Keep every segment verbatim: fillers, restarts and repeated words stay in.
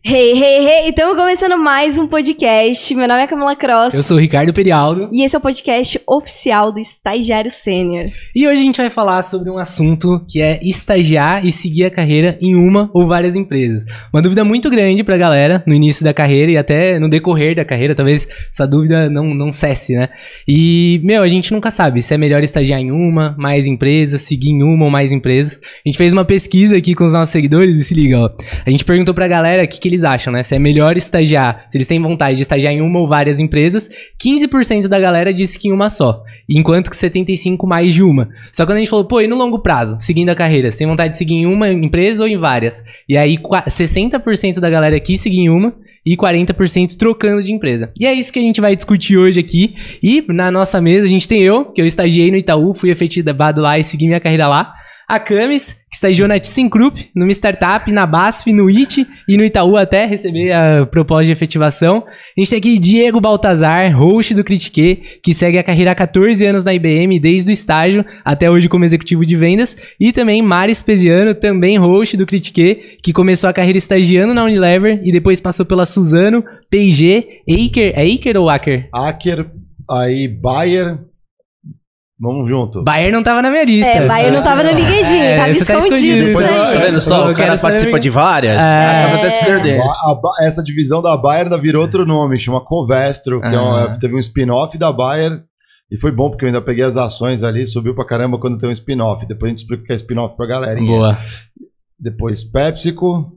Hey, hey, hey! Estamos começando mais um podcast. Meu nome é Camila Cross. Eu sou o Ricardo Perialdo. E esse é o podcast oficial do Estagiário Sênior. E hoje a gente vai falar sobre um assunto que é estagiar e seguir a carreira em uma ou várias empresas. Uma dúvida muito grande pra galera no início da carreira e até no decorrer da carreira. Talvez essa dúvida não, não cesse, né? E, meu, a gente nunca sabe se é melhor estagiar em uma, mais empresas, seguir em uma ou mais empresas. A gente fez uma pesquisa aqui com os nossos seguidores e se liga, ó. A gente perguntou pra galera o que, que eles acham, né? Se é melhor estagiar, se eles têm vontade de estagiar em uma ou várias empresas. quinze por cento da galera disse que em uma só, enquanto que setenta e cinco por cento mais de uma. Só que quando a gente falou, pô, e no longo prazo, seguindo a carreira, você tem vontade de seguir em uma empresa ou em várias? E aí sessenta por cento da galera quis seguir em uma e quarenta por cento trocando de empresa. E é isso que a gente vai discutir hoje aqui. E na nossa mesa a gente tem eu, que eu estagiei no Itaú, fui efetivado lá e segui minha carreira lá. A Camis, que estagiou na ThyssenKrupp, numa startup, na BASF, no I T e no Itaú até receber a proposta de efetivação. A gente tem aqui Diego Baltazar, host do Critique, que segue a carreira há quatorze anos na I B M, desde o estágio até hoje como executivo de vendas. E também Mari Spesiano, também host do Critique, que começou a carreira estagiando na Unilever e depois passou pela Suzano, P e G, Aker, é Aker ou Aker? Aker, aí Bayer... Vamos junto. Bayer não tava na minha lista. É, Bayer não tava no LinkedIn, é, tava escondido. Tá escondido isso aí. Tá vendo só? O cara participa de várias, é. acaba até se perdendo. A, a, essa divisão da Bayer ainda virou outro nome, chama Covestro, que ah. é uma, teve um spin-off da Bayer. E foi bom, porque eu ainda peguei as ações ali, subiu pra caramba quando tem um spin-off. Depois a gente explica o que é spin-off pra galera. Boa. Depois PepsiCo.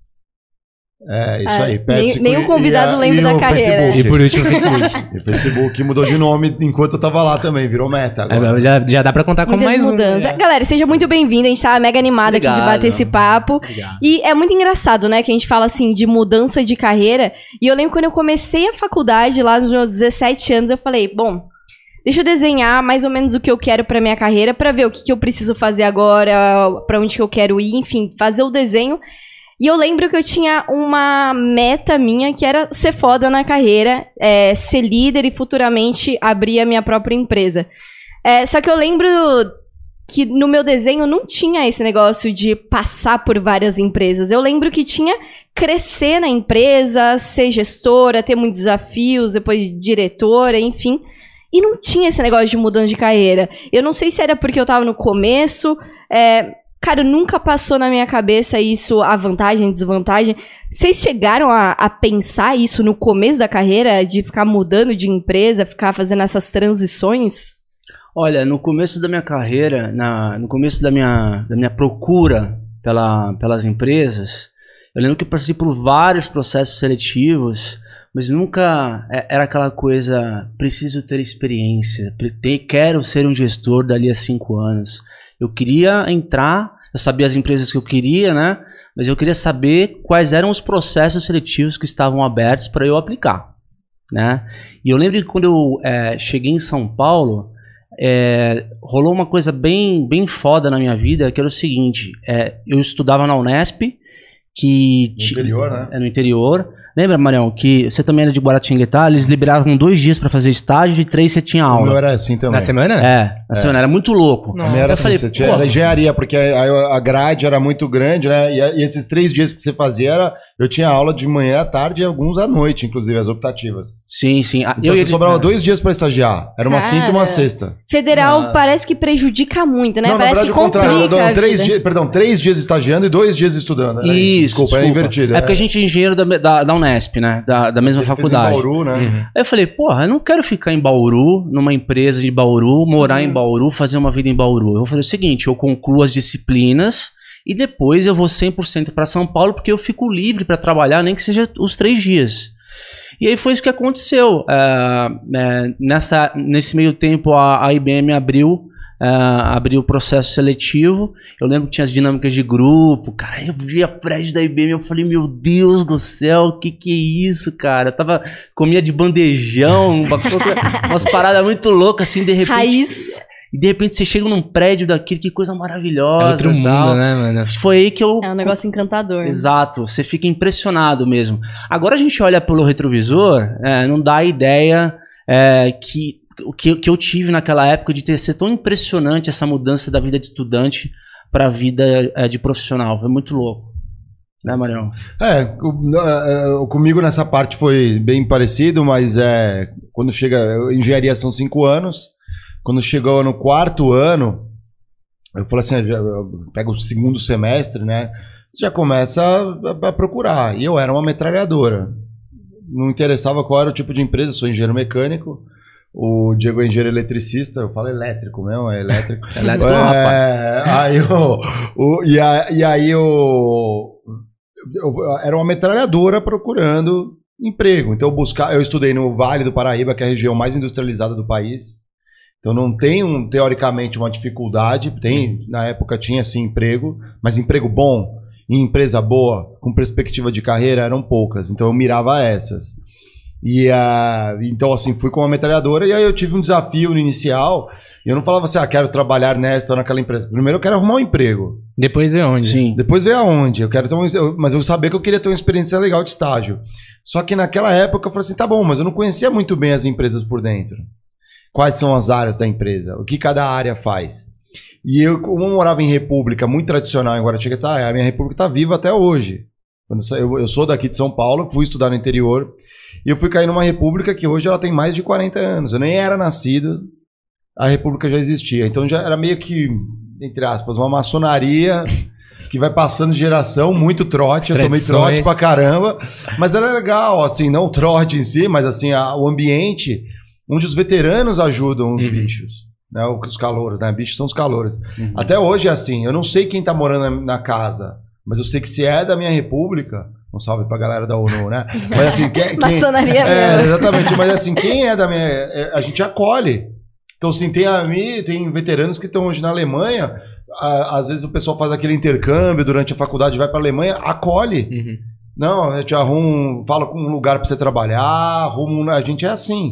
É, isso ah, aí. PepsiCo nem, nem o convidado e, lembra e da carreira. Facebook. E por último, o Facebook. E o Facebook mudou de nome enquanto eu tava lá também, virou Meta agora. É, já, já dá pra contar com Muitas mais mudanças. um. É. Galera, seja muito bem-vindo, a gente tá mega animado Obrigado. aqui de bater esse papo. Obrigado. E é muito engraçado, né, que a gente fala assim de mudança de carreira. E eu lembro quando eu comecei a faculdade, lá nos meus dezessete anos, eu falei, bom... Deixa eu desenhar mais ou menos o que eu quero pra minha carreira, pra ver o que, que eu preciso fazer agora, pra onde que eu quero ir, enfim, fazer o desenho. E eu lembro que eu tinha uma meta minha que era ser foda na carreira, é, ser líder e futuramente abrir a minha própria empresa. É, só que eu lembro que no meu desenho não tinha esse negócio de passar por várias empresas. Eu lembro que tinha crescer na empresa, ser gestora, ter muitos desafios, depois diretora, enfim... E não tinha esse negócio de mudança de carreira. Eu não sei se era porque eu tava no começo. É, cara, nunca passou na minha cabeça isso, a vantagem, desvantagem. Vocês chegaram a, a pensar isso no começo da carreira? De ficar mudando de empresa, ficar fazendo essas transições? Olha, no começo da minha carreira, na, no começo da minha, da minha procura pela, pelas empresas, eu lembro que eu passei por vários processos seletivos... Mas nunca era aquela coisa, preciso ter experiência, quero ser um gestor dali a cinco anos. Eu queria entrar, eu sabia as empresas que eu queria, né? Mas eu queria saber quais eram os processos seletivos que estavam abertos para eu aplicar, né? E eu lembro que quando eu é, cheguei em São Paulo, é, rolou uma coisa bem, bem foda na minha vida, que era o seguinte, é, eu estudava na Unesp, que... No interior, né? É, no interior... Lembra, Marião, que você também era de Guaratinguetá, eles liberavam dois dias pra fazer estágio e três você tinha aula. O meu era assim também. Na semana? É, na é. semana, era muito louco. Não, era, assim, falei, você tinha, era engenharia, porque a, a grade era muito grande, né? E, e esses três dias que você fazia, era, eu tinha aula de manhã à tarde e alguns à noite, inclusive, as optativas. Sim, sim. Então eu, você eu, sobrava eu, dois dias pra estagiar. Era uma Cara, quinta e uma sexta. Federal ah. parece que prejudica muito, né? Não, parece na verdade, que o contrário. complica Não, três dias, perdão, três dias estagiando e dois dias estudando. Isso, isso. Desculpa, desculpa, é invertido. É porque a gente é engenheiro da, da, da Unesp, né? Da, da mesma faculdade. Em Bauru, né? Uhum. Aí eu falei, porra, eu não quero ficar em Bauru, numa empresa de Bauru, morar uhum. em Bauru, fazer uma vida em Bauru. Eu vou fazer o seguinte, eu concluo as disciplinas e depois eu vou cem por cento para São Paulo, porque eu fico livre para trabalhar, nem que seja os três dias. E aí foi isso que aconteceu. É, é, nessa, nesse meio tempo a, a I B M abriu Uh, abri o processo seletivo. Eu lembro que tinha as dinâmicas de grupo. Cara, eu vi a prédio da I B M, eu falei, meu Deus do céu, o que que é isso, cara? Eu tava, comia de bandejão, umas paradas muito loucas, assim, de repente. Raiz. E de repente você chega num prédio daquilo, que coisa maravilhosa. É outro mundo, tal. né, mano? Foi aí que eu... É um negócio encantador. Exato, você fica impressionado mesmo. Agora a gente olha pelo retrovisor, é, não dá ideia é, que... O que, que eu tive naquela época de ter ser tão impressionante essa mudança da vida de estudante para a vida é, de profissional. Foi muito louco. Né, Marião? É, o, comigo nessa parte foi bem parecido, mas é, quando chega, engenharia são cinco anos, quando chegou no quarto ano, eu falei assim, eu pego o segundo semestre, né, você já começa a, a procurar, e eu era uma metralhadora, não interessava qual era o tipo de empresa, eu sou engenheiro mecânico, o Diego é engenheiro eletricista, eu falo elétrico mesmo, é elétrico. Elétrico, é, aí eu, o, e, a, e aí eu, eu era uma metralhadora procurando emprego. Então eu buscar, eu estudei no Vale do Paraíba, que é a região mais industrializada do país. Então não tem um, teoricamente uma dificuldade, tem, na época tinha sim emprego, mas emprego bom, em empresa boa, com perspectiva de carreira eram poucas. Então eu mirava essas. E uh, então assim, fui com uma metralhadora e aí eu tive um desafio no inicial. E eu não falava assim, ah, quero trabalhar nesta ou naquela empresa. Primeiro eu quero arrumar um emprego. Depois ver onde. Sim. Depois ver aonde. Eu quero ter um, eu, mas eu sabia que eu queria ter uma experiência legal de estágio. Só que naquela época eu falei assim, tá bom, mas eu não conhecia muito bem as empresas por dentro. Quais são as áreas da empresa? O que cada área faz? E eu, como eu morava em república muito tradicional em Guaratinguetá, a minha república está viva até hoje. Quando eu, eu sou daqui de São Paulo, fui estudar no interior. E eu fui cair numa república que hoje ela tem mais de quarenta anos. Eu nem era nascido, a república já existia. Então já era meio que, entre aspas, uma maçonaria que vai passando de geração, muito trote. Eu tomei trote pra caramba. Mas era legal, assim, não o trote em si, mas assim, a, o ambiente onde os veteranos ajudam os uhum. bichos. Né, os calouros, né? Bichos são os calouros. Uhum. Até hoje é assim, eu não sei quem tá morando na, na casa, mas eu sei que se é da minha república... Um salve pra galera da ONU, né? Mas assim, quem, quem, maçonaria é, mesmo. Exatamente, mas assim, quem é da minha... É, a gente acolhe. Então, assim, tem, a, tem veteranos que estão hoje na Alemanha, a, às vezes o pessoal faz aquele intercâmbio durante a faculdade, vai pra Alemanha, acolhe. Uhum. Não, eu te arrumo, fala com um lugar pra você trabalhar, arrumo, a gente é assim.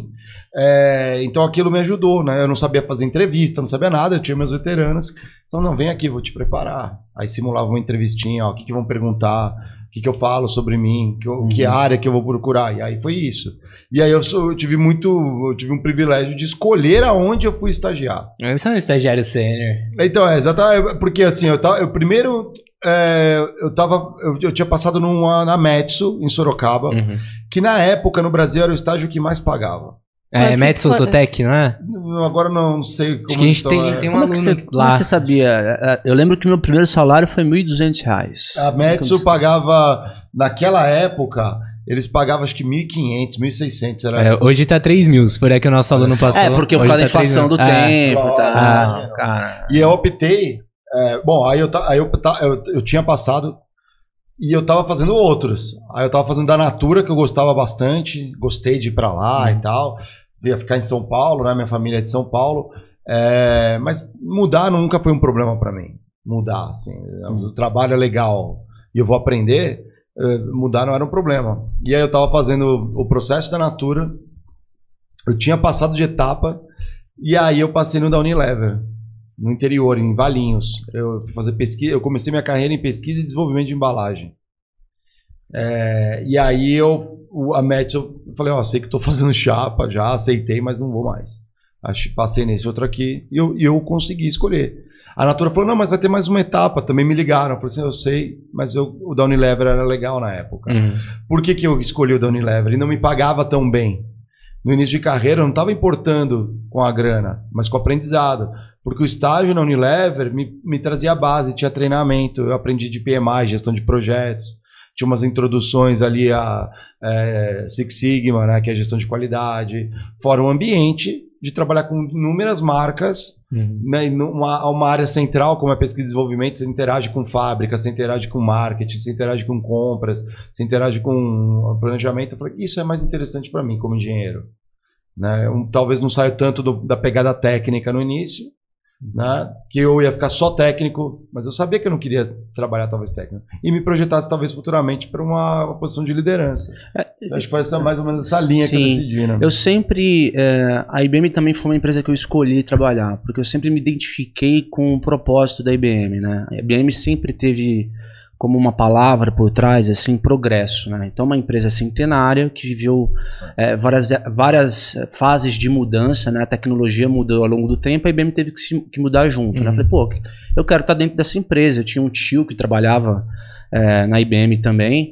É, então aquilo me ajudou, né? Eu não sabia fazer entrevista, não sabia nada, eu tinha meus veteranos. Então, não, vem aqui, vou te preparar. Aí simulava uma entrevistinha, ó, o que, que vão perguntar... O que, que eu falo sobre mim, que, eu, uhum. que área que eu vou procurar. E aí foi isso. E aí eu, sou, eu tive muito, eu tive um privilégio de escolher aonde eu fui estagiar. Você é um estagiário sênior. Então, é, exatamente, porque assim, eu, tava, eu primeiro, é, eu, tava, eu, eu tinha passado numa, na Metsu, em Sorocaba, uhum. que na época no Brasil era o estágio que mais pagava. É, Metsu Totec, não é? Agora não sei como. Acho que a gente tem, é. tem uma como você, lá. Como você sabia? Eu lembro que meu primeiro salário foi mil e duzentos reais. A Metsu pagava, naquela época, eles pagavam acho que mil e quinhentos, mil e seiscentos. Era... É, hoje tá três mil, se for aí que o nosso aluno passou. É, porque por causa da inflação do ah, tempo. Ah, tá. ah, cara. E eu optei. É, bom, aí, eu, aí eu, eu, eu tinha passado. E eu tava fazendo outros. Aí eu tava fazendo da Natura, que eu gostava bastante. Gostei de ir pra lá hum. e tal. Ia ficar em São Paulo, né? Minha família é de São Paulo. É, mas mudar nunca foi um problema pra mim. Mudar, assim. Hum. O trabalho é legal e eu vou aprender. Mudar não era um problema. E aí eu tava fazendo o processo da Natura. Eu tinha passado de etapa. E aí eu passei no da Unilever. No interior, em Valinhos. Eu fui fazer pesquisa, eu comecei minha carreira em pesquisa e desenvolvimento de embalagem. É, e aí eu, a Metsu, eu falei, ó, sei que estou fazendo chapa, já aceitei, mas não vou mais. Acho, passei nesse outro aqui e eu, eu consegui escolher. A Natura falou, não, mas vai ter mais uma etapa. Também me ligaram. Eu falei assim, eu sei, mas eu, o da Unilever era legal na época. Uhum. Por que, que eu escolhi o da Unilever? Ele não me pagava tão bem. No início de carreira eu não estava importando com a grana, mas com o aprendizado. Porque o estágio na Unilever me, me trazia a base, tinha treinamento, eu aprendi de P M I, gestão de projetos, tinha umas introduções ali a é, Six Sigma, né, que é a gestão de qualidade, fora o ambiente de trabalhar com inúmeras marcas, uhum. né, uma, uma área central como é pesquisa e desenvolvimento, você interage com fábrica, você interage com marketing, você interage com compras, você interage com planejamento. Eu falei, isso é mais interessante para mim como engenheiro. Né? Um, talvez não saia tanto do, da pegada técnica no início, né? Que eu ia ficar só técnico, mas eu sabia que eu não queria trabalhar talvez técnico e me projetasse talvez futuramente para uma, uma posição de liderança. É, acho que foi essa, mais ou menos essa linha sim, que eu decidi, né? Eu sempre é, a I B M também foi uma empresa que eu escolhi trabalhar porque eu sempre me identifiquei com o propósito da I B M, né? A I B M sempre teve como uma palavra por trás, assim, progresso, né? Então, uma empresa centenária que viveu é, várias, várias fases de mudança, né? A tecnologia mudou ao longo do tempo, a I B M teve que, se, que mudar junto, uhum. né? Eu falei, pô, eu quero estar dentro dessa empresa. Eu tinha um tio que trabalhava é, na I B M também.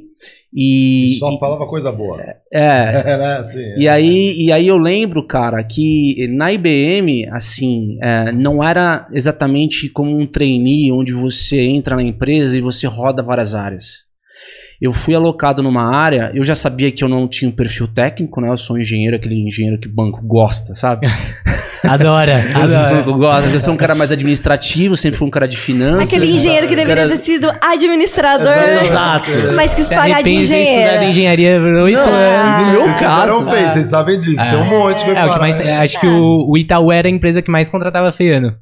E, E só e- falava coisa boa. é, É, né? Assim, e aí, e aí eu lembro, cara, que na I B M, assim, é, não era exatamente como um trainee, onde você entra na empresa e você roda várias áreas. Eu fui alocado numa área, eu já sabia que eu não tinha um perfil técnico, né? Eu sou um engenheiro, aquele engenheiro que banco gosta, sabe? Adora, O adora. banco gosta, eu sou um cara mais administrativo, sempre fui um cara de finanças. Aquele engenheiro que deveria Cara- ter sido administrador, Exato. mas quis De pagar de repente, engenheiro. estudado engenharia por oito Não, anos. no meu Vocês caso, fizeram fez, vocês sabem disso. Tem um monte que vai É, o que parar, mais, né? acho que o, o Itaú era a empresa que mais contratava feiano.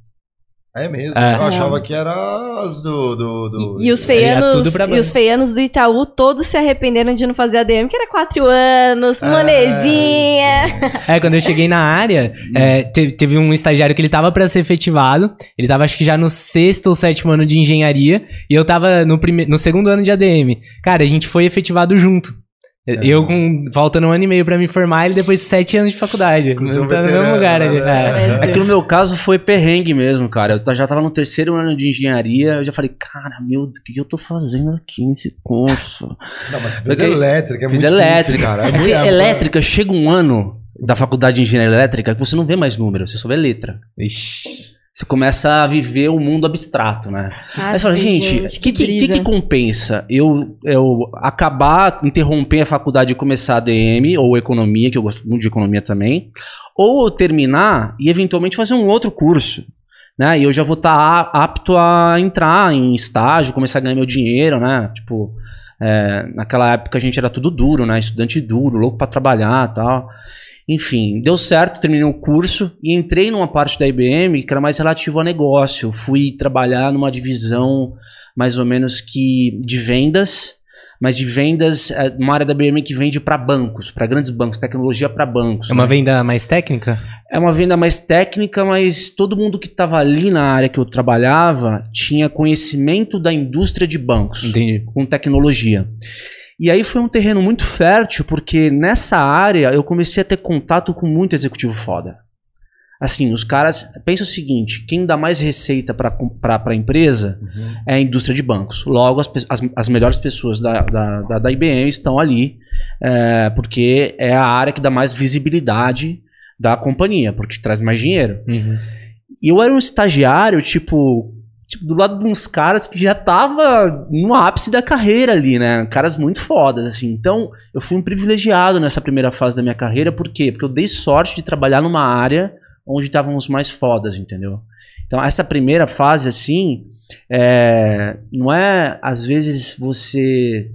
É mesmo. É. Eu achava que era as do... do, do... E, e os Ia feianos, tudo pra e banco. os feianos do Itaú todos se arrependeram de não fazer A D M, que era quatro anos, É, molezinha. É, quando eu cheguei na área, é, te- teve um estagiário que ele tava pra ser efetivado. Ele tava, acho que já no sexto ou sétimo ano de engenharia. E eu tava no, prime- no segundo ano de A D M. Cara, a gente foi efetivado junto. Eu com faltando um ano e meio pra me formar, ele depois de sete anos de faculdade. Com seu Não tá no veterano, mesmo lugar né? ali. É. É que no meu caso foi perrengue mesmo, cara. Eu ta- já tava no terceiro ano de engenharia, eu já falei, cara, meu, o que eu tô fazendo aqui nesse curso? Não, mas você Só fez que- elétrica, é Fiz muito elétrica. difícil, cara. É Porque muito- é- elétrica chega um ano da faculdade de engenharia elétrica que você não vê mais número, você só vê letra. Ixi. Você começa a viver um mundo abstrato, né? Ah, Aí você fala, gente, o que, que, que, brisa. que compensa? Eu, eu acabar, interromper a faculdade e começar a D M, ou economia, que eu gosto muito de economia também, ou eu terminar e eventualmente fazer um outro curso, né? E eu já vou estar apto a entrar em estágio, começar a ganhar meu dinheiro, né? Tipo, é, naquela época a gente era tudo duro, né? Estudante duro, louco pra trabalhar e tal. Enfim, deu certo, terminei o curso e entrei numa parte da I B M que era mais relativo a negócio. Fui trabalhar numa divisão mais ou menos que de vendas, mas de vendas, é, uma área da I B M que vende para bancos, para grandes bancos, tecnologia para bancos. É uma né? venda mais técnica? É uma venda mais técnica, mas todo mundo que estava ali na área que eu trabalhava tinha conhecimento da indústria de bancos Entendi. com tecnologia. E aí foi um terreno muito fértil, porque nessa área eu comecei a ter contato com muito executivo foda. Assim, os caras... Pensa o seguinte, quem dá mais receita para a empresa Uhum. é a indústria de bancos. Logo, as, pe- as, as melhores pessoas da, da, da, da I B M estão ali, é, porque é a área que dá mais visibilidade da companhia, porque traz mais dinheiro. Uhum. E eu era um estagiário, tipo, tipo, do lado de uns caras que já tava no ápice da carreira ali, né? Caras muito fodas, assim. Então, eu fui um privilegiado nessa primeira fase da minha carreira. Por quê? Porque eu dei sorte de trabalhar numa área onde estavam os mais fodas, entendeu? Então, essa primeira fase, assim, é, não é, às vezes, você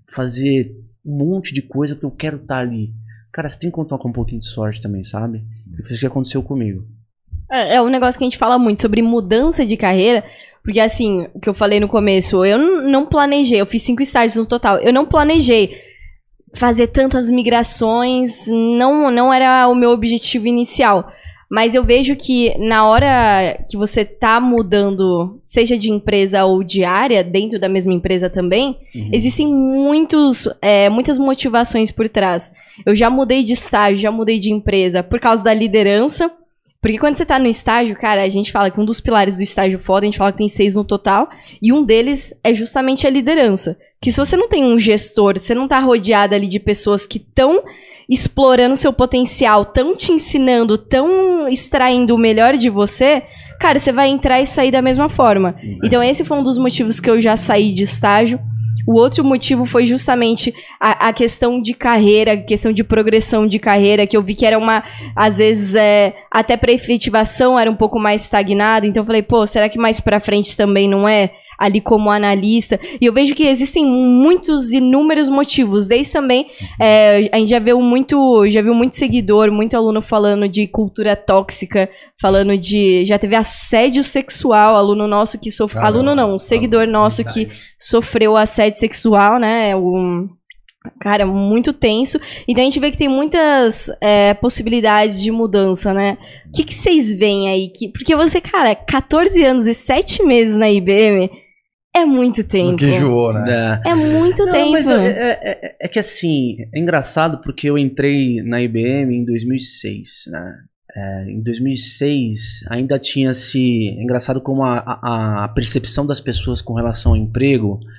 fazer um monte de coisa porque eu quero estar ali. Cara, você tem que contar com um pouquinho de sorte também, sabe? Foi isso que aconteceu comigo. É, é um negócio que a gente fala muito sobre mudança de carreira, porque assim, o que eu falei no começo, eu n- não planejei, eu fiz cinco estágios no total, eu não planejei fazer tantas migrações, não, não era o meu objetivo inicial. Mas eu vejo que na hora que você tá mudando, seja de empresa ou de área, dentro da mesma empresa também, Uhum. existem muitos, é, muitas motivações por trás. Eu já mudei de estágio, já mudei de empresa por causa da liderança. Porque quando você tá no estágio, cara, a gente fala que um dos pilares do estágio foda, a gente fala que tem seis no total, e um deles é justamente a liderança. Que se você não tem um gestor, você não tá rodeado ali de pessoas que estão explorando seu potencial, tão te ensinando, tão extraindo o melhor de você, cara, você vai entrar e sair da mesma forma. Então esse foi um dos motivos que eu já saí de estágio. O outro motivo foi justamente a, a questão de carreira, a questão de progressão de carreira, que eu vi que era uma, às vezes, é, até para efetivação era um pouco mais estagnada. Então eu falei, pô, será que mais pra frente também não é? Ali como analista. E eu vejo que existem muitos, inúmeros motivos. Desde também, é, a gente já viu muito, já viu muito seguidor, muito aluno falando de cultura tóxica, falando de... Já teve assédio sexual, aluno nosso que sofreu... Caramba, Aluno não, um seguidor nosso que sofreu assédio sexual, né? Um, cara, muito tenso. Então a gente vê que tem muitas é, possibilidades de mudança, né? O que, que vocês veem aí? Que, porque você, cara, catorze anos e sete meses na I B M é muito tempo. Que enjoou, né? É. É muito Não, tempo. mas eu- é, é- é que assim, é engraçado porque eu entrei na I B M em dois mil e seis, né? É, em dois mil e seis ainda tinha se... É engraçado como a, a, a percepção das pessoas com relação ao emprego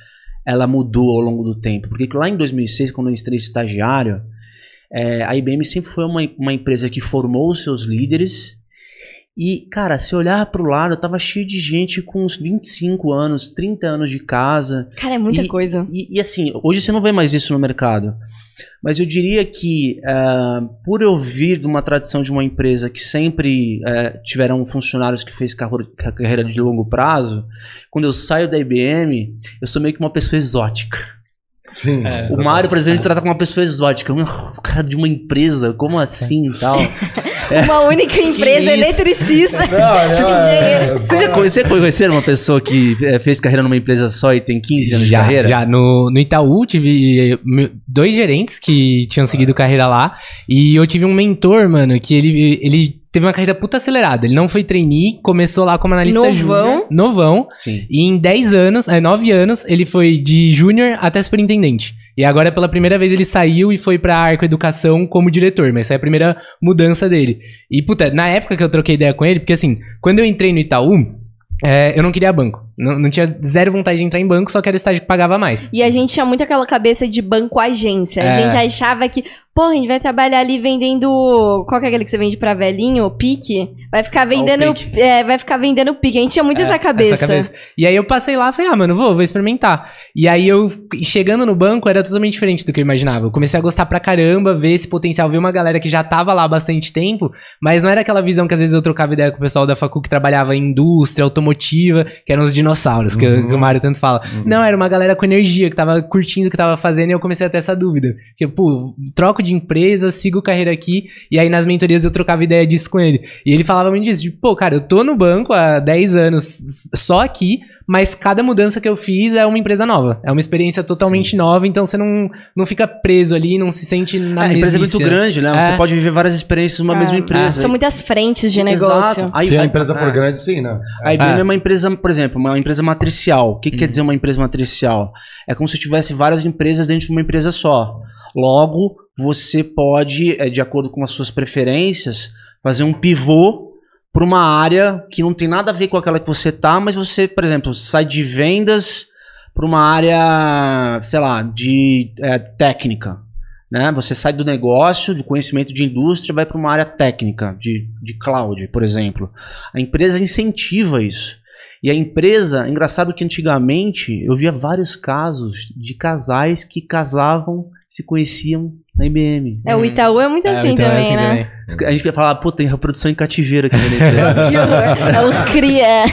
ela mudou ao longo do tempo. Porque lá em dois mil e seis, quando eu entrei estagiário, é, a I B M sempre foi uma, uma empresa que formou os seus líderes. E, cara, se olhar pro lado, tava cheio de gente com uns vinte e cinco anos, trinta anos de casa. Cara, é muita e, coisa. E, e assim, hoje você não vê mais isso no mercado. Mas eu diria que, uh, por eu vir de uma tradição de uma empresa que sempre uh, tiveram funcionários que fez carreira de longo prazo, quando eu saio da I B M, eu sou meio que uma pessoa exótica. Sim. É, o Mário, por exemplo, ele trata como uma pessoa exótica. O cara de uma empresa, como assim e tal? Uma única empresa, eletricista. Não, não, é, é, você já conheceu, conheceram uma pessoa que é, fez carreira numa empresa só e tem quinze anos já, de carreira? Já, no, no Itaú tive dois gerentes que tinham seguido carreira lá. E eu tive um mentor, mano, que ele... ele teve uma carreira puta acelerada. Ele não foi trainee, começou lá como analista júnior. Novão. Sim. E em dez anos, é, nove anos, ele foi de júnior até superintendente. E agora, pela primeira vez, ele saiu e foi pra Arco Educação como diretor. Mas essa é a primeira mudança dele. E, puta, na época que eu troquei ideia com ele, porque assim, quando eu entrei no Itaú, é, eu não queria banco. Não, não tinha zero vontade de entrar em banco, só que era o estágio que pagava mais. E a gente tinha muito aquela cabeça de banco-agência. A É. gente achava que, pô, a gente vai trabalhar ali vendendo... Qual que é aquele que você vende pra velhinho? O pique? Vai ficar vendendo... Ah, o pique. É, vai ficar vendendo pique. A gente tinha muito É, essa cabeça. essa cabeça. E aí eu passei lá e falei, ah, mano, vou, vou experimentar. E aí eu, chegando no banco, era totalmente diferente do que eu imaginava. Eu comecei a gostar pra caramba, ver esse potencial, ver uma galera que já tava lá há bastante tempo, mas não era aquela visão que às vezes eu trocava ideia com o pessoal da facu que trabalhava em indústria, automotiva, que eram os dinossauros, que, Uhum. que o Mário tanto fala. Uhum. Não, era uma galera com energia, que tava curtindo o que tava fazendo, e eu comecei a ter essa dúvida. Tipo, pô, troco de empresa, sigo carreira aqui, e aí nas mentorias eu trocava ideia disso com ele. E ele falava muito disso, tipo, pô, cara, eu tô no banco há dez anos só aqui, mas cada mudança que eu fiz é uma empresa nova. É uma experiência totalmente Sim. nova, então você não, não fica preso ali, não se sente na a empresa é mesmice. muito grande, né? Você É. pode viver várias experiências numa É. mesma empresa. São muitas frentes de negócio. Exato. Aí, Se a aí- empresa for é. grande, sim, né? A I B M É. é uma empresa, por exemplo, uma empresa matricial. O que, que Uhum. quer dizer uma empresa matricial? É como se tivesse várias empresas dentro de uma empresa só. Logo, você pode, é, de acordo com as suas preferências, fazer um pivô para uma área que não tem nada a ver com aquela que você tá, mas você, por exemplo, sai de vendas para uma área, sei lá, de é, técnica. Né? Você sai do negócio, do conhecimento de indústria, vai para uma área técnica, de, de cloud, por exemplo. A empresa incentiva isso. E a empresa, engraçado que antigamente eu via vários casos de casais que casavam, se conheciam na I B M. É, o Itaú é muito assim então é também, assim né? também. A gente ia falar, pô, tem reprodução em cativeiro aqui na empresa. Nossa, que horror. É os cria.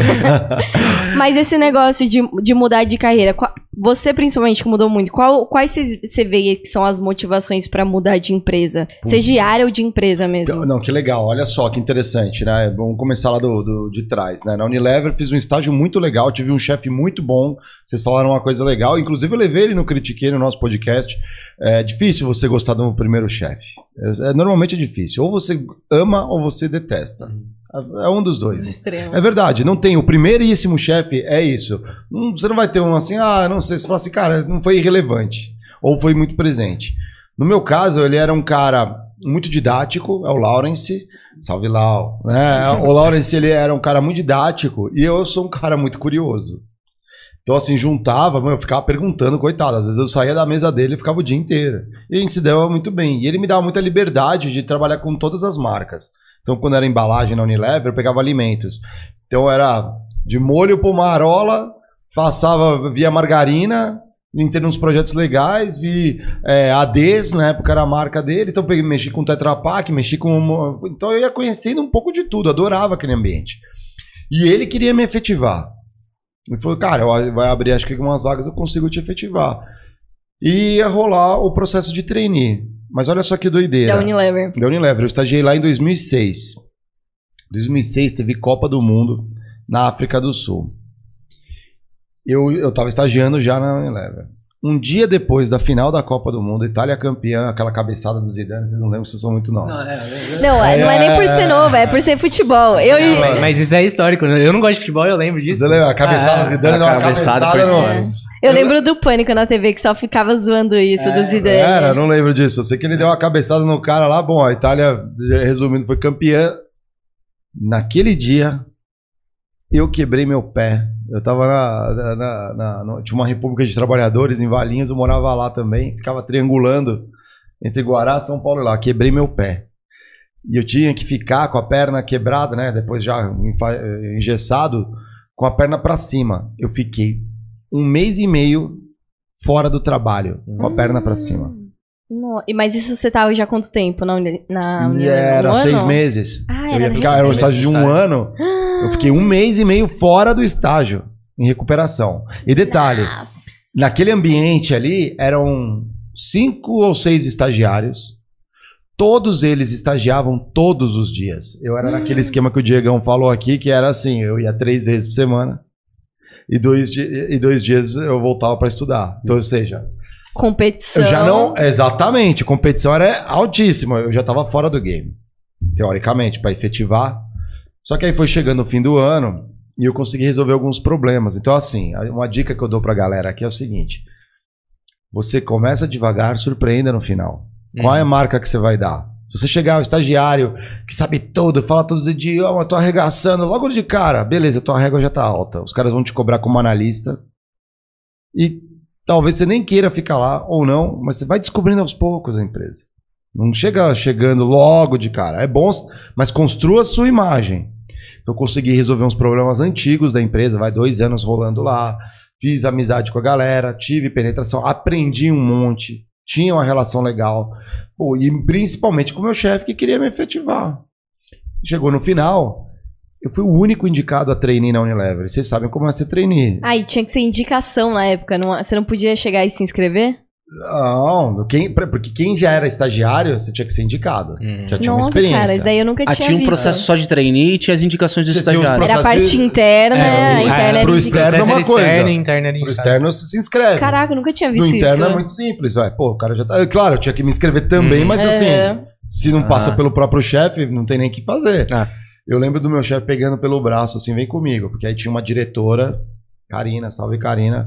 Mas esse negócio de, de mudar de carreira, qual- você principalmente que mudou muito, qual, quais você vê que são as motivações pra mudar de empresa? Seja de área ou de empresa mesmo? Não, que legal, olha só que interessante, né? Vamos começar lá do, do- de trás, né? Na Unilever fiz um estágio muito legal, tive um chefe muito bom, vocês falaram uma coisa legal, inclusive eu levei ele no Critiquei, no nosso podcast. É difícil você gostar do primeiro chefe. É, é- normalmente é difícil. Ou você ama ou você detesta. É um dos dois. Extremos. É verdade, não tem. O primeiríssimo chefe é isso. Não- você não vai ter um assim, ah, não sei. Você fala assim, cara, não foi irrelevante. Ou foi muito presente. No meu caso, ele era um cara muito didático, é o Lawrence. Salve, Lau. Né? O Lawrence, ele era um cara muito didático e eu sou um cara muito curioso. Então, assim, juntava, eu ficava perguntando, coitado. Às vezes eu saía da mesa dele e ficava o dia inteiro. E a gente se dava muito bem. E ele me dava muita liberdade de trabalhar com todas as marcas. Então, quando era embalagem na Unilever, eu pegava alimentos. Então, era de molho pomarola, passava via margarina, entrei nos projetos legais, vi é, A Ds, na época era a marca dele. Então, eu peguei, mexi com Tetra Pak, mexi com... Uma... Então, eu ia conhecendo um pouco de tudo, adorava aquele ambiente. E ele queria me efetivar. Ele falou, cara, vai abrir acho que algumas vagas, eu consigo te efetivar. E ia rolar o processo de trainee. Mas olha só que doideira. Da Unilever. Da Unilever. Eu estagiei lá em dois mil e seis. Em dois mil e seis teve Copa do Mundo na África do Sul. Eu, eu tava estagiando já na Unilever. Um dia depois da final da Copa do Mundo, Itália campeã, aquela cabeçada do Zidane, vocês não lembram, vocês são muito novos. Não, é, não é nem por ser novo, é por ser futebol. Eu e... Mas, mas isso é histórico, né? Eu não gosto de futebol, eu lembro disso. Você lembra? A cabeçada Ah, do Zidane, a deu uma cabeçada cabeçada, foi no... história. Eu lembro do Pânico na T V, que só ficava zoando isso, do Zidane. Era, não lembro disso. Eu sei que ele deu uma cabeçada no cara lá. Bom, a Itália, resumindo, foi campeã. Naquele dia, eu quebrei meu pé Eu tava na, na, na, na no, tinha uma república de trabalhadores em Valinhos, eu morava lá também, ficava triangulando entre Guará, São Paulo e lá, quebrei meu pé. E eu tinha que ficar com a perna quebrada, né, depois já engessado, com a perna pra cima. Eu fiquei um mês e meio fora do trabalho, com a hum. perna pra cima. No, mas isso você tava já há quanto tempo na Unilever? Era um seis ano? meses. Ah, eu era ia ficar, era um estágio de um estágio. ano. Eu fiquei um mês e meio fora do estágio, em recuperação. E detalhe, Nossa. naquele ambiente ali, eram cinco ou seis estagiários. Todos eles estagiavam todos os dias. Eu era hum. naquele esquema que o Diegão falou aqui, que era assim, eu ia três vezes por semana. E dois, e dois dias eu voltava para estudar. Então, ou seja... Competição. Eu já não... Exatamente. Competição era altíssima. Eu já estava fora do game. Teoricamente, para efetivar. Só que aí foi chegando o fim do ano e eu consegui resolver alguns problemas. Então, assim, uma dica que eu dou pra galera aqui é o seguinte. Você começa devagar, surpreenda no final. Hum. Qual é a marca que você vai dar? Se você chegar ao estagiário que sabe tudo, fala todos os idiomas, tô arregaçando, logo de cara, beleza, tua régua já tá alta. Os caras vão te cobrar como analista. E talvez você nem queira ficar lá ou não, mas você vai descobrindo aos poucos a empresa. Não chega chegando logo de cara. É bom, mas construa a sua imagem. Então, eu consegui resolver uns problemas antigos da empresa, vai dois anos rolando lá. Fiz amizade com a galera, tive penetração, aprendi um monte, tinha uma relação legal. Pô, e principalmente com o meu chefe que queria me efetivar. Chegou no final, eu fui o único indicado a trainee na Unilever. Vocês sabem como é ser trainee. Ah, e tinha que ser indicação na época, não, você não podia chegar e se inscrever? Não, quem, porque quem já era estagiário, você tinha que ser indicado. Hum. Já tinha Nossa, uma experiência. Cara, isso daí eu nunca ah, tinha tinha um visto. processo só de trainee e tinha as indicações dos estagiários. Era a parte interna, é, a interna é, era pro externo é uma coisa. Externo, interno era pro externo você se inscreve. Caraca, eu nunca tinha visto isso. No interno isso. é muito simples. Vai. Pô, o cara já tá... Claro, eu tinha que me inscrever também, hum. mas assim, é. se não passa ah. pelo próprio chefe, não tem nem o que fazer. Ah. Eu lembro do meu chefe pegando pelo braço, assim, vem comigo. Porque aí tinha uma diretora, Karina, salve Karina.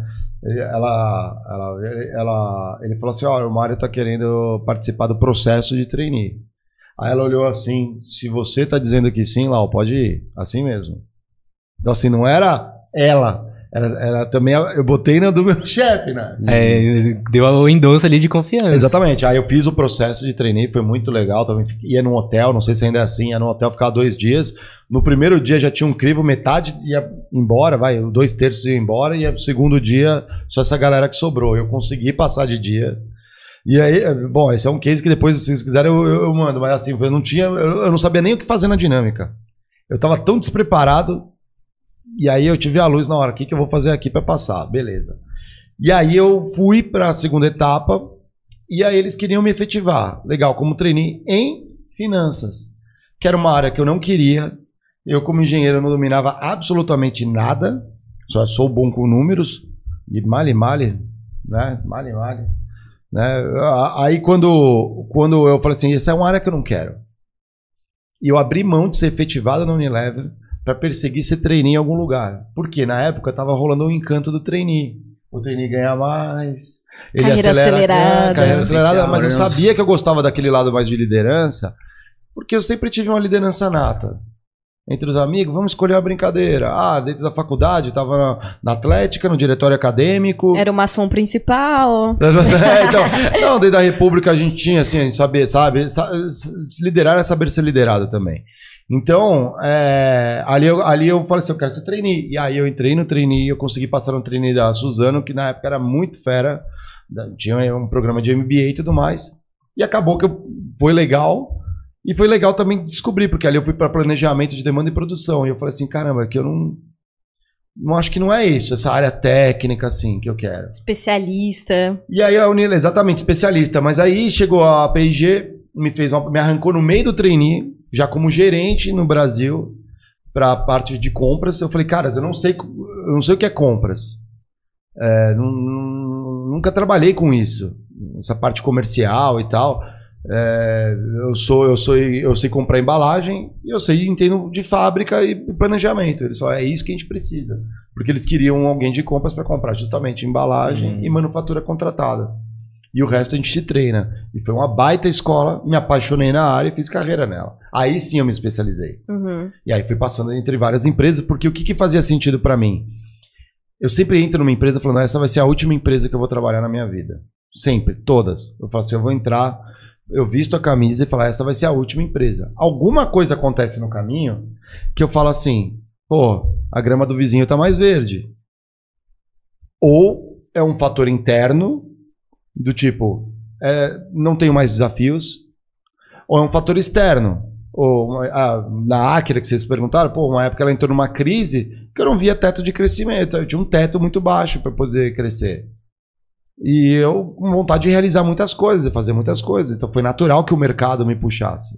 Ela, ela, ela, ele falou assim, ó, o Mário tá querendo participar do processo de trainee. Aí ela olhou assim, se você tá dizendo que sim, Lau, pode ir, assim mesmo. Então assim, não era ela, era, era também, eu botei na do meu chefe, né? É, deu o endosso ali de confiança. Exatamente, aí eu fiz o processo de trainee, foi muito legal, também ia num hotel, não sei se ainda é assim, ia num hotel, ficava dois dias. No primeiro dia já tinha um crivo, metade ia embora, vai, dois terços ia embora, e no segundo dia só essa galera que sobrou. Eu consegui passar de dia. E aí, bom, esse é um case que depois, se vocês quiserem, eu, eu, eu mando, mas assim, eu não tinha, eu, eu não sabia nem o que fazer na dinâmica. Eu tava tão despreparado, e aí eu tive a luz na hora, o que, que eu vou fazer aqui para passar? Beleza. E aí eu fui para a segunda etapa, e aí eles queriam me efetivar, legal, como trainee em finanças, que era uma área que eu não queria. Eu, como engenheiro, não dominava absolutamente nada. Só sou bom com números. E male, male. Né? Male, male. Né? Aí, quando, quando eu falei assim, essa é uma área que eu não quero. E eu abri mão de ser efetivado na Unilever para perseguir ser trainee em algum lugar. Porque na época estava rolando o encanto do trainee. O trainee ganha mais. Ele carreira acelera, acelerada. É, carreira acelerada. Mas eu Especial. sabia que eu gostava daquele lado mais de liderança. Porque eu sempre tive uma liderança nata. Entre os amigos, vamos escolher uma brincadeira. Ah, dentro da faculdade, estava na, na Atlética, no diretório acadêmico. Era o maçom principal. É, então, não, dentro da República a gente tinha, assim, a gente sabia, sabe? Se liderar é saber ser liderado também. Então, é, ali, eu, ali eu falei assim, eu quero ser trainee. E aí eu entrei no trainee, eu consegui passar no trainee da Suzano, que na época era muito fera. Tinha um programa de M B A e tudo mais. E acabou que eu, foi legal. E foi legal também descobrir, porque ali eu fui para planejamento de demanda e produção. E eu falei assim, caramba, que eu não... Não acho que não é isso, essa área técnica, assim, que eu quero. Especialista. E aí a Unilever, exatamente, especialista. Mas aí chegou a P e G, me, fez uma, me arrancou no meio do trainee, já como gerente no Brasil, para a parte de compras. Eu falei, cara, eu não sei, eu não sei o que é compras. É, não, nunca trabalhei com isso, essa parte comercial e tal. É, eu sou eu sou eu sei comprar embalagem e eu sei entendo de fábrica e planejamento. Eles só é isso que a gente precisa, porque eles queriam alguém de compras para comprar justamente embalagem uhum. e manufatura contratada, e o resto a gente se treina. E foi uma baita escola, me apaixonei na área e fiz carreira nela. Aí sim eu me especializei uhum. e aí fui passando entre várias empresas, porque o que, que fazia sentido para mim? eu sempre entro numa empresa falando, essa vai ser a última empresa que eu vou trabalhar na minha vida. Sempre, todas. Eu falo assim, eu vou entrar, eu visto a camisa e falo, essa vai ser a última empresa. Alguma coisa acontece no caminho que eu falo assim, pô, a grama do vizinho tá mais verde. Ou é um fator interno, do tipo, é, não tenho mais desafios, ou é um fator externo. Ou, a, na Acra, que vocês perguntaram, pô, uma época ela entrou numa crise que eu não via teto de crescimento, eu tinha um teto muito baixo para poder crescer. E eu com vontade de realizar muitas coisas, de fazer muitas coisas, então foi natural que o mercado me puxasse.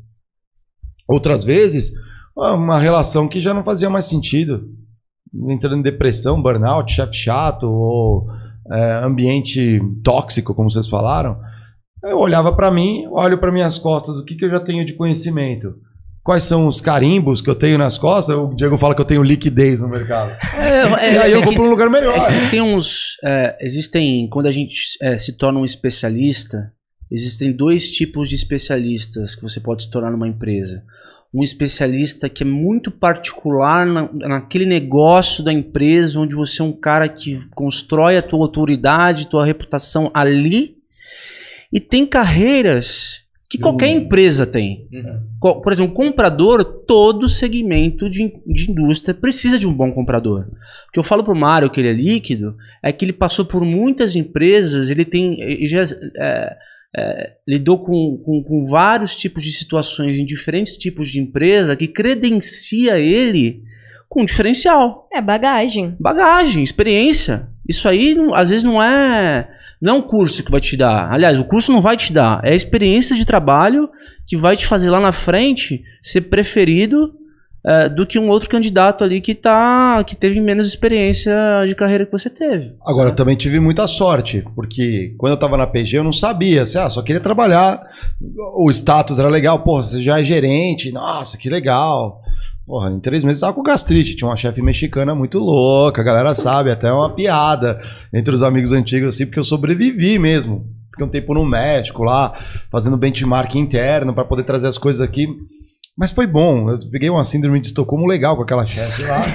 Outras vezes, uma relação que já não fazia mais sentido, entrando em depressão, burnout, chefe chato, ou é, ambiente tóxico, como vocês falaram. Eu olhava para mim, olho para minhas costas, o que, que eu já tenho de conhecimento? Quais são os carimbos que eu tenho nas costas? O Diego fala que eu tenho liquidez no mercado. É, é, e aí eu é vou para um lugar melhor. É, tem uns... É, existem... Quando a gente é, se torna um especialista, existem dois tipos de especialistas que você pode se tornar numa empresa. Um especialista que é muito particular na, naquele negócio da empresa, onde você é um cara que constrói a tua autoridade, tua reputação ali. E tem carreiras que qualquer uhum. empresa tem. Uhum. Por exemplo, um comprador, todo segmento de, de indústria precisa de um bom comprador. O que eu falo pro Mário que ele é líquido, é que ele passou por muitas empresas, ele tem... Ele já, é, é, lidou com, com, com vários tipos de situações em diferentes tipos de empresa que credencia ele com diferencial. É bagagem. Bagagem, experiência. Isso aí, às vezes, não é... Não é um curso que vai te dar. Aliás, o curso não vai te dar. É a experiência de trabalho que vai te fazer lá na frente ser preferido é, do que um outro candidato ali que, tá, que teve menos experiência de carreira que você teve. Agora, né? Eu também tive muita sorte, porque quando eu estava na P G eu não sabia. Assim, ah, só queria trabalhar. O status era legal. Porra, você já é gerente. Nossa, que legal. Porra, em três meses eu tava com gastrite, tinha uma chefe mexicana muito louca, a galera sabe, até uma piada entre os amigos antigos, assim, porque eu sobrevivi mesmo. Fiquei um tempo no México lá, fazendo benchmark interno para poder trazer as coisas aqui. Mas foi bom, eu peguei uma síndrome de Estocolmo legal com aquela chefe lá.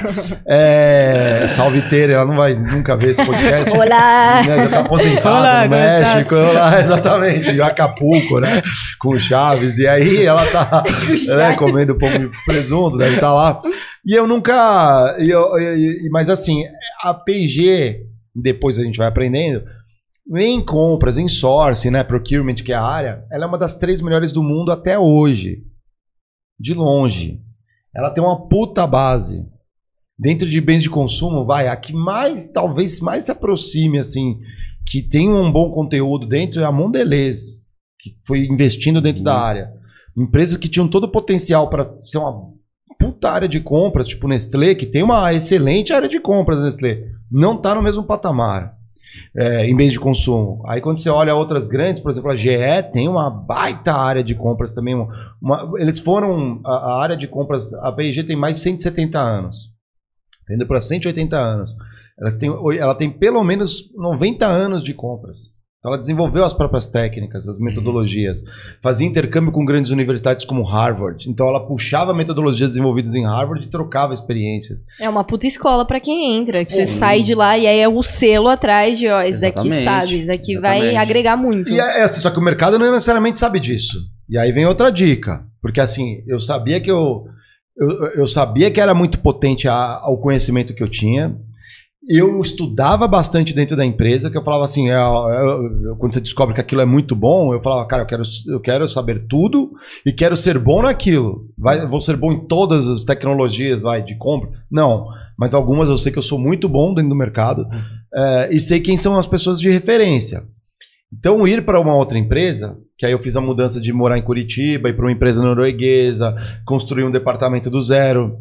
É, salve Tere, ela não vai nunca ver esse podcast. Olá! Né, já tá aposentada Olá, no México. Olá, exatamente, em Acapulco, né? Com o Chaves. E aí ela tá né, comendo pão de presunto, deve estar tá lá. E eu nunca... E eu, e, mas assim, a P G, depois a gente vai aprendendo, em compras, em sourcing, né? Procurement, que é a área, ela é uma das três melhores do mundo até hoje. De longe. Ela tem uma puta base. Dentro de bens de consumo, vai, a que mais, talvez mais se aproxime, assim, que tem um bom conteúdo dentro é a Mondelez, que foi investindo dentro uhum. da área. Empresas que tinham todo o potencial para ser uma puta área de compras, tipo Nestlé, que tem uma excelente área de compras da Nestlé, não está no mesmo patamar. É, em bens de consumo. Aí quando você olha outras grandes, por exemplo, a G E tem uma baita área de compras também. Uma, uma, eles foram, a, a área de compras, a P e G tem mais de cento e setenta anos. Indo para cento e oitenta anos. Ela tem, ela tem pelo menos noventa anos de compras. Então ela desenvolveu as próprias técnicas, as metodologias. Fazia intercâmbio com grandes universidades como Harvard. Então ela puxava metodologias desenvolvidas em Harvard e trocava experiências. É uma puta escola pra quem entra. Que você sai de lá e aí é o selo atrás de, ó, isso daqui sabe, isso daqui vai agregar muito. E é, só que o mercado não necessariamente sabe disso. E aí vem outra dica. Porque assim, eu sabia que eu... Eu, eu sabia que era muito potente a, ao conhecimento que eu tinha. Eu estudava bastante dentro da empresa, que eu falava assim, eu, eu, quando você descobre que aquilo é muito bom, eu falava, cara, eu quero, eu quero saber tudo e quero ser bom naquilo. Vai, vou ser bom em todas as tecnologias vai, de compra? Não, mas algumas eu sei que eu sou muito bom dentro do mercado é, e sei quem são as pessoas de referência. Então, ir para uma outra empresa, que aí eu fiz a mudança de morar em Curitiba, ir para uma empresa norueguesa, construir um departamento do zero...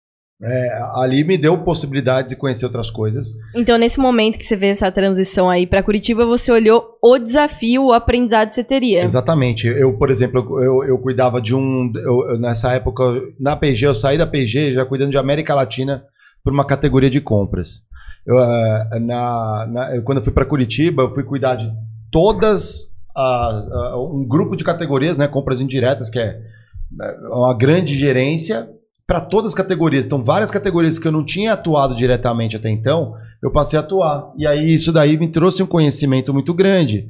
É, ali me deu possibilidades de conhecer outras coisas. Então, nesse momento que você vê essa transição aí para Curitiba, você olhou o desafio, o aprendizado que você teria. Exatamente. Eu, por exemplo, eu, eu cuidava de um... Eu, nessa época, na P G, eu saí da P G já cuidando de América Latina por uma categoria de compras. Eu, na, na, eu, quando eu fui para Curitiba, eu fui cuidar de todas... A, a, um grupo de categorias, né, compras indiretas, que é uma grande gerência... para todas as categorias. Então, várias categorias que eu não tinha atuado diretamente até então, eu passei a atuar. E aí isso daí me trouxe um conhecimento muito grande.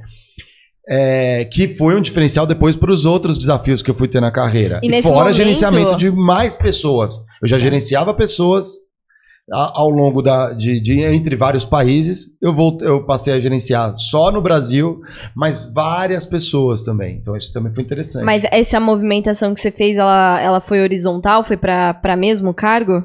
É, que foi um diferencial depois para os outros desafios que eu fui ter na carreira. E, e nesse fora momento... gerenciamento de mais pessoas. Eu já gerenciava pessoas a, ao longo da, de, de entre vários países. Eu, vou, eu passei a gerenciar só no Brasil, mas várias pessoas também. Então isso também foi interessante. Mas essa movimentação que você fez, ela, ela foi horizontal? Foi para mesmo cargo?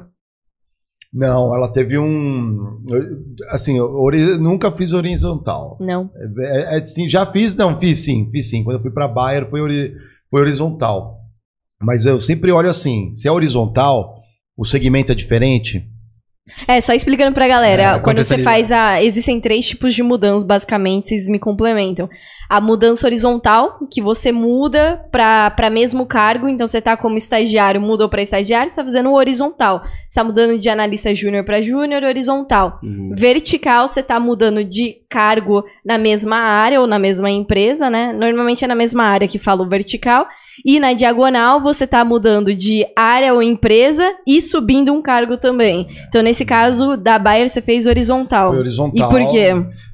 Não, ela teve um... Assim, eu ori- nunca fiz horizontal. Não. É, é, sim, já fiz, não, fiz sim, fiz sim. Quando eu fui para Bayer foi, ori- foi horizontal. Mas eu sempre olho assim, se é horizontal, o segmento é diferente. É, só explicando pra galera, É, quando você aconteceria- faz a... Existem três tipos de mudança, basicamente, vocês me complementam. A mudança horizontal, que você muda pra, pra mesmo cargo, então você tá como estagiário, mudou pra estagiário, você tá fazendo o horizontal. Você tá mudando de analista júnior pra júnior, horizontal. Uhum. Vertical, você tá mudando de cargo na mesma área ou na mesma empresa, né? Normalmente é na mesma área que fala o vertical. E na diagonal, você tá mudando de área ou empresa e subindo um cargo também. Então, nesse caso, da Bayer, você fez horizontal. Foi horizontal. E por quê?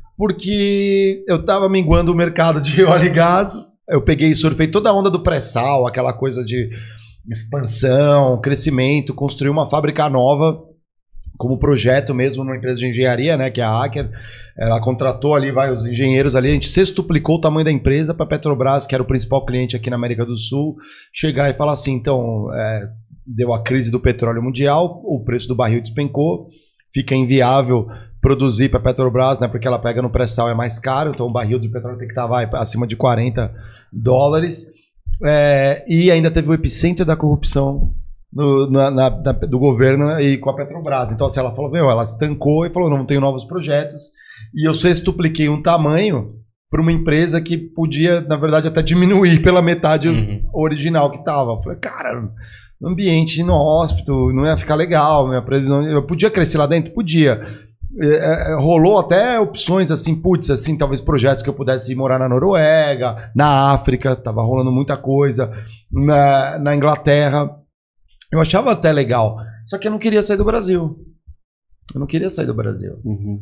Porque eu tava minguando o mercado de óleo e gás. Eu peguei e surfei toda a onda do pré-sal, aquela coisa de expansão, crescimento, construir uma fábrica nova como projeto mesmo numa empresa de engenharia, né, que é a Aker. Ela contratou ali, vai, os engenheiros ali, a gente sextuplicou o tamanho da empresa para a Petrobras, que era o principal cliente aqui na América do Sul, chegar e falar assim, então, é, deu a crise do petróleo mundial, o preço do barril despencou, fica inviável produzir para a Petrobras, né, porque ela pega no pré-sal, é mais caro, então o barril de petróleo tem que estar, vai, acima de quarenta dólares, é, e ainda teve o epicentro da corrupção No, na, na, na, do governo e com a Petrobras. Então, assim, ela falou, meu, ela estancou e falou, não tenho novos projetos. E eu sextupliquei um tamanho para uma empresa que podia, na verdade, até diminuir pela metade Uhum. original que estava. Eu falei, cara, no ambiente inóspito, não ia ficar legal. Minha previsão, eu podia crescer lá dentro? Podia. É, é, rolou até opções assim, putz, assim, talvez projetos que eu pudesse ir morar na Noruega, na África, tava rolando muita coisa, na, na Inglaterra. Eu achava até legal, só que eu não queria sair do Brasil. Eu não queria sair do Brasil. Uhum.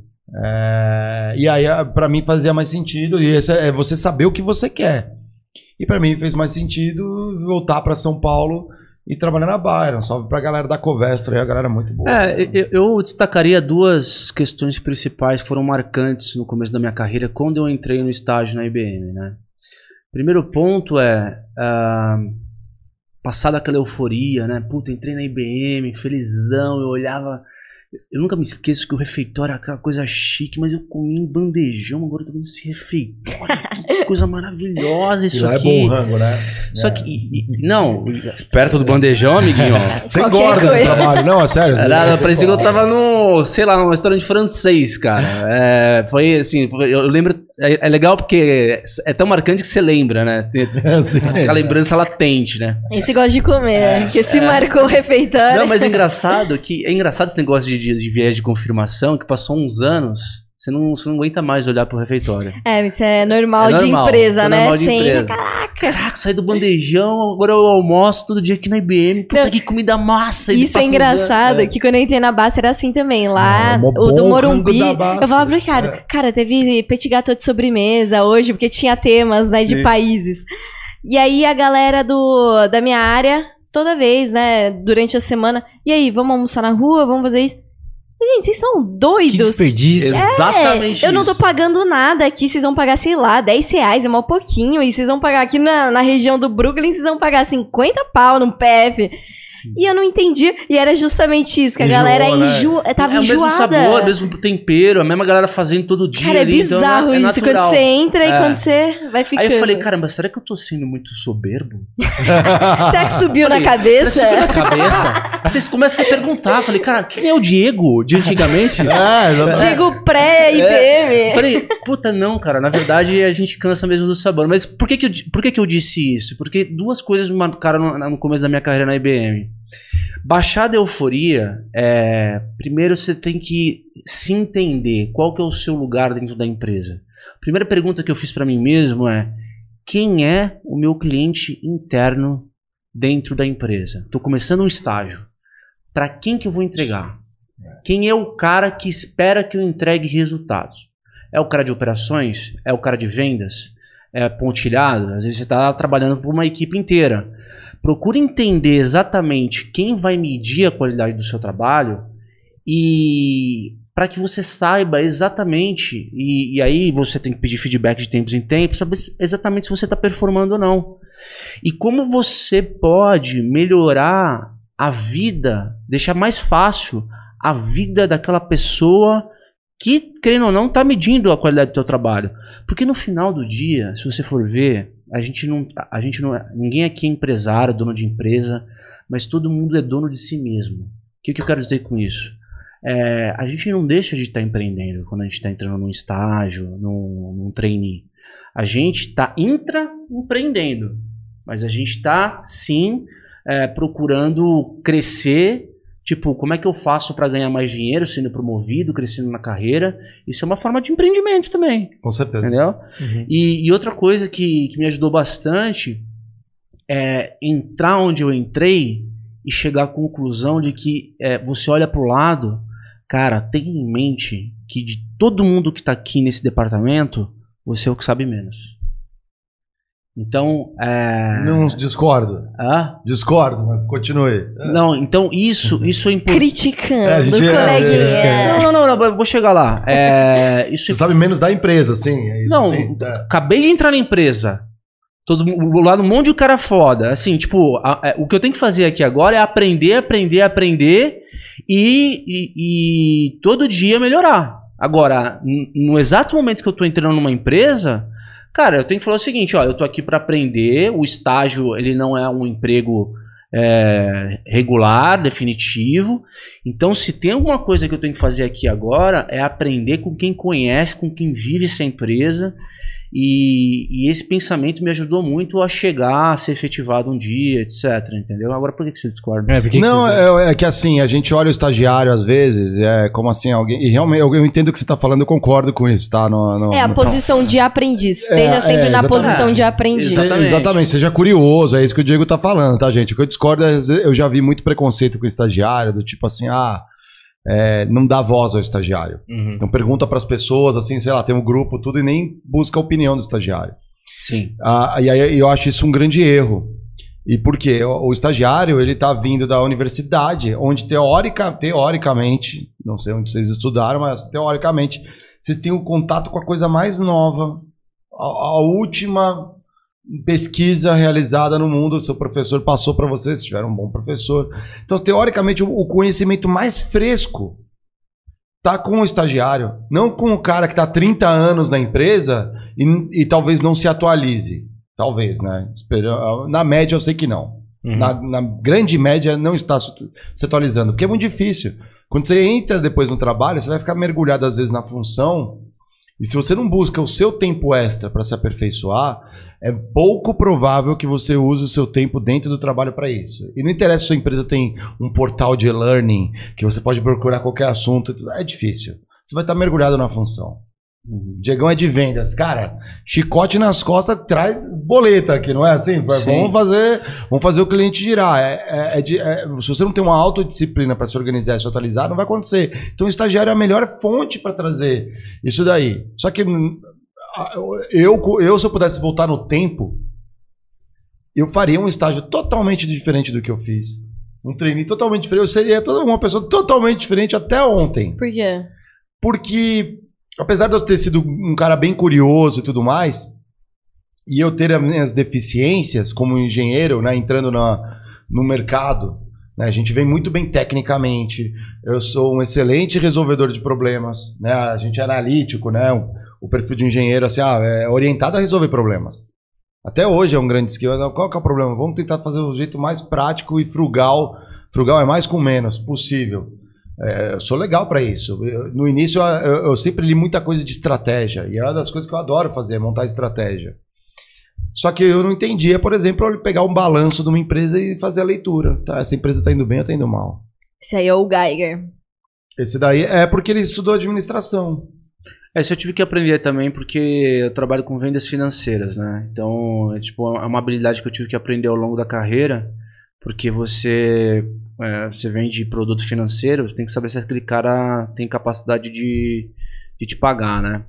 É, e aí, pra mim, fazia mais sentido. E esse é você saber o que você quer. E pra mim fez mais sentido voltar pra São Paulo e trabalhar na Bayer. Um salve pra galera da Covestro, aí a galera é muito boa. É, eu, eu destacaria duas questões principais que foram marcantes no começo da minha carreira quando eu entrei no estágio na I B M, né? Primeiro ponto é uh, passada aquela euforia, né? Puta, entrei na I B M, felizão, eu olhava. Eu nunca me esqueço que o refeitório era aquela coisa chique, mas eu comi um bandejão, agora eu tô vendo esse refeitório. Que coisa maravilhosa isso e lá aqui. é bom rango, né? Só é. que, e- e- não, perto do bandejão, amiguinho, ó. Você Qualquer engorda no coisa. trabalho, não, é sério. Era, Você parecia que eu fala. tava no, sei lá, num restaurante francês, cara. É, foi assim, foi- eu lembro. É, é legal porque é tão marcante que você lembra, né? Tem É, assim, aquela lembrança latente, né? Esse gosta de comer, porque se marcou o refeitório. Não, mas é engraçado que. É engraçado esse negócio de, de, de viés de confirmação, que passou uns anos, você não, você não aguenta mais olhar pro refeitório. É, isso é normal, É de normal, empresa, isso é né? normal de Sempre, empresa. caraca. Caraca, saí do bandejão, agora eu almoço todo dia aqui na I B M. Puta Não, que comida massa. e Isso é passa uns engraçado, anos, é. que quando eu entrei na Basta era assim também. Lá, Ah, mó o do bom Morumbi, rango da Basta. eu falava pro Ricardo, É. cara, teve petit gâteau de sobremesa hoje, porque tinha temas, né, de Sim. países. E aí a galera do, da minha área, toda vez, né, durante a semana, e aí, vamos almoçar na rua, vamos fazer isso? E, gente, vocês são Que doidos? desperdício. Exatamente É, eu não tô isso. pagando nada aqui, vocês vão pagar, sei lá, dez reais, é mal pouquinho. E vocês vão pagar aqui na, na região do Brooklyn, vocês vão pagar cinquenta pau no P F. E eu não entendi. E era justamente isso, que a Enjoou, galera né? enjoa, tava É o mesmo enjoada. sabor, o mesmo tempero, a mesma galera fazendo todo dia. Cara, é ali, então bizarro é, é isso. Quando natural. você entra e É. quando você vai ficando. Aí eu falei, caramba, será que eu tô sendo muito soberbo? Será que subiu na Falei, cabeça? Será que subiu na cabeça? Aí vocês começam a se perguntar. Falei, cara, quem é o Diego de antigamente? É, exatamente. Digo pré-I B M. Falei, puta, não, cara. Na verdade, a gente cansa mesmo do sabor. Mas por que que eu, di- por que que eu disse isso? Porque duas coisas me marcaram no, no começo da minha carreira na I B M. Baixar da euforia, é, primeiro você tem que se entender qual que é o seu lugar dentro da empresa. A primeira pergunta que eu fiz pra mim mesmo é: quem é o meu cliente interno dentro da empresa? Estou começando um estágio. Para quem que eu vou entregar? Quem é o cara que espera que eu entregue resultados? É o cara de operações? É o cara de vendas? É pontilhado? Às vezes você está trabalhando por uma equipe inteira. Procure entender exatamente quem vai medir a qualidade do seu trabalho e para que você saiba exatamente, e, e aí você tem que pedir feedback de tempos em tempos, saber exatamente se você está performando ou não. E como você pode melhorar a vida, deixar mais fácil a vida daquela pessoa que, querendo ou não, está medindo a qualidade do seu trabalho. Porque no final do dia, se você for ver, a gente não, a gente não, ninguém aqui é empresário, dono de empresa, mas todo mundo é dono de si mesmo. O que, que eu quero dizer com isso? É, a gente não deixa de estar tá empreendendo quando a gente está entrando num estágio, num, num trainee. A gente está intraempreendendo, mas a gente está sim é, procurando crescer. Tipo, como é que eu faço para ganhar mais dinheiro sendo promovido, crescendo na carreira? Isso é uma forma de empreendimento também. Com certeza. Entendeu? Uhum. E, e outra coisa que, que me ajudou bastante é entrar onde eu entrei e chegar à conclusão de que é, você olha para o lado, cara, tem em mente que de todo mundo que está aqui nesse departamento, você é o que sabe menos. Então, é... Não discordo. Ah? Discordo, mas continue. Não, então isso, isso é importante. Criticando, É, a gente- coleguinha. é, Não, não, não, não, eu vou chegar lá. É, isso Você sabe menos da empresa, sim. É isso, Não, sim. É. acabei de entrar na empresa. Todo mundo lá um monte de cara foda. Assim, tipo, a- a- o que eu tenho que fazer aqui agora é aprender, aprender, aprender e, e, e todo dia melhorar. Agora, n- no exato momento que eu tô entrando numa empresa, cara, eu tenho que falar o seguinte, ó, eu tô aqui para aprender, o estágio, ele não é um emprego é, regular, definitivo. Então, se tem alguma coisa que eu tenho que fazer aqui agora, é aprender com quem conhece, com quem vive essa empresa. E, e esse pensamento me ajudou muito a chegar, a ser efetivado um dia, etcétera. Entendeu? Agora, por que que você discorda? É, por que que Não, vocês- é, é que assim, a gente olha o estagiário às vezes, é como assim, alguém. E realmente, eu, eu entendo o que você está falando, eu concordo com isso, tá? No, no, É a no- posição de aprendiz. Esteja É, sempre é, na exatamente. posição de aprendiz. Se- Exatamente. Exatamente, seja curioso, é isso que o Diego tá falando, tá, gente? O que eu discordo é, às vezes, eu já vi muito preconceito com o estagiário, do tipo assim, ah, é, não dá voz ao estagiário. Uhum. Então pergunta pras pessoas, assim, sei lá, tem um grupo, tudo, e nem busca a opinião do estagiário. Sim. Ah, e aí eu acho isso um grande erro. E por quê? O, o estagiário, ele tá vindo da universidade, onde teórica, teoricamente, não sei onde vocês estudaram, mas teoricamente, vocês têm um contato com a coisa mais nova, a, a última pesquisa realizada no mundo, o seu professor passou para vocês, se tiver um bom professor. Então, teoricamente, o, o conhecimento mais fresco tá com o estagiário, não com o cara que tá há trinta anos na empresa e, e talvez não se atualize. Talvez, né? Espero- Na média eu sei que não. Uhum. Na, na grande média não está se se atualizando, porque é muito difícil. Quando você entra depois no trabalho, você vai ficar mergulhado às vezes na função, e se você não busca o seu tempo extra para se aperfeiçoar, é pouco provável que você use o seu tempo dentro do trabalho para isso. E não interessa se sua empresa tem um portal de e-learning, que você pode procurar qualquer assunto, é difícil. Você vai estar mergulhado na função. Diegão é de vendas. Cara, chicote nas costas traz boleta aqui, não é assim? Sim. Vamos fazer, vamos fazer o cliente girar. É, é- é de- é- se você não tem uma autodisciplina para se organizar e se atualizar, não vai acontecer. Então o estagiário é a melhor fonte para trazer isso daí. Só que hum, a- eu, eu, se eu pudesse voltar no tempo, eu faria um estágio totalmente diferente do que eu fiz. Um trainee totalmente diferente. Eu seria toda uma pessoa totalmente diferente até ontem. Por quê? Porque, apesar de eu ter sido um cara bem curioso e tudo mais, e eu ter as minhas deficiências como engenheiro, né, entrando na, no mercado, né, a gente vem muito bem tecnicamente, eu sou um excelente resolvedor de problemas, né, a gente é analítico, né, o, o perfil de engenheiro assim, ah, é orientado a resolver problemas. Até hoje é um grande skill. Qual que é o problema? Vamos tentar fazer o jeito mais prático e frugal. Frugal é mais com menos possível. É, eu sou legal para isso. Eu, no início eu, eu sempre li muita coisa de estratégia. E é uma das coisas que eu adoro fazer, montar estratégia. Só que eu não entendia, por exemplo, eu pegar um balanço de uma empresa e fazer a leitura. Tá, essa empresa está indo bem ou está indo mal? Esse aí é o Geiger. Esse daí é porque ele estudou administração. É, isso eu tive que aprender também porque eu trabalho com vendas financeiras, né? Então, é, tipo, é uma habilidade que eu tive que aprender ao longo da carreira Porque você, é, você vende produto financeiro, tem que saber se aquele cara tem capacidade de, de te pagar, né?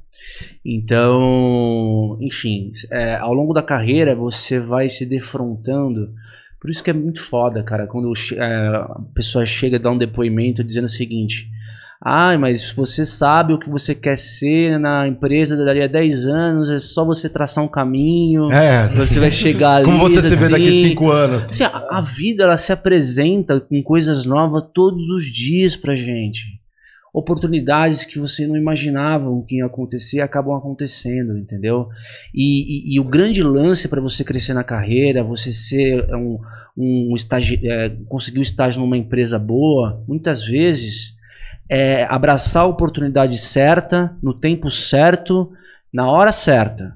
Então, enfim, é, ao longo da carreira você vai se defrontando. Por isso que é muito foda, cara, quando é, a pessoa chega e dá um depoimento dizendo o seguinte: ah, mas você sabe o que você quer ser na empresa dali a dez anos, é só você traçar um caminho, É. você vai chegar ali. Como você se vê daqui assim. cinco anos? Assim, a, a vida ela se apresenta com coisas novas todos os dias pra gente. Oportunidades que você não imaginava que iam acontecer acabam acontecendo, entendeu? E, e, e o grande lance para você crescer na carreira, você ser um, um estagi é, conseguir um estágio numa empresa boa, muitas vezes é abraçar a oportunidade certa, no tempo certo, na hora certa.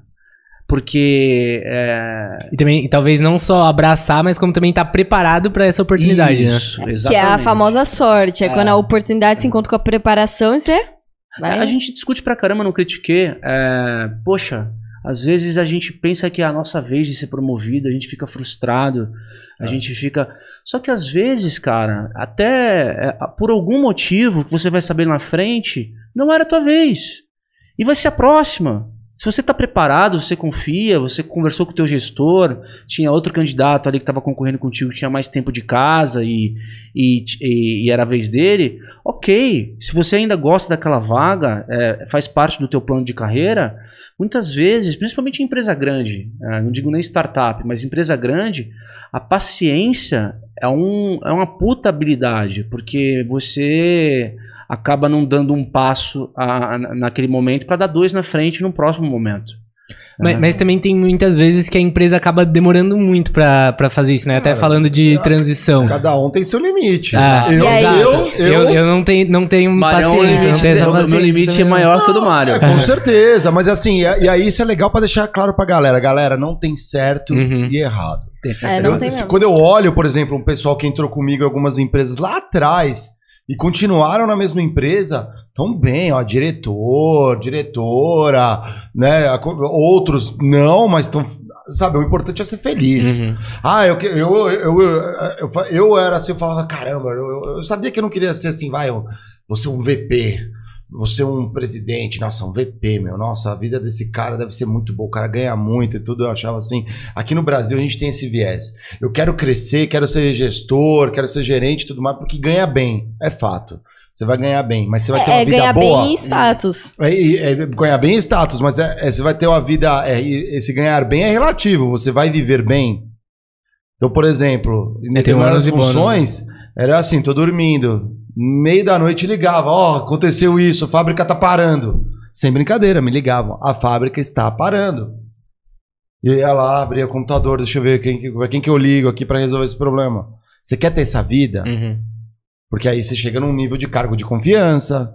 Porque é... E também, talvez não só abraçar, mas como também estar tá preparado para essa oportunidade, Isso, né? exatamente. Que é a famosa sorte. É, é. Quando a oportunidade se encontra com a preparação e você vai... A gente discute pra caramba no Critique. É, poxa, às vezes a gente pensa que é a nossa vez de ser promovido, a gente fica frustrado, a é. gente fica... Só que às vezes, cara, até é, por algum motivo que você vai saber na frente, não era a tua vez. E vai ser a próxima. Se você está preparado, você confia, você conversou com o teu gestor, tinha outro candidato ali que estava concorrendo contigo, que tinha mais tempo de casa e, e, e, e era a vez dele, ok. Se você ainda gosta daquela vaga, é, faz parte do teu plano de carreira, muitas vezes, principalmente em empresa grande, é, não digo nem startup, mas empresa grande, a paciência é, um, é uma puta habilidade, porque você... acaba não dando um passo a, a, naquele momento para dar dois na frente no próximo momento. Mas, é. mas também tem muitas vezes que a empresa acaba demorando muito pra, pra fazer isso, né? Até Cara, falando de é, transição. Cada um tem seu limite. Ah, eu, eu, eu, eu, eu não tenho, não tenho Marião, paciência. Não tenho essa paciência. O meu limite também. É maior não, que o do Mário. É, com certeza. Mas assim, e, e aí isso é legal pra deixar claro pra galera. Galera, não tem certo uhum. e errado. Tem certo. É, não eu, tem se, quando eu olho, por exemplo, um pessoal que entrou comigo em algumas empresas lá atrás... e continuaram na mesma empresa, tão bem, ó, diretor, diretora, né, outros não, mas estão, sabe, o importante é ser feliz. Uhum. Ah, eu, eu, eu, eu, eu, eu era assim, eu falava, caramba, eu, eu sabia que eu não queria ser assim, vai, eu, vou ser um V P, vou ser um presidente, nossa, um V P, meu, nossa, a vida desse cara deve ser muito boa, o cara ganha muito e tudo, eu achava assim, aqui no Brasil a gente tem esse viés, eu quero crescer, quero ser gestor, quero ser gerente e tudo mais, porque ganha bem, é fato, você vai ganhar bem, mas você vai é, ter uma vida boa. É ganhar bem em status. É, é, é ganhar bem em status, mas é, é, você vai ter uma vida, é, esse ganhar bem é relativo, você vai viver bem. Então, por exemplo, em determinadas funções, era assim, tô dormindo, meio da noite ligava, ó, oh, aconteceu isso, a fábrica tá parando. Sem brincadeira, me ligavam, a fábrica está parando. E eu ia lá, abria o computador, deixa eu ver quem, quem que eu ligo aqui para resolver esse problema. Você quer ter essa vida? Uhum. Porque aí você chega num nível de cargo de confiança,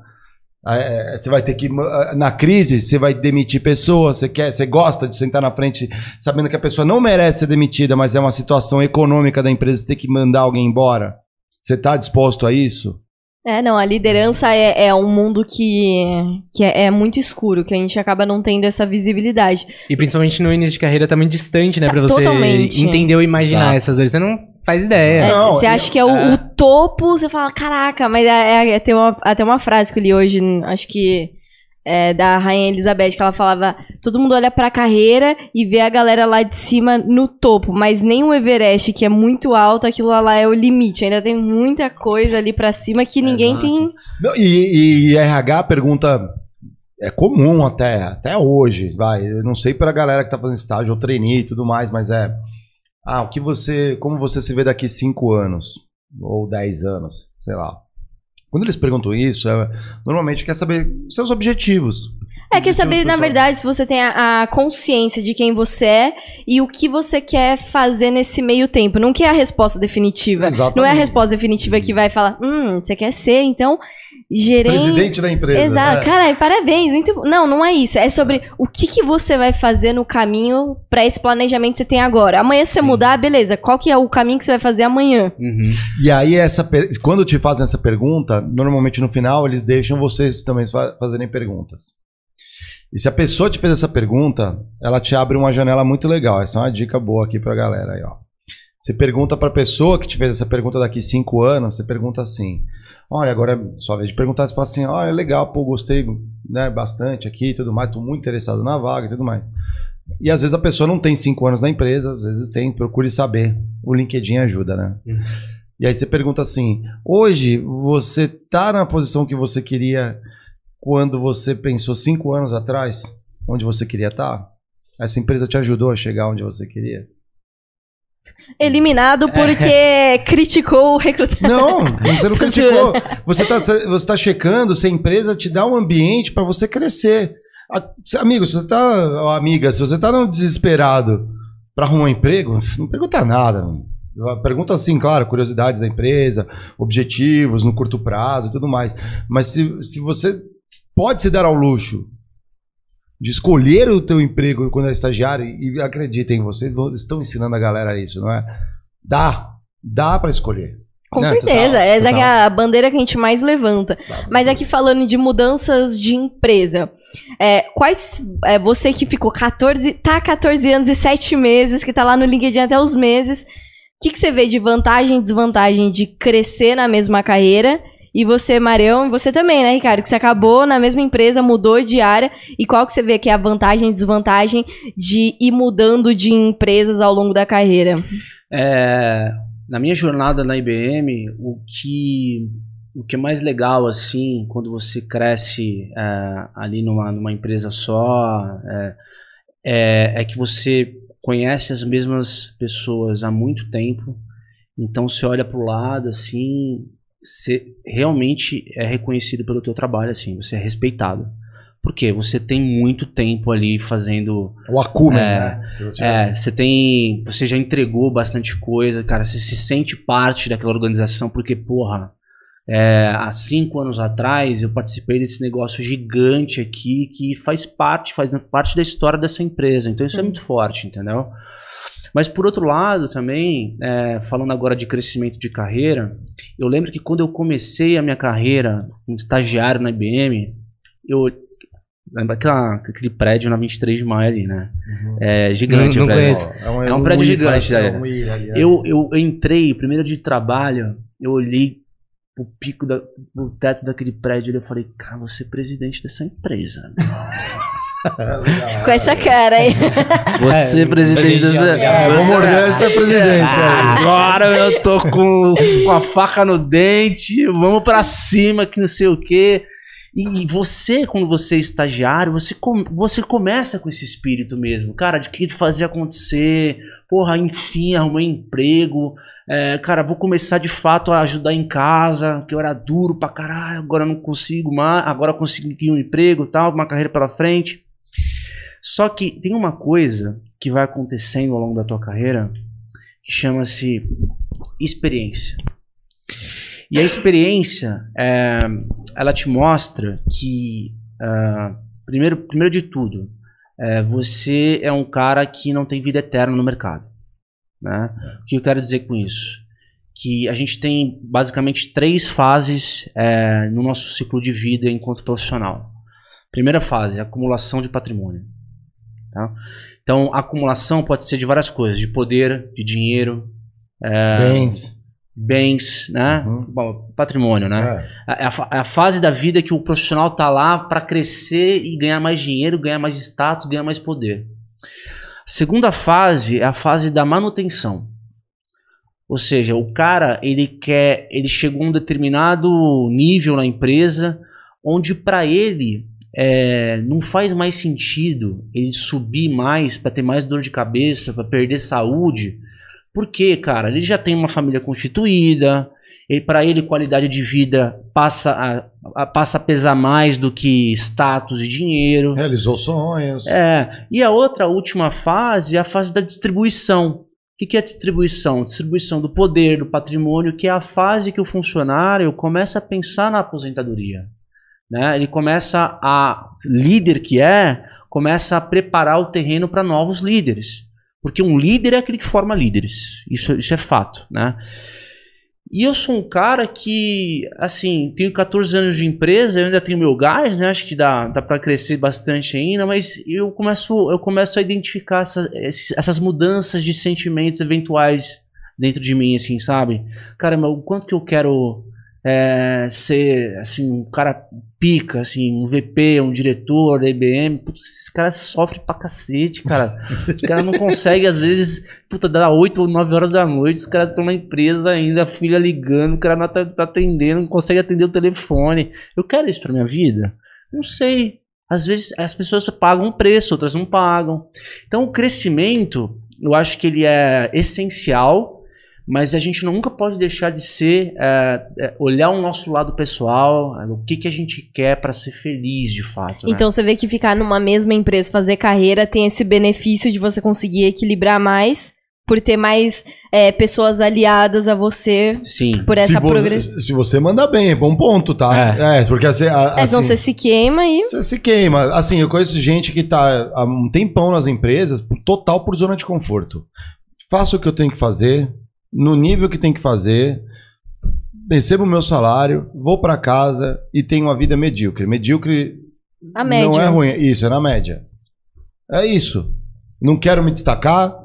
é, você vai ter que, na crise, você vai demitir pessoas, você, quer, você gosta de sentar na frente sabendo que a pessoa não merece ser demitida, mas é uma situação econômica da empresa ter que mandar alguém embora. Você está disposto a isso? É, não, a liderança é, é um mundo que, que é, é muito escuro, que a gente acaba não tendo essa visibilidade. E principalmente no início de carreira tá muito distante, né? Pra você Totalmente. entender ou imaginar Exato. essas dores. Você não faz ideia. É, você acha que é o, é o topo, você fala, caraca, mas é, é, tem uma, até uma frase que eu li hoje, acho que é da Rainha Elizabeth, que ela falava, todo mundo olha pra carreira e vê a galera lá de cima no topo, mas nem o Everest, que é muito alto, aquilo lá é o limite, ainda tem muita coisa ali pra cima que ninguém Exato. tem... Não, e, e R H pergunta, é comum até, até hoje, vai, eu não sei pra galera que tá fazendo estágio ou trainee e tudo mais, mas é, ah, o que você, como você se vê daqui cinco anos, ou dez anos, sei lá. Quando eles perguntam isso, é, normalmente quer saber seus objetivos. É, quer saber, na verdade, se você tem a, a consciência de quem você é e o que você quer fazer nesse meio tempo. Não quer a resposta definitiva. Exatamente. Não é a resposta definitiva que vai falar, hum, você quer ser, então, gerente... presidente da empresa. Exato. Né? Caralho, parabéns. Muito... Não, não é isso. É sobre o que, que você vai fazer no caminho para esse planejamento que você tem agora. Amanhã se você Sim. mudar, beleza. Qual que é o caminho que você vai fazer amanhã? Uhum. E aí, essa per... quando te fazem essa pergunta, normalmente no final, eles deixam vocês também fazerem perguntas. E se a pessoa te fez essa pergunta, ela te abre uma janela muito legal. Essa é uma dica boa aqui pra galera aí, ó. Você pergunta para a pessoa que te fez essa pergunta daqui cinco anos, você pergunta assim, olha, agora é sua vez de perguntar, você fala assim, olha, legal, pô, gostei, né, bastante aqui e tudo mais, tô muito interessado na vaga e tudo mais. E às vezes a pessoa não tem cinco anos na empresa, às vezes tem, procure saber. O LinkedIn ajuda, né? Uhum. E aí você pergunta assim, hoje você tá na posição que você queria quando você pensou cinco anos atrás, onde você queria estar? Essa empresa te ajudou a chegar onde você queria? Eliminado porque é. criticou o recrutamento. Não, você não criticou. Você tá, você tá checando se a empresa te dá um ambiente para você crescer. Amigo, se você tá, amiga, se você tá no desesperado para arrumar um emprego, não pergunta nada. Pergunta assim, claro, curiosidades da empresa, objetivos no curto prazo e tudo mais. Mas se, se você pode se dar ao luxo de escolher o teu emprego quando é estagiário, e acreditem, vocês estão ensinando a galera isso, não é? Dá, dá para escolher. Com não, certeza, total, essa total. é a bandeira que a gente mais levanta. Dá, Mas aqui falando de mudanças de empresa, é, quais, é, você que ficou quatorze, tá quatorze anos e sete meses, que tá lá no LinkedIn até os meses, o que, que você vê de vantagem e desvantagem de crescer na mesma carreira? E você, Marião, e você também, né, Ricardo? Que você acabou na mesma empresa, mudou de área. E qual que você vê que é a vantagem e desvantagem de ir mudando de empresas ao longo da carreira? É, na minha jornada na I B M, o que, o que é mais legal, assim, quando você cresce é, ali numa, numa empresa só, é, é, é que você conhece as mesmas pessoas há muito tempo. Então, você olha para o lado, assim... Você realmente é reconhecido pelo teu trabalho, assim, você é respeitado. Por quê? Você tem muito tempo ali fazendo... O acúmulo, é, né? É, você tem... Você já entregou bastante coisa, cara, você se sente parte daquela organização, porque, porra, é, há cinco anos atrás eu participei desse negócio gigante aqui, que faz parte, faz parte da história dessa empresa, então isso hum. é muito forte, entendeu? Mas, por outro lado, também, é, falando agora de crescimento de carreira, eu lembro que quando eu comecei a minha carreira como estagiário na I B M, eu lembro aquela, aquele prédio na vinte e três de maio ali, né? Uhum. É gigante. Não, não prédio. conheço. É um, é um prédio gigante. É um ir, ali, eu, eu entrei, primeiro dia de trabalho, eu olhei o pico, da, o teto daquele prédio e eu falei, cara, vou ser presidente dessa empresa. Com essa cara aí. Você é, presidente dessa... É, vou morder essa presidência. Agora eu tô com, com a faca no dente, vamos pra cima que não sei o quê. E você, quando você é estagiário, você, com, você começa com esse espírito mesmo, cara, de que fazer acontecer, porra, enfim, arrumei emprego, é, cara, vou começar de fato a ajudar em casa, que eu era duro pra caralho, agora não consigo mais, agora consegui um emprego, tal, uma carreira pela frente. Só que tem uma coisa que vai acontecendo ao longo da tua carreira que chama-se experiência. E a experiência, é, ela te mostra que, uh, primeiro, primeiro de tudo, é, você é um cara que não tem vida eterna no mercado. Né? O que eu quero dizer com isso? Que a gente tem basicamente três fases é, no nosso ciclo de vida enquanto profissional. Primeira fase, acumulação de patrimônio. Tá? Então, a acumulação pode ser de várias coisas, de poder, de dinheiro, é, bens, bens, né? Uhum. Bom, patrimônio, né? É. É, a, é a fase da vida que o profissional está lá para crescer e ganhar mais dinheiro, ganhar mais status, ganhar mais poder. A segunda fase é a fase da manutenção. Ou seja, o cara, ele quer, ele chegou a um determinado nível na empresa onde para ele é, não faz mais sentido ele subir mais para ter mais dor de cabeça, para perder saúde. Porque, cara, ele já tem uma família constituída, para ele qualidade de vida passa a, a, passa a pesar mais do que status e dinheiro. Realizou sonhos. É, e a outra, a última fase é a fase da distribuição. O que, que é a distribuição? Distribuição do poder, do patrimônio, que é a fase que o funcionário começa a pensar na aposentadoria. Né? Ele começa a, líder que é, começa a preparar o terreno para novos líderes. Porque um líder é aquele que forma líderes. Isso, isso é fato, né? E eu sou um cara que, assim, tenho quatorze anos de empresa, eu ainda tenho meu gás, né? Acho que dá, dá para crescer bastante ainda, mas eu começo, eu começo a identificar essa, essas mudanças de sentimentos eventuais dentro de mim, assim, sabe? Caramba, o quanto que eu quero é, ser, assim, um cara pica, assim, um V P, um diretor da I B M. Putz, esses caras sofrem pra cacete, cara. Os caras não conseguem, às vezes, puta, dá oito ou nove horas da noite, os caras estão na empresa ainda, a filha ligando, o cara não tá, tá atendendo, não consegue atender o telefone. Eu quero isso pra minha vida? Não sei. Às vezes as pessoas pagam um preço, outras não pagam. Então o crescimento, eu acho que ele é essencial, mas a gente nunca pode deixar de ser, é, é, olhar o nosso lado pessoal, o que, que a gente quer para ser feliz de fato. Né? Então você vê que ficar numa mesma empresa, fazer carreira, tem esse benefício de você conseguir equilibrar mais, por ter mais é, pessoas aliadas a você. Sim. Por essa se, vo progressão. se você manda bem, é bom ponto, tá? É, é porque assim, a, É, senão assim, você se queima e... Você se queima. Assim, eu conheço gente que tá há um tempão nas empresas, total por zona de conforto. Faço o que eu tenho que fazer, no nível que tem que fazer, recebo o meu salário, vou pra casa e tenho uma vida medíocre. Medíocre A média. não é ruim. Isso, é na média. É isso. Não quero me destacar,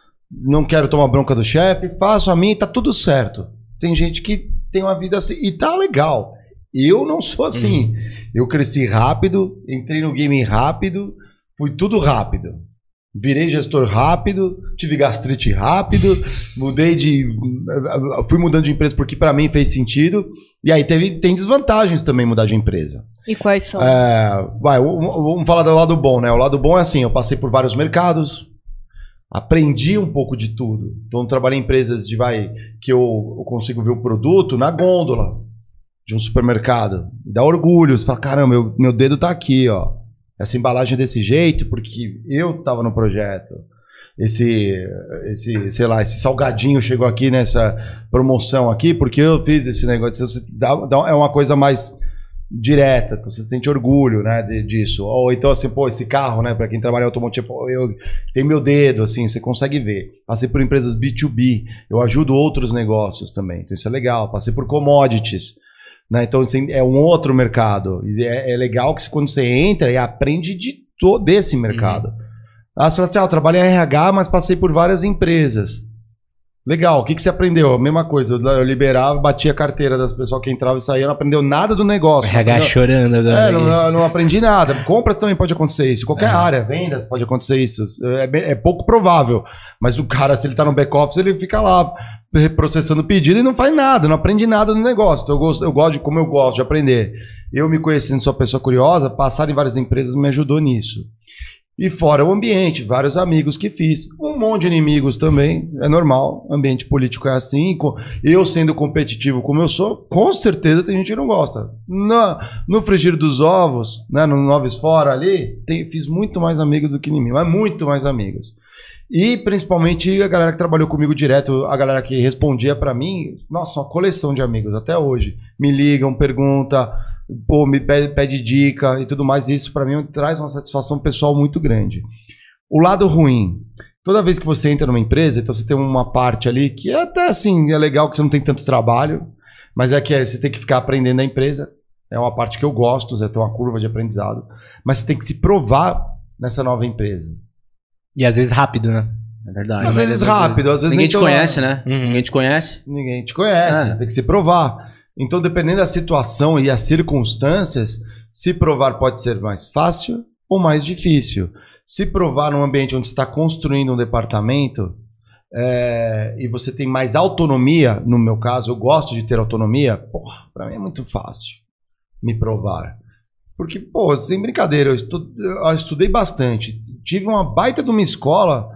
não quero tomar bronca do chefe, faço a minha e tá tudo certo. Tem gente que tem uma vida assim e tá legal. Eu não sou assim. Uhum. Eu cresci rápido, entrei no game rápido, fui tudo rápido. Virei gestor rápido, tive gastrite rápido, mudei de... Fui mudando de empresa porque pra mim fez sentido. E aí teve, tem desvantagens também mudar de empresa. E quais são? É, vai, vamos falar do lado bom, né? O lado bom é assim, eu passei por vários mercados, aprendi um pouco de tudo. Então, eu trabalhei em empresas de, vai, que eu, eu consigo ver o produto na gôndola de um supermercado. Dá orgulho. Você fala, caramba, meu, meu dedo tá aqui, ó. Essa embalagem é desse jeito, porque eu tava no projeto. Esse, esse, sei lá, esse salgadinho chegou aqui nessa promoção aqui, porque eu fiz esse negócio. Você dá, dá, é uma coisa mais direta, então você sente orgulho, né, de, disso. Ou então assim, pô, esse carro, né, para quem trabalha em automotivo, pô, eu tem meu dedo, assim, você consegue ver. Passei por empresas B dois B, eu ajudo outros negócios também, então isso é legal. Passei por commodities, né, então assim, é um outro mercado. E é, é legal que quando você entra e aprende de todo esse mercado. Uhum. Ah, você fala assim, ah, eu trabalho em R H, mas passei por várias empresas. Legal, o que, que você aprendeu? A mesma coisa, eu liberava, batia a carteira das pessoas que entravam e saíam, não aprendeu nada do negócio. R H aprendeu... chorando agora. É, não, não aprendi nada. Compras também pode acontecer isso. Qualquer é. área, vendas pode acontecer isso. É, é pouco provável. Mas o cara, se ele tá no back-office, ele fica lá processando pedido e não faz nada, não aprende nada no negócio. Então eu gosto, eu gosto de, como eu gosto de aprender. Eu me conhecendo, sou uma pessoa curiosa, passar em várias empresas me ajudou nisso. E fora o ambiente, vários amigos que fiz. Um monte de inimigos também, é normal. Ambiente político é assim. Eu sendo competitivo como eu sou, com certeza tem gente que não gosta. No, no frigir dos ovos, né, no Noves Fora ali, tem, fiz muito mais amigos do que inimigos, mas muito mais amigos. E principalmente a galera que trabalhou comigo direto, a galera que respondia pra mim, nossa, uma coleção de amigos até hoje. Me ligam, perguntam... Pô, me pede, pede dica e tudo mais, e isso para mim traz uma satisfação pessoal muito grande. O lado ruim, toda vez que você entra numa empresa, então você tem uma parte ali que é até assim, é legal que você não tem tanto trabalho, mas é que é, você tem que ficar aprendendo a empresa, é uma parte que eu gosto, você tem uma curva de aprendizado, mas você tem que se provar nessa nova empresa. E às vezes rápido, né? É verdade. Às vezes rápido, às vezes ninguém te tão... conhece, né? Uhum. Ninguém te conhece. Ninguém te conhece, é. Tem que se provar. Então, dependendo da situação e as circunstâncias, se provar pode ser mais fácil ou mais difícil. Se provar num ambiente onde você está construindo um departamento é, e você tem mais autonomia, no meu caso, eu gosto de ter autonomia, porra, para mim é muito fácil me provar. Porque, pô, sem brincadeira, eu, estu, eu estudei bastante. Tive uma baita de uma escola,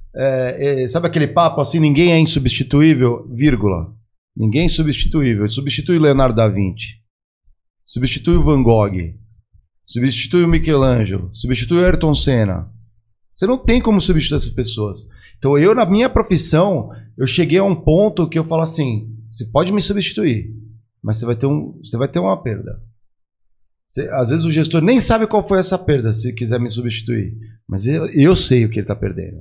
é, é, sabe aquele papo assim, ninguém é insubstituível, vírgula. Ninguém é insubstituível. Substitui Leonardo da Vinci. Substitui o Van Gogh. Substitui o Michelangelo. Substitui o Ayrton Senna. Você não tem como substituir essas pessoas. Então eu, na minha profissão, eu cheguei a um ponto que eu falo assim, você pode me substituir, mas você vai ter, um, você vai ter uma perda. Você, às vezes o gestor nem sabe qual foi essa perda, se quiser me substituir. Mas eu, eu sei o que ele está perdendo.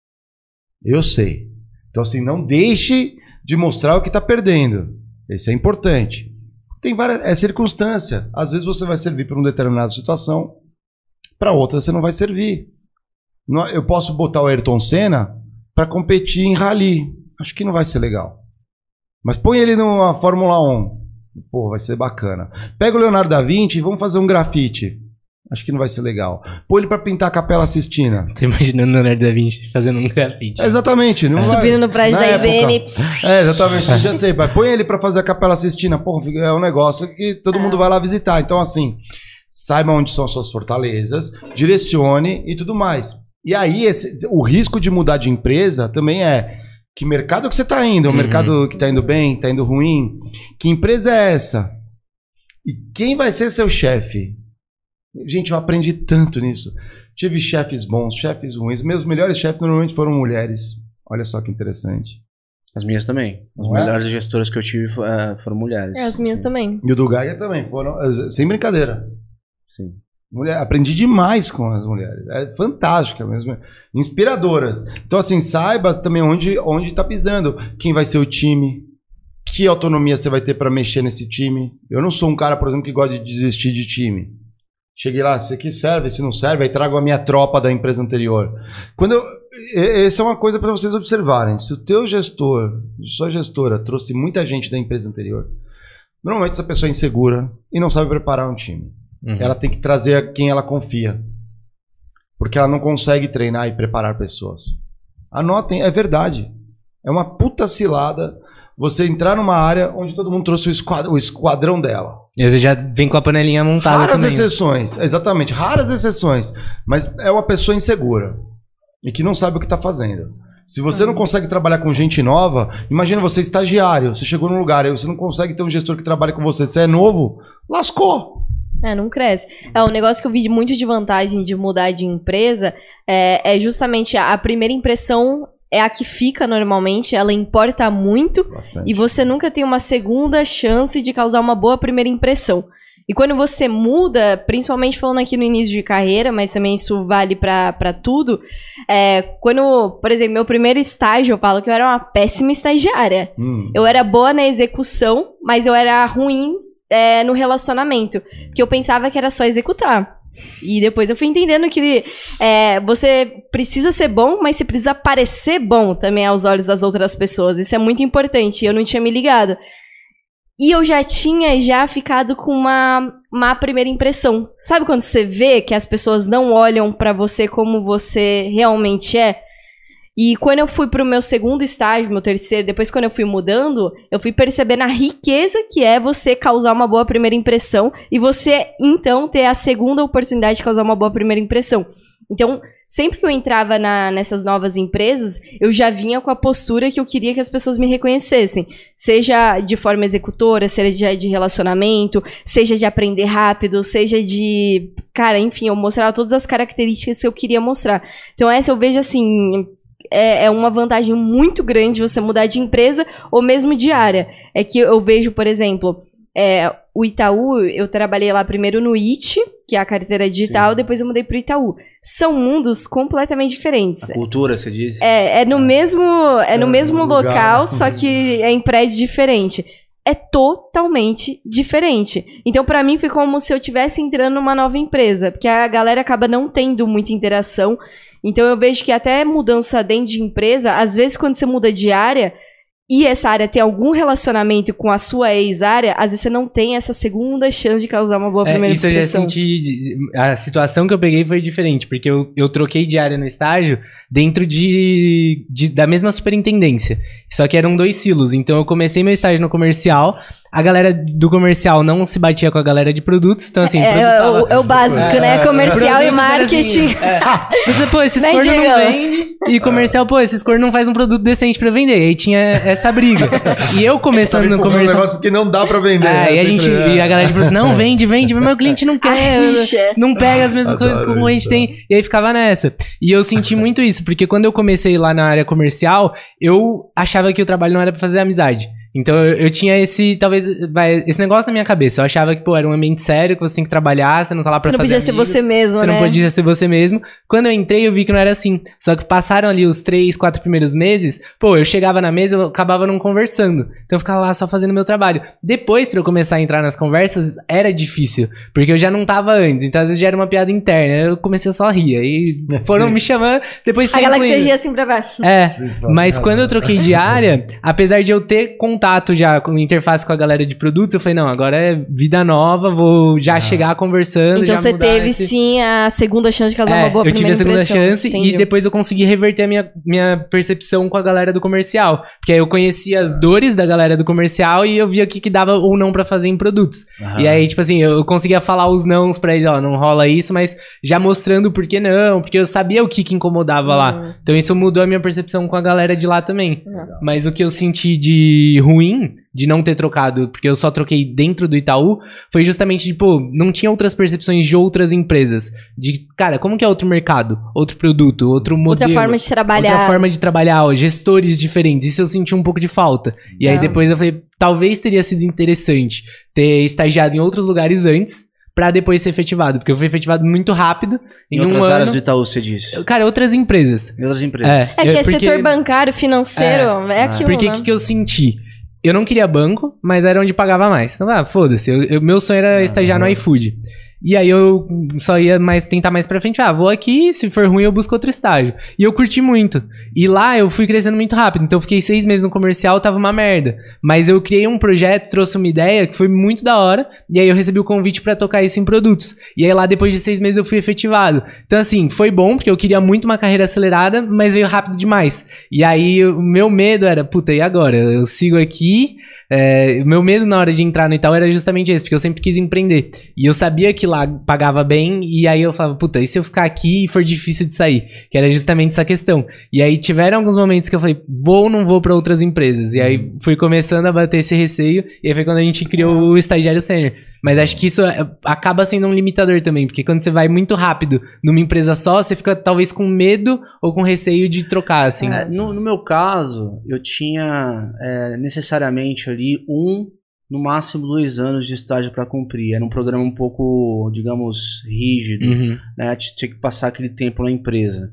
Eu sei. Então assim, não deixe... de mostrar o que está perdendo. Isso é importante. Tem várias... É circunstância. Às vezes você vai servir para uma determinada situação, para outra você não vai servir. Eu posso botar o Ayrton Senna para competir em rally. Acho que não vai ser legal. Mas põe ele numa Fórmula um. Pô, vai ser bacana. Pega o Leonardo da Vinci e vamos fazer um grafite. Acho que não vai ser legal. Põe ele pra pintar a Capela Sistina. Tô imaginando o Leonardo da Vinci fazendo um grafite. É, exatamente. Não Subindo vai, no prédio da I B M. É, exatamente. Eu já sei. Mas põe ele pra fazer a Capela Sistina. Pô, é um negócio que todo mundo vai lá visitar. Então, assim, saiba onde são suas fortalezas, direcione e tudo mais. E aí, esse, o risco de mudar de empresa também é que mercado que você tá indo? É um uhum. mercado que tá indo bem, tá indo ruim? Que empresa é essa? E quem vai ser seu chefe? Gente, eu aprendi tanto nisso. Tive chefes bons, chefes ruins. Meus melhores chefes normalmente foram mulheres. Olha só que interessante. As minhas também. As Não melhores é? gestoras que eu tive uh, foram mulheres. É, as minhas Sim. também. E o do Geiger também. Foram, sem brincadeira. Sim. Mulher, aprendi demais com as mulheres. É fantástica mesmo. Inspiradoras. Então, assim, saiba também onde, onde tá pisando. Quem vai ser o time. Que autonomia você vai ter para mexer nesse time. Eu não sou um cara, por exemplo, que gosta de desistir de time. Cheguei lá, esse aqui serve, esse não serve, aí trago a minha tropa da empresa anterior. Quando eu, essa é uma coisa para vocês observarem. Se o teu gestor, sua gestora, trouxe muita gente da empresa anterior, normalmente essa pessoa é insegura e não sabe preparar um time. Uhum. Ela tem que trazer a quem ela confia. Porque ela não consegue treinar e preparar pessoas. Anotem, é verdade. É uma puta cilada você entrar numa área onde todo mundo trouxe o esquadrão, o esquadrão dela. Ele já vem com a panelinha montada. Raras também. exceções, exatamente, raras exceções. Mas é uma pessoa insegura e que não sabe o que está fazendo. Se você uhum. não consegue trabalhar com gente nova, imagina você estagiário, você chegou num lugar e você não consegue ter um gestor que trabalhe com você, você é novo, lascou. É, não cresce. É, um negócio que eu vi muito de vantagem de mudar de empresa é, é justamente a, a primeira impressão é a que fica normalmente, ela importa muito. Bastante. E você nunca tem uma segunda chance de causar uma boa primeira impressão. E quando você muda, principalmente falando aqui no início de carreira, mas também isso vale pra, pra tudo, é, quando, por exemplo, meu primeiro estágio, eu falo que eu era uma péssima estagiária. Hum. Eu era boa na execução, mas eu era ruim é, no relacionamento, porque eu pensava que era só executar. E depois eu fui entendendo que é, você precisa ser bom, mas você precisa parecer bom também aos olhos das outras pessoas. Isso é muito importante, eu não tinha me ligado. E eu já tinha já ficado com uma má primeira impressão. Sabe quando você vê que as pessoas não olham pra você como você realmente é? E quando eu fui pro meu segundo estágio, meu terceiro, depois quando eu fui mudando, eu fui percebendo a riqueza que é você causar uma boa primeira impressão e você, então, ter a segunda oportunidade de causar uma boa primeira impressão. Então, sempre que eu entrava na, nessas novas empresas, eu já vinha com a postura que eu queria que as pessoas me reconhecessem. Seja de forma executora, seja de relacionamento, seja de aprender rápido, seja de... Cara, enfim, eu mostrava todas as características que eu queria mostrar. Então, essa eu vejo, assim... É, é uma vantagem muito grande você mudar de empresa ou mesmo de área. É que eu vejo, por exemplo, é, o Itaú, eu trabalhei lá primeiro no I T, que é a carteira digital, Sim. depois eu mudei pro Itaú. São mundos completamente diferentes. A cultura, você diz? É, é no é. mesmo, é no é, mesmo local, lugar. Só que é em prédio diferente. É totalmente diferente. Então, pra mim, foi como se eu estivesse entrando numa nova empresa, porque a galera acaba não tendo muita interação. Então, eu vejo que até mudança dentro de empresa, às vezes, quando você muda de área, e essa área tem algum relacionamento com a sua ex-área, às vezes você não tem essa segunda chance de causar uma boa é, primeira isso impressão. Isso eu já senti... A situação que eu peguei foi diferente, porque eu, eu troquei de área no estágio dentro de, de, da mesma superintendência. Só que eram dois silos. Então, eu comecei meu estágio no comercial... A galera do comercial não se batia com a galera de produtos, então assim... É, é, o, é o básico, é, né? Comercial e marketing. Assim, é. Pô, esses cornos não vendem. E comercial, pô, esses cornos não faz um produto decente pra vender. E aí tinha essa briga. E eu começando no comercial... um negócio que não dá pra vender. É, né? e, a gente, é. e a galera de produto, não, vende, vende, mas meu cliente não quer. Não pega as mesmas coisas que o concorrente tem. E aí ficava nessa. E eu senti muito isso, porque quando eu comecei lá na área comercial, eu achava que o trabalho não era pra fazer amizade. Então eu, eu tinha esse, talvez, vai, esse negócio na minha cabeça. Eu achava que, pô, era um ambiente sério, que você tem que trabalhar, você não tá lá pra Você não fazer podia ser amigos, você mesmo, Você né? não podia ser você mesmo. Quando eu entrei, eu vi que não era assim. Só que passaram ali os três, quatro primeiros meses, pô, eu chegava na mesa, eu acabava não conversando. Então eu ficava lá só fazendo meu trabalho. Depois, pra eu começar a entrar nas conversas, era difícil, porque eu já não tava antes. Então às vezes já era uma piada interna. Eu comecei a só rir. Aí foram Sim. me chamando, depois foi Aquela que você incluindo. ria assim pra baixo. É, mas quando eu troquei de área, apesar de eu ter contato já com interface com a galera de produtos, eu falei, não, agora é vida nova, vou já Ah. chegar conversando, Então já você mudar teve esse... sim a segunda chance de causar É, uma boa eu tive primeira a segunda impressão. chance Entendi. e depois eu consegui reverter a minha, minha percepção com a galera do comercial. Porque aí eu conhecia as dores da galera do comercial e eu via o que, que dava ou não pra fazer em produtos. Aham. E aí, tipo assim, eu conseguia falar os nãos pra ele, ó, não rola isso, mas já mostrando por que não, porque eu sabia o que que incomodava lá. Hum. Então isso mudou a minha percepção com a galera de lá também. Legal. Mas o que eu senti de ruim, de não ter trocado, porque eu só troquei dentro do Itaú, foi justamente, tipo, não tinha outras percepções de outras empresas. De, cara, como que é outro mercado? Outro produto, outro modelo. Outra forma de trabalhar. Outra forma de trabalhar, ó, gestores diferentes. Isso eu senti um pouco de falta. E aí Não. depois eu falei, talvez teria sido interessante ter estagiado em outros lugares antes, pra depois ser efetivado. Porque eu fui efetivado muito rápido. Em, Em um outras ano. áreas do Itaú, você disse. Cara, outras empresas. Em outras empresas. É, É que eu- é porque- setor bancário, financeiro, é, aquilo, Porque o né? que, que eu senti? Eu não queria banco, mas era onde pagava mais. Então, ah, foda-se. Eu, eu- meu sonho era estagiar no iFood. E aí eu só ia mais tentar mais pra frente. Ah, vou aqui, se for ruim eu busco outro estágio. E eu curti muito. E lá eu fui crescendo muito rápido. Então eu fiquei seis meses no comercial, tava uma merda. Mas eu criei um projeto, trouxe uma ideia que foi muito da hora. E aí eu recebi o convite pra tocar isso em produtos. E aí lá depois de seis meses eu fui efetivado. Então assim, foi bom, porque eu queria muito uma carreira acelerada, mas veio rápido demais. E aí o meu medo era, puta, e agora? Eu sigo aqui... É, o meu medo na hora de entrar no Itaú era justamente esse, porque eu sempre quis empreender. E eu sabia que lá pagava bem, e aí eu falava, puta, e se eu ficar aqui e for difícil de sair? Que era justamente essa questão. E aí tiveram alguns momentos que eu falei, vou ou não vou pra outras empresas? E aí fui começando a bater esse receio, e aí foi quando a gente criou o Estagiário Sênior. Mas acho que isso é- acaba sendo um limitador também, porque quando você vai muito rápido numa empresa só, você fica talvez com medo ou com receio de trocar, assim. É, no, no meu caso, eu tinha é, necessariamente ali um, no máximo dois anos de estágio para cumprir. Era um programa um pouco, digamos, rígido, Uhum. né? Tinha que passar aquele tempo na empresa.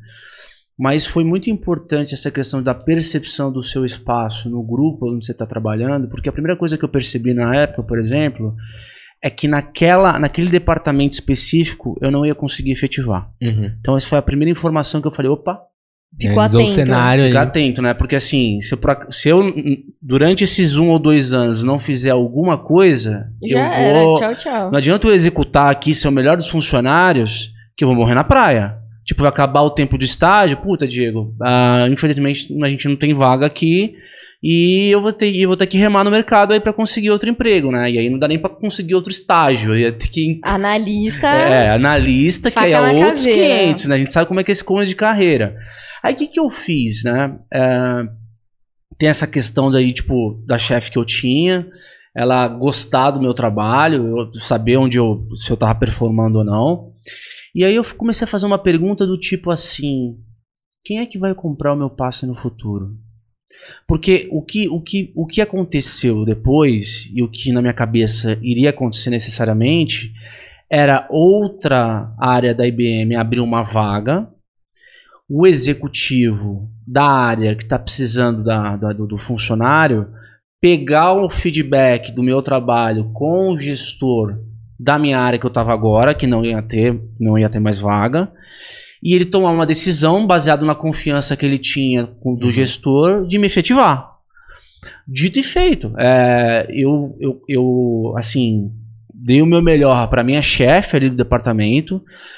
Mas foi muito importante essa questão da percepção do seu espaço no grupo onde você está trabalhando, porque a primeira coisa que eu percebi na época, por exemplo, é que naquela, naquele departamento específico eu não ia conseguir efetivar. Uhum. Então essa foi a primeira informação que eu falei, opa, Ficou Realizou atento. o cenário fica ali. atento, né? Porque assim, se eu, por ac- se eu n- durante esses um ou dois anos não fizer alguma coisa, Já eu era, vou... tchau, tchau. Não adianta eu executar aqui, ser o melhor dos funcionários, que eu vou morrer na praia. Tipo, vai acabar o tempo do estágio, puta, Diego, ah, infelizmente a gente não tem vaga aqui e eu vou ter, eu vou ter que remar no mercado aí pra conseguir outro emprego, né? E aí não dá nem pra conseguir outro estágio, eu ia ter que... Analista. É, analista, que Faca aí é na outros caveira. quinhentos, né? A gente sabe como é que é esse começo de carreira. Aí o que, que eu fiz, né? É, tem essa questão daí, tipo, da chefe que eu tinha, ela gostar do meu trabalho, eu saber onde eu, se eu tava performando ou não. E aí eu comecei a fazer uma pergunta do tipo assim, quem é que vai comprar o meu passe no futuro? Porque o que, o, que, o que aconteceu depois, e o que na minha cabeça iria acontecer necessariamente, era outra área da I B M abrir uma vaga, o executivo da área que está precisando da, da- do, do funcionário pegar o feedback do meu trabalho com o gestor da minha área que eu estava agora, que não ia ter, não ia ter mais vaga, e ele tomar uma decisão baseada na confiança que ele tinha com- do gestor de me efetivar. Dito e feito. É, eu, eu, eu, assim, dei o meu melhor para minha chefe ali do departamento.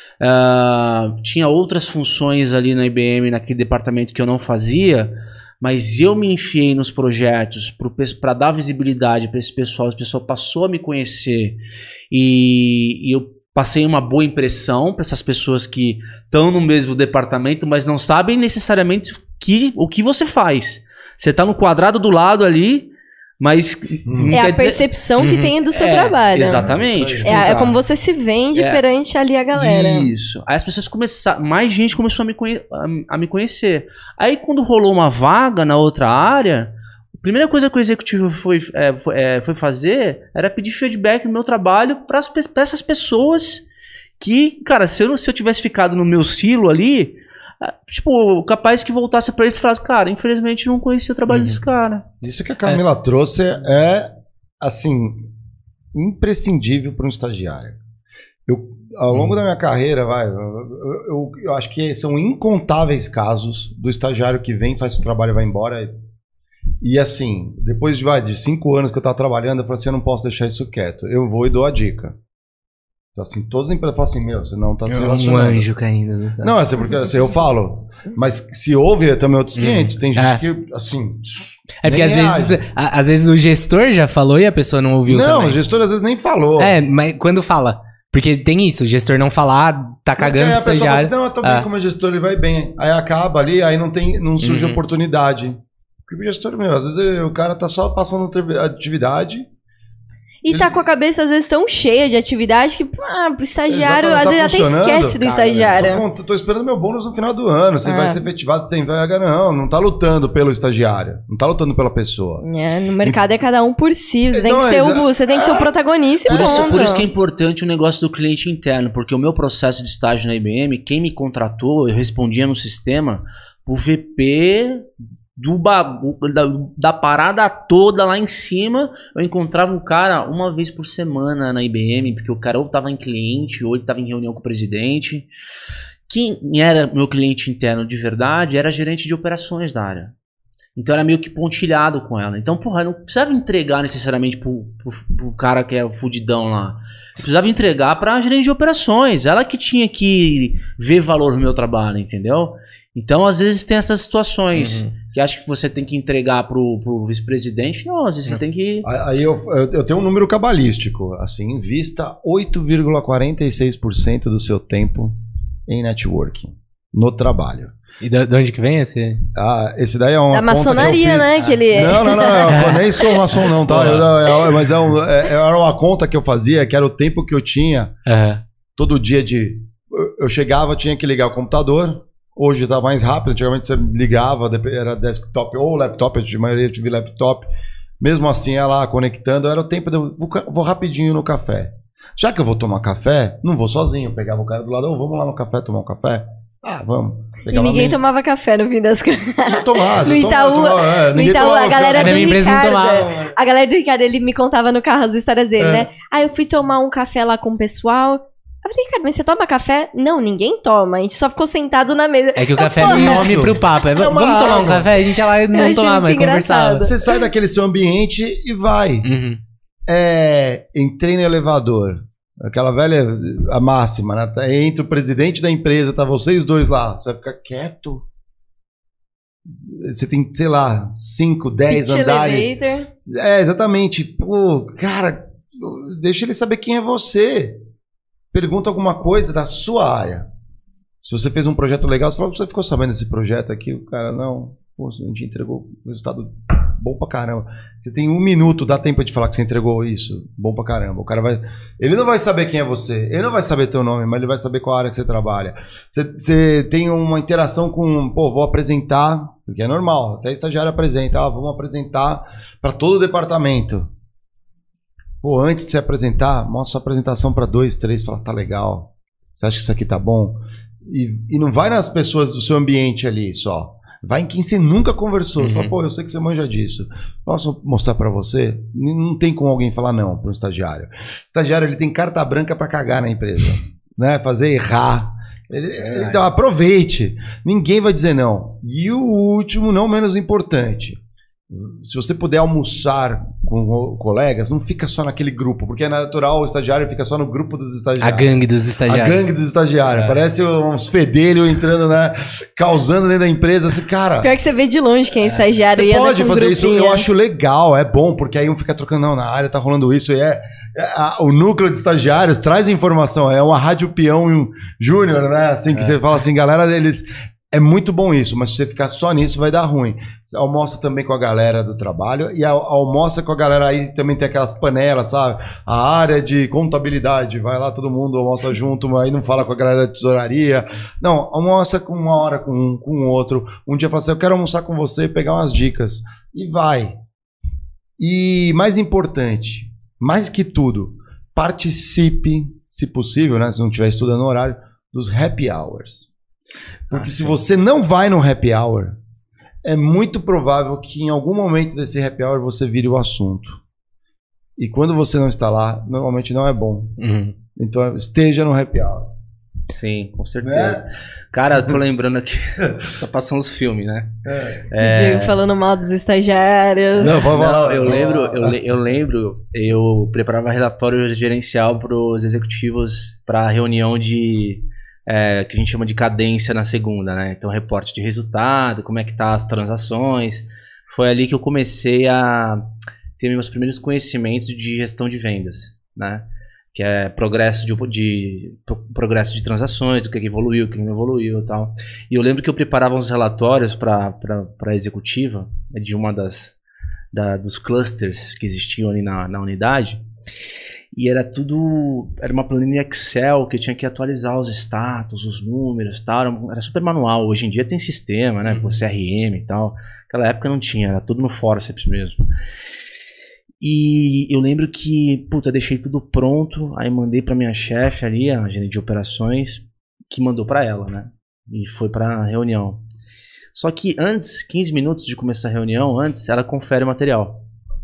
Ah, tinha outras funções ali na I B M, naquele departamento que eu não fazia, mas eu me enfiei nos projetos para dar visibilidade para esse pessoal. Esse pessoal passou a me conhecer e, e eu passei uma boa impressão para essas pessoas que estão no mesmo departamento, mas não sabem necessariamente que, o que você faz. Você está no quadrado do lado ali, mas não É quer a dizer- percepção que Uhum. tem do seu É, trabalho. Exatamente. É, é como você se vende É. perante ali a galera. Isso. Aí as pessoas começaram, mais gente começou a me, conhe- a, a me conhecer. Aí quando rolou uma vaga na outra área, primeira coisa que o executivo foi, é, foi, é, foi fazer era pedir feedback no meu trabalho para essas pessoas que, cara, se eu, se eu tivesse ficado no meu silo ali, tipo, capaz que voltasse para eles e falasse, cara, infelizmente não conhecia o trabalho uhum. desse cara. Isso que a Camila é. trouxe é, assim, imprescindível para um estagiário. Eu, ao longo uhum. da minha carreira, vai, eu, eu, eu acho que são incontáveis casos do estagiário que vem, faz o trabalho e vai embora. E assim, depois de, vai, de cinco anos que eu estava trabalhando, eu falei assim, eu não posso deixar isso quieto. Eu vou e dou a dica. Então, assim, todas as empresas falam assim, meu, você não está se relacionando. Um anjo caindo. Né? Não, assim, porque assim, eu falo, mas se ouve também outros clientes, hum. tem gente é. que, assim... É porque às vezes, a, às vezes o gestor já falou e a pessoa não ouviu não, também. Não, o gestor às vezes nem falou. É, mas quando fala... Porque tem isso, o gestor não falar, tá cagando pro estagiário. Aí a pessoa fala assim, não, eu tô bem ah. como gestor, ele vai bem. Aí acaba ali, aí não, tem, não surge uhum. oportunidade. Porque o gestor, meu, às vezes ele, o cara tá só passando atividade... E ele... tá com a cabeça, às vezes, tão cheia de atividade que, ah, pro estagiário, às tá vezes até esquece do cara, estagiário. Tô, tô esperando meu bônus no final do ano. Você ah. vai ser efetivado, tem vaga, não. Não tá lutando pelo estagiário. Não tá lutando pela pessoa. É, no mercado e... é cada um por si. Você, tem, não, que ser é... o, você tem que ser o protagonista e por isso, por isso que é importante o negócio do cliente interno. Porque o meu processo de estágio na I B M, quem me contratou, eu respondia no sistema, o V P... Do bagulho, da, da parada toda lá em cima, eu encontrava o cara uma vez por semana na I B M, porque o cara ou tava em cliente, ou ele tava em reunião com o presidente. Quem era meu cliente interno de verdade era gerente de operações da área. Então era meio que pontilhado com ela. Então, porra, não precisava entregar necessariamente pro, pro, pro cara que é o fudidão lá. Precisava entregar pra gerente de operações. Ela que tinha que ver valor no meu trabalho, entendeu? Então, às vezes tem essas situações uhum. que acho que você tem que entregar pro, pro vice-presidente. Não, às vezes você tem que... Aí eu, eu tenho um número cabalístico. Assim, invista oito vírgula quarenta e seis por cento do seu tempo em networking, no trabalho. E de onde que vem esse? Ah, esse daí é uma da maçonaria, que né? Ah. Que ele... Não, não, não. Eu nem sou maçom não, tá? Eu, eu, mas é um, é, era uma conta que eu fazia, que era o tempo que eu tinha. Uhum. Todo dia de... Eu chegava, tinha que ligar o computador... Hoje está mais rápido, antigamente você ligava, era desktop ou laptop, a maioria eu tive laptop. Mesmo assim, ela conectando, era o tempo de eu vou, vou rapidinho no café. Já que eu vou tomar café, não vou sozinho. Eu pegava o cara do lado, oh, vamos lá no café tomar um café? Ah, vamos. Pegava e ninguém tomava café no fim das contas. Não tomava. No Itaú, tomava, é, no Itaú a galera do Ricardo. A galera do Ricardo, ele me contava no carro as histórias dele, é. né? Ah, eu fui tomar um café lá com o pessoal... Eu falei, cara, mas você toma café? Não, ninguém toma. A gente só ficou sentado na mesa. É que o café é nome pro papo. É, vamos tomar água. um café? A gente ia lá e não tomava, mas conversava. Você sai daquele seu ambiente e vai. Uhum. É, entrei no elevador. Aquela velha, a máxima, né? Entra o presidente da empresa, tá vocês dois lá. Você vai ficar quieto. Você tem, sei lá, cinco, dez andares. Elevator. É, exatamente. Pô, cara, deixa ele saber quem é você. Pergunta alguma coisa da sua área. Se você fez um projeto legal, você fala, você ficou sabendo desse projeto aqui? O cara, não. Pô, a gente entregou um resultado bom pra caramba. Você tem um minuto, dá tempo de falar que você entregou isso. Bom pra caramba. O cara vai... Ele não vai saber quem é você. Ele não vai saber teu nome, mas ele vai saber qual área que você trabalha. Você, você tem uma interação com... Pô, vou apresentar, porque é normal. Até estagiário apresenta. Ah, vamos apresentar para todo o departamento. Pô, antes de se apresentar, mostra sua apresentação para dois, três, fala, tá legal, você acha que isso aqui tá bom? E, e não vai nas pessoas do seu ambiente ali só, vai em quem você nunca conversou, uhum. Você fala, pô, eu sei que você manja disso, posso mostrar para você? Não tem como alguém falar não para um estagiário. Estagiário, ele tem carta branca para cagar na empresa, né? Fazer errar. Ele, é, então, aproveite, ninguém vai dizer não. E o último, não menos importante, se você puder almoçar com colegas, não fica só naquele grupo, porque é natural o estagiário fica só no grupo dos estagiários. A gangue dos estagiários. A gangue dos estagiários. É. Parece uns fedelhos entrando, né? Causando dentro da empresa. Assim, cara. Pior que você vê de longe quem é estagiário. Você pode fazer isso, eu acho legal, é bom, porque aí um fica trocando, não, na área tá rolando isso, e é. A, o núcleo de estagiários traz informação, é uma rádio peão e um júnior, né? Assim que é. Você fala assim, galera, eles. É muito bom isso, mas se você ficar só nisso vai dar ruim. Almoça também com a galera do trabalho e almoça com a galera aí, também tem aquelas panelas, sabe? A área de contabilidade, vai lá todo mundo, almoça junto, aí não fala com a galera da tesouraria. Não, almoça com uma hora com um, com o outro. Um dia fala assim, eu quero almoçar com você, pegar umas dicas. E vai. E mais importante, mais que tudo, participe, se possível, né, se não estiver estudando no horário, dos happy hours. Porque ah, se sim. você não vai no happy hour, é muito provável que em algum momento desse happy hour você vire o assunto. E quando você não está lá, normalmente não é bom. Uhum. Então esteja no happy hour. Sim, com certeza. É. Cara, eu tô lembrando aqui. Tá passando os filmes, né? É. É... Diego falando mal dos estagiários. Não, vamos lá. Eu lembro, eu, eu lembro, eu preparava relatório gerencial pros executivos pra reunião de. É, que a gente chama de cadência na segunda, né? Então, reporte de resultado, como é que tá as transações. Foi ali que eu comecei a ter meus primeiros conhecimentos de gestão de vendas, né? Que é progresso de, de, progresso de transações, do que evoluiu, o que não evoluiu e tal. E eu lembro que eu preparava uns relatórios para a executiva, de uma das da, dos clusters que existiam ali na, na unidade, e era tudo, era uma planilha Excel que eu tinha que atualizar os status, os números e tal, era, era super manual. Hoje em dia tem sistema, né, com C R M e tal. Naquela época não tinha, era tudo no Forceps mesmo. E eu lembro que, puta, deixei tudo pronto, aí mandei pra minha chefe ali, a gerente de operações, que mandou pra ela, né? E foi pra reunião. Só que antes, quinze minutos de começar a reunião, antes, ela confere o material.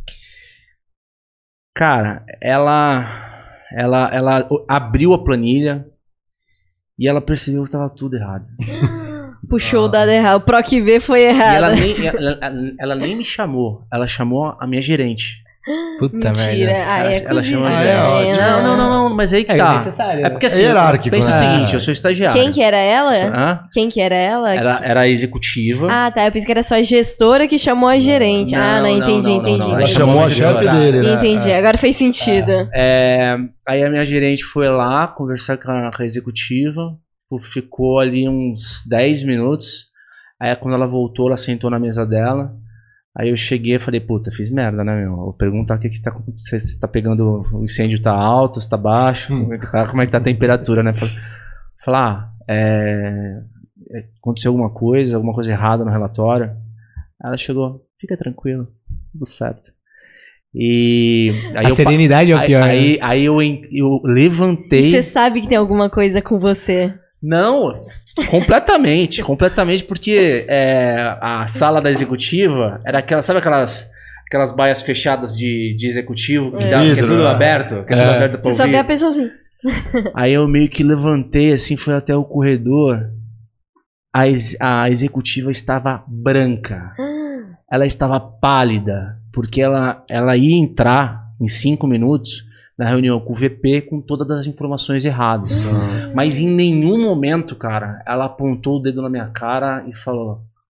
Cara, ela, ela, ela abriu a planilha e ela percebeu que tava tudo errado. Puxou ah. o dado errado, o Proc V foi errado. E ela nem, ela, ela nem me chamou, ela chamou a minha gerente. Puta merda. Ah, ela, é ela chama ah, é não, não, não, não, mas aí que é tá. Necessário, é porque assim, é hierárquico, pensa né? o seguinte, eu sou estagiário. Quem que era ela? Hã? Quem que era ela? Era, era a executiva. Ah, tá. Eu pensei que era só a gestora que chamou a gerente. Não, ah, não, não, entendi, não, entendi. Não, não. Ela chamou a chefe dele, né? Entendi, é. agora fez sentido. É, aí a minha gerente foi lá conversar com a, com a executiva, ficou ali uns dez minutos. Aí quando ela voltou, ela sentou na mesa dela. Aí eu cheguei e falei, puta, fiz merda, né, meu? Vou perguntar o que que tá acontecendo, se tá pegando, o incêndio tá alto, se tá baixo, hum. como, é que tá, como é que tá a temperatura, né? Falar, ah, é, aconteceu alguma coisa, alguma coisa errada no relatório. Aí ela chegou, fica tranquilo, tudo certo. E aí a eu, serenidade é o pior. Aí, aí, aí eu, eu levantei... E você sabe que tem alguma coisa com você? Não, completamente, completamente, porque é, a sala da executiva era aquela, sabe aquelas, aquelas baias fechadas de, de executivo, que, é. dá, que é tudo aberto, que é tudo é. aberto pra Você só vê a pessoa assim. Aí eu meio que levantei assim, fui até o corredor, a, ex, a executiva estava branca, ela estava pálida, porque ela, ela ia entrar em cinco minutos na reunião com o V P com todas as informações erradas. Uhum. Mas em nenhum momento, cara, ela apontou o dedo na minha cara e falou: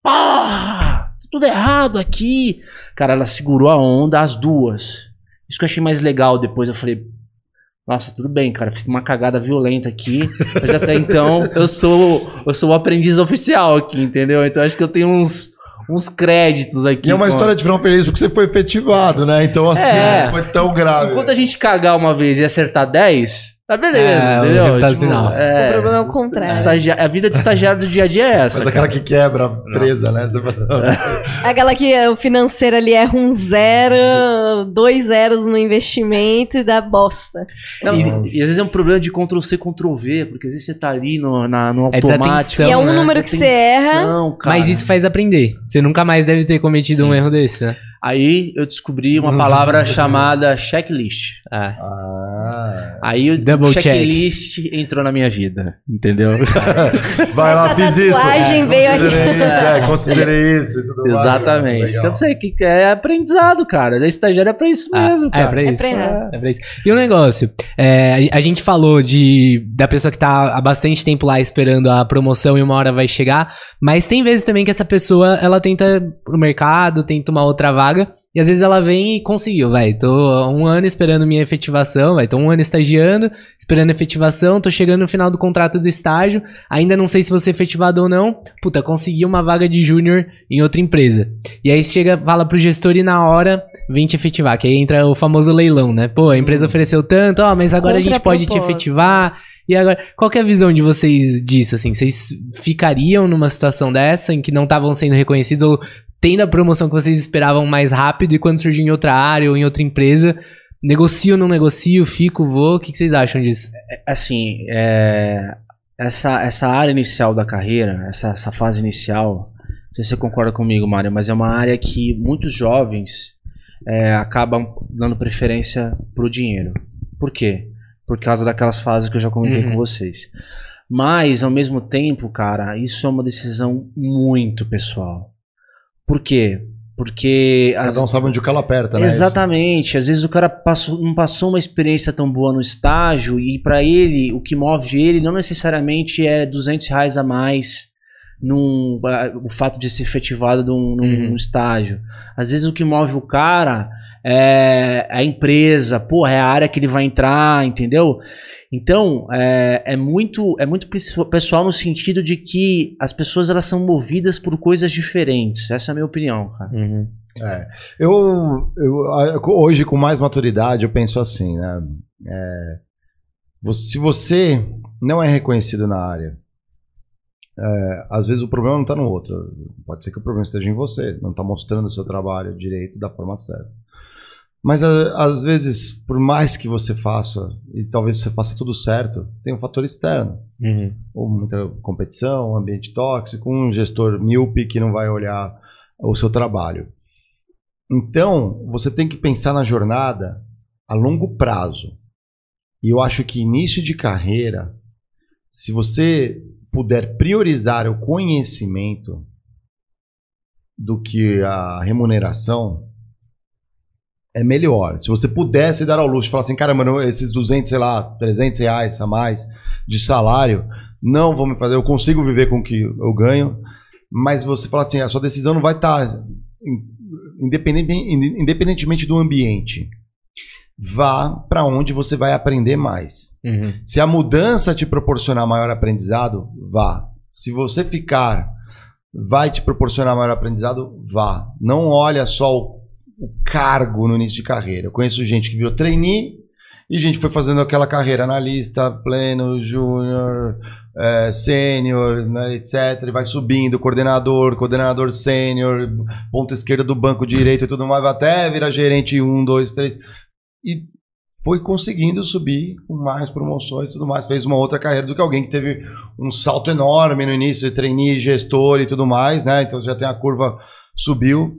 porra, tá tudo errado aqui. Cara, ela segurou a onda, as duas. Isso que eu achei mais legal. Depois eu falei: nossa, tudo bem, cara, fiz uma cagada violenta aqui, mas até então eu sou, eu sou o aprendiz oficial aqui, entendeu? Então acho que eu tenho uns... uns créditos aqui. E é uma com... história de final feliz porque você foi efetivado, né? Então, assim, é, não foi tão grave. Enquanto a gente cagar uma vez e acertar dez, tá beleza, é, entendeu? O resultado tipo, final. É, o problema é o contrário. Estagi... A vida de estagiário do dia a dia é essa. Mas aquela que quebra presa, né? Você faz... Aquela que o financeiro ali erra um zero, dois zeros no investimento e dá bosta. Não, e, e às vezes é um problema de control C, control V, porque às vezes você tá ali no, na, no automático. É e é um né? número que você erra. Cara. Mas isso faz aprender. Você nunca mais deve ter cometido Sim. um erro desse, né? Aí eu descobri uma palavra chamada checklist. Ah. ah. Aí o Double checklist check. entrou na minha vida, entendeu? Vai lá, fiz isso. É, veio considerei aqui. isso, é, considerei isso. E tudo Exatamente. Mais, então você que é aprendizado, cara. Da estagiário é pra isso ah, mesmo, cara. É pra isso. É pra, é, é pra isso. E o um negócio, é, a, a gente falou de da pessoa que tá há bastante tempo lá esperando a promoção e uma hora vai chegar, mas tem vezes também que essa pessoa, ela tenta ir pro mercado, tenta uma outra vaga, e às vezes ela vem e conseguiu, vai, tô há um ano esperando minha efetivação, vai, tô um ano estagiando, esperando efetivação, tô chegando no final do contrato do estágio, ainda não sei se vou ser efetivado ou não, puta, consegui uma vaga de júnior em outra empresa. E aí chega, fala pro gestor e na hora vem te efetivar, que aí entra o famoso leilão, né? Pô, a empresa hum. ofereceu tanto, ó, mas agora Contra a gente pode te efetivar E agora, qual que é a visão de vocês disso, assim? Vocês ficariam numa situação dessa, em que não estavam sendo reconhecidos, ou tendo a promoção que vocês esperavam mais rápido, e quando surgir em outra área ou em outra empresa, negocio, não negocio, fico, vou? O que, que vocês acham disso? Assim, é, essa, essa área inicial da carreira, essa, essa fase inicial, não sei se você concorda comigo, Mário, mas é uma área que muitos jovens é, acabam dando preferência pro dinheiro. Por quê? Por causa daquelas fases que eu já comentei uhum. com vocês. Mas, ao mesmo tempo, cara, isso é uma decisão muito pessoal. Por quê? Porque... Cada as... um sabe onde o calo aperta, né? Exatamente. Isso. Às vezes o cara passou, não passou uma experiência tão boa no estágio e para ele, o que move ele não necessariamente é duzentos reais a mais num, o fato de ser efetivado num, num uhum. estágio. Às vezes o que move o cara é a empresa, porra, é a área que ele vai entrar, entendeu? Então, é, é, muito, é muito pessoal no sentido de que as pessoas elas são movidas por coisas diferentes. Essa é a minha opinião, cara. Uhum. É, eu, eu, hoje, com mais maturidade, eu penso assim, né? É, se você não é reconhecido na área, é, às vezes o problema não está no outro. Pode ser que o problema esteja em você, não está mostrando o seu trabalho direito da forma certa. Mas às vezes, por mais que você faça, e talvez você faça tudo certo, tem um fator externo. Uhum. Ou muita competição, um ambiente tóxico, um gestor míope que não vai olhar o seu trabalho. Então, você tem que pensar na jornada a longo prazo. E eu acho que início de carreira, se você puder priorizar o conhecimento do que a remuneração, é melhor. Se você pudesse dar ao luxo e falar assim, cara, mano, esses duzentos, sei lá, trezentos reais a mais de salário, não vou me fazer, eu consigo viver com o que eu ganho, mas você fala assim, a sua decisão não vai estar, independente, independentemente do ambiente, vá para onde você vai aprender mais. Uhum. Se a mudança te proporcionar maior aprendizado, vá. Se você ficar, vai te proporcionar maior aprendizado, vá. Não olha só o o cargo no início de carreira. Eu conheço gente que virou trainee e gente foi fazendo aquela carreira analista, pleno, júnior, é, sênior, né, etcétera. E vai subindo, coordenador, coordenador sênior, ponta esquerda do banco direito e tudo mais, vai até virar gerente um, dois, três. E foi conseguindo subir com mais promoções e tudo mais. Fez uma outra carreira do que alguém que teve um salto enorme no início, trainee, gestor e tudo mais, né? Então já tem a curva, subiu.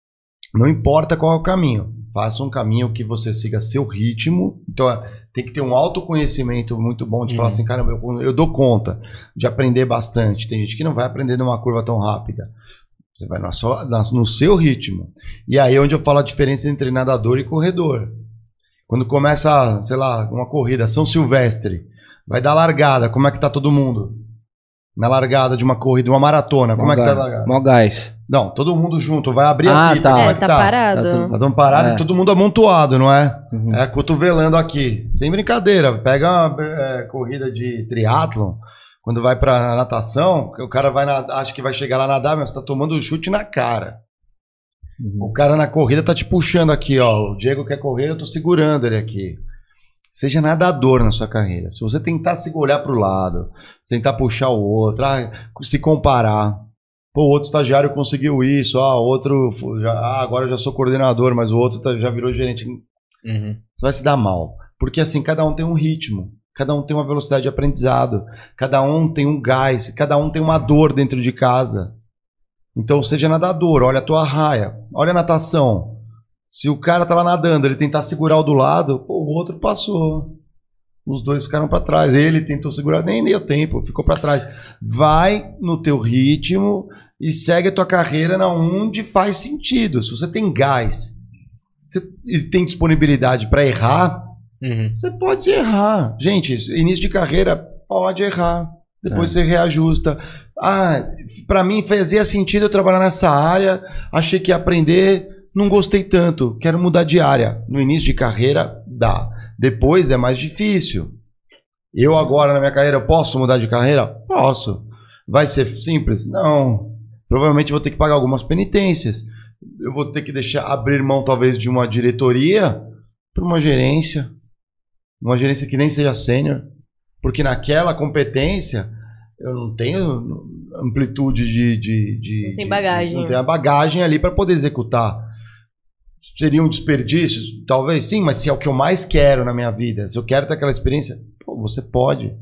Não importa qual é o caminho, faça um caminho que você siga seu ritmo. Então tem que ter um autoconhecimento muito bom de uhum. falar assim, cara, eu, eu dou conta de aprender bastante. Tem gente que não vai aprender numa curva tão rápida. Você vai na sua, na, no seu ritmo. E aí é onde eu falo a diferença entre nadador e corredor. Quando começa, sei lá, uma corrida, São Silvestre, vai dar largada, como é que tá todo mundo? Na largada de uma corrida, de uma maratona, como Mó é que tá a largada? Mó gás. Não, todo mundo junto, vai abrir ah, aqui. Tá. É, tá, tá parado. Tá todo parado é. e todo mundo amontoado, não é? Uhum. É cotovelando aqui. Sem brincadeira. Pega uma é, corrida de triatlon, quando vai pra natação, o cara vai nadar, acha que vai chegar lá nadar, mas você tá tomando um chute na cara. Uhum. O cara na corrida tá te puxando aqui, ó. O Diego quer correr, eu tô segurando ele aqui. Seja nadador na sua carreira. Se você tentar se olhar para o lado, tentar puxar o outro, ah, se comparar. Pô, o outro estagiário conseguiu isso, ah, outro, já, ah, agora eu já sou coordenador, mas o outro tá, já virou gerente. Uhum. Você vai se dar mal. Porque assim, cada um tem um ritmo, cada um tem uma velocidade de aprendizado, cada um tem um gás, cada um tem uma dor dentro de casa. Então seja nadador, olha a tua raia, olha a natação. Se o cara tá lá nadando, ele tentar segurar o do lado, pô, o outro passou. Os dois ficaram para trás. Ele tentou segurar, nem deu tempo, ficou para trás. Vai no teu ritmo e segue a tua carreira na onde faz sentido. Se você tem gás e tem disponibilidade para errar, uhum. você pode errar. Gente, início de carreira, pode errar. Depois é. você reajusta. Ah, para mim fazia sentido eu trabalhar nessa área, achei que ia aprender... Não gostei tanto, quero mudar de área. No início de carreira, dá. Depois é mais difícil. Eu agora, na minha carreira, posso mudar de carreira? Posso. Vai ser simples? Não. Provavelmente vou ter que pagar algumas penitências. Eu vou ter que deixar abrir mão, talvez, de uma diretoria para uma gerência. Uma gerência que nem seja sênior. Porque naquela competência eu não tenho amplitude de... de, de Não tem de- bagagem. Não tenho a bagagem ali para poder executar. Seria um desperdício? Talvez sim, mas se é o que eu mais quero na minha vida, se eu quero ter aquela experiência, pô, você pode.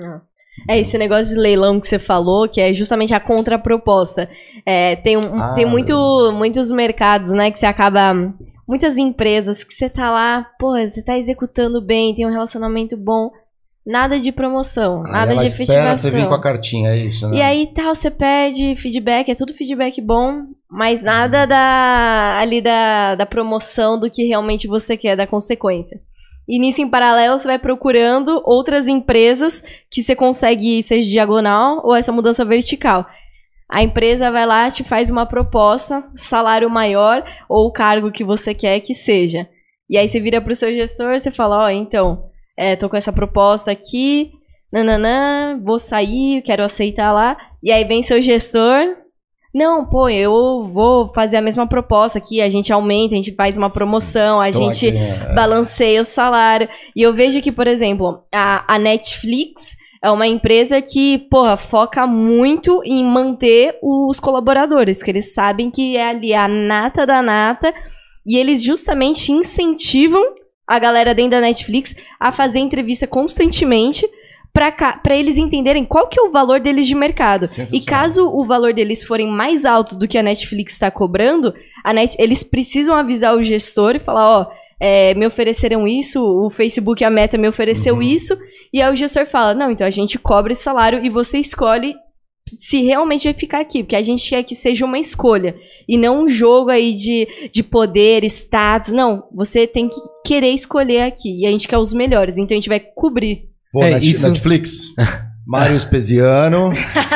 É, esse negócio de leilão que você falou, que é justamente a contraproposta. É, tem um, Ah, tem muito, muitos mercados, né, que você acaba... Muitas empresas que você tá lá, pô, você tá executando bem, tem um relacionamento bom, nada de promoção, Aí nada ela de espera efetivação. você vir com a cartinha, é isso, né? E aí tal, você pede feedback, é tudo feedback bom, mas nada da, ali da, da promoção do que realmente você quer, da consequência. E nisso, em paralelo, você vai procurando outras empresas que você consegue, seja diagonal ou essa mudança vertical. A empresa vai lá, te faz uma proposta, salário maior ou o cargo que você quer que seja. E aí você vira pro seu gestor, você fala, ó, então, é, tô com essa proposta aqui, nananã, vou sair, quero aceitar lá. E aí vem seu gestor, não, pô, eu vou fazer a mesma proposta aqui, a gente aumenta, a gente faz uma promoção, a Então, gente aqui, é, balanceia o salário. E eu vejo que, por exemplo, a, a Netflix é uma empresa que, porra, foca muito em manter os colaboradores, que eles sabem que é ali a nata da nata, e eles justamente incentivam a galera dentro da Netflix a fazer entrevista constantemente para eles entenderem qual que é o valor deles de mercado. E caso o valor deles forem mais alto do que a Netflix está cobrando, a Net, eles precisam avisar o gestor e falar, ó, é, me ofereceram isso, o Facebook, a Meta me ofereceu Uhum. isso, e aí o gestor fala, não, então a gente cobra esse salário e você escolhe se realmente vai ficar aqui, porque a gente quer que seja uma escolha, e não um jogo aí de, de poder, status, não, você tem que querer escolher aqui, e a gente quer os melhores, então a gente vai cobrir. Pô, É, Net- isso- Netflix, Mário Spesiano,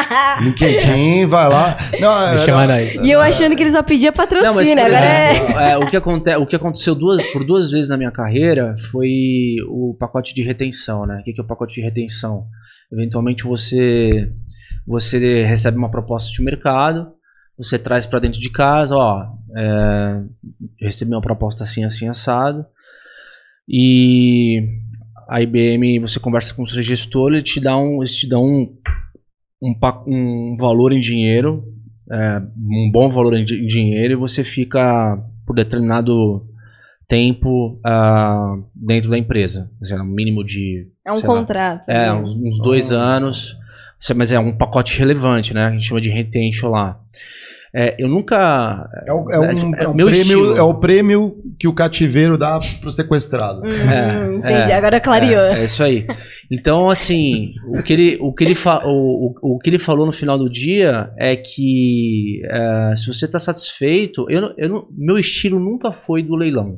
LinkedIn, vai lá. Não, Me é, chama não, aí. E eu achando que eles só pediam patrocínio, Não, mas, por agora é... exemplo, é, o, que aconte, o que aconteceu duas, por duas vezes na minha carreira foi o pacote de retenção, né? O que que é o pacote de retenção? Eventualmente você, você recebe uma proposta de mercado, você traz para dentro de casa, ó, é, recebi uma proposta assim, assim, assado, e a I B M, você conversa com o seu gestor, ele te dá um, eles te dão um, um, pa- um valor em dinheiro, é, um bom valor em, di- em dinheiro, e você fica por determinado tempo ah, dentro da empresa, sei lá, um mínimo de É um sei lá, contrato. é, né? uns, uns dois Ah. anos, mas é um pacote relevante, né? A gente chama de retention lá. É, eu nunca. É, o, é um, é um meu prêmio, estilo. é o prêmio que o cativeiro dá pro sequestrado. Hum, É, entendi, é, agora clareou. É, é isso aí. Então, assim, o que ele, o que ele, fa o, o, o que ele falou no final do dia é que é, se você está satisfeito, eu, não- eu não- meu estilo nunca foi do leilão.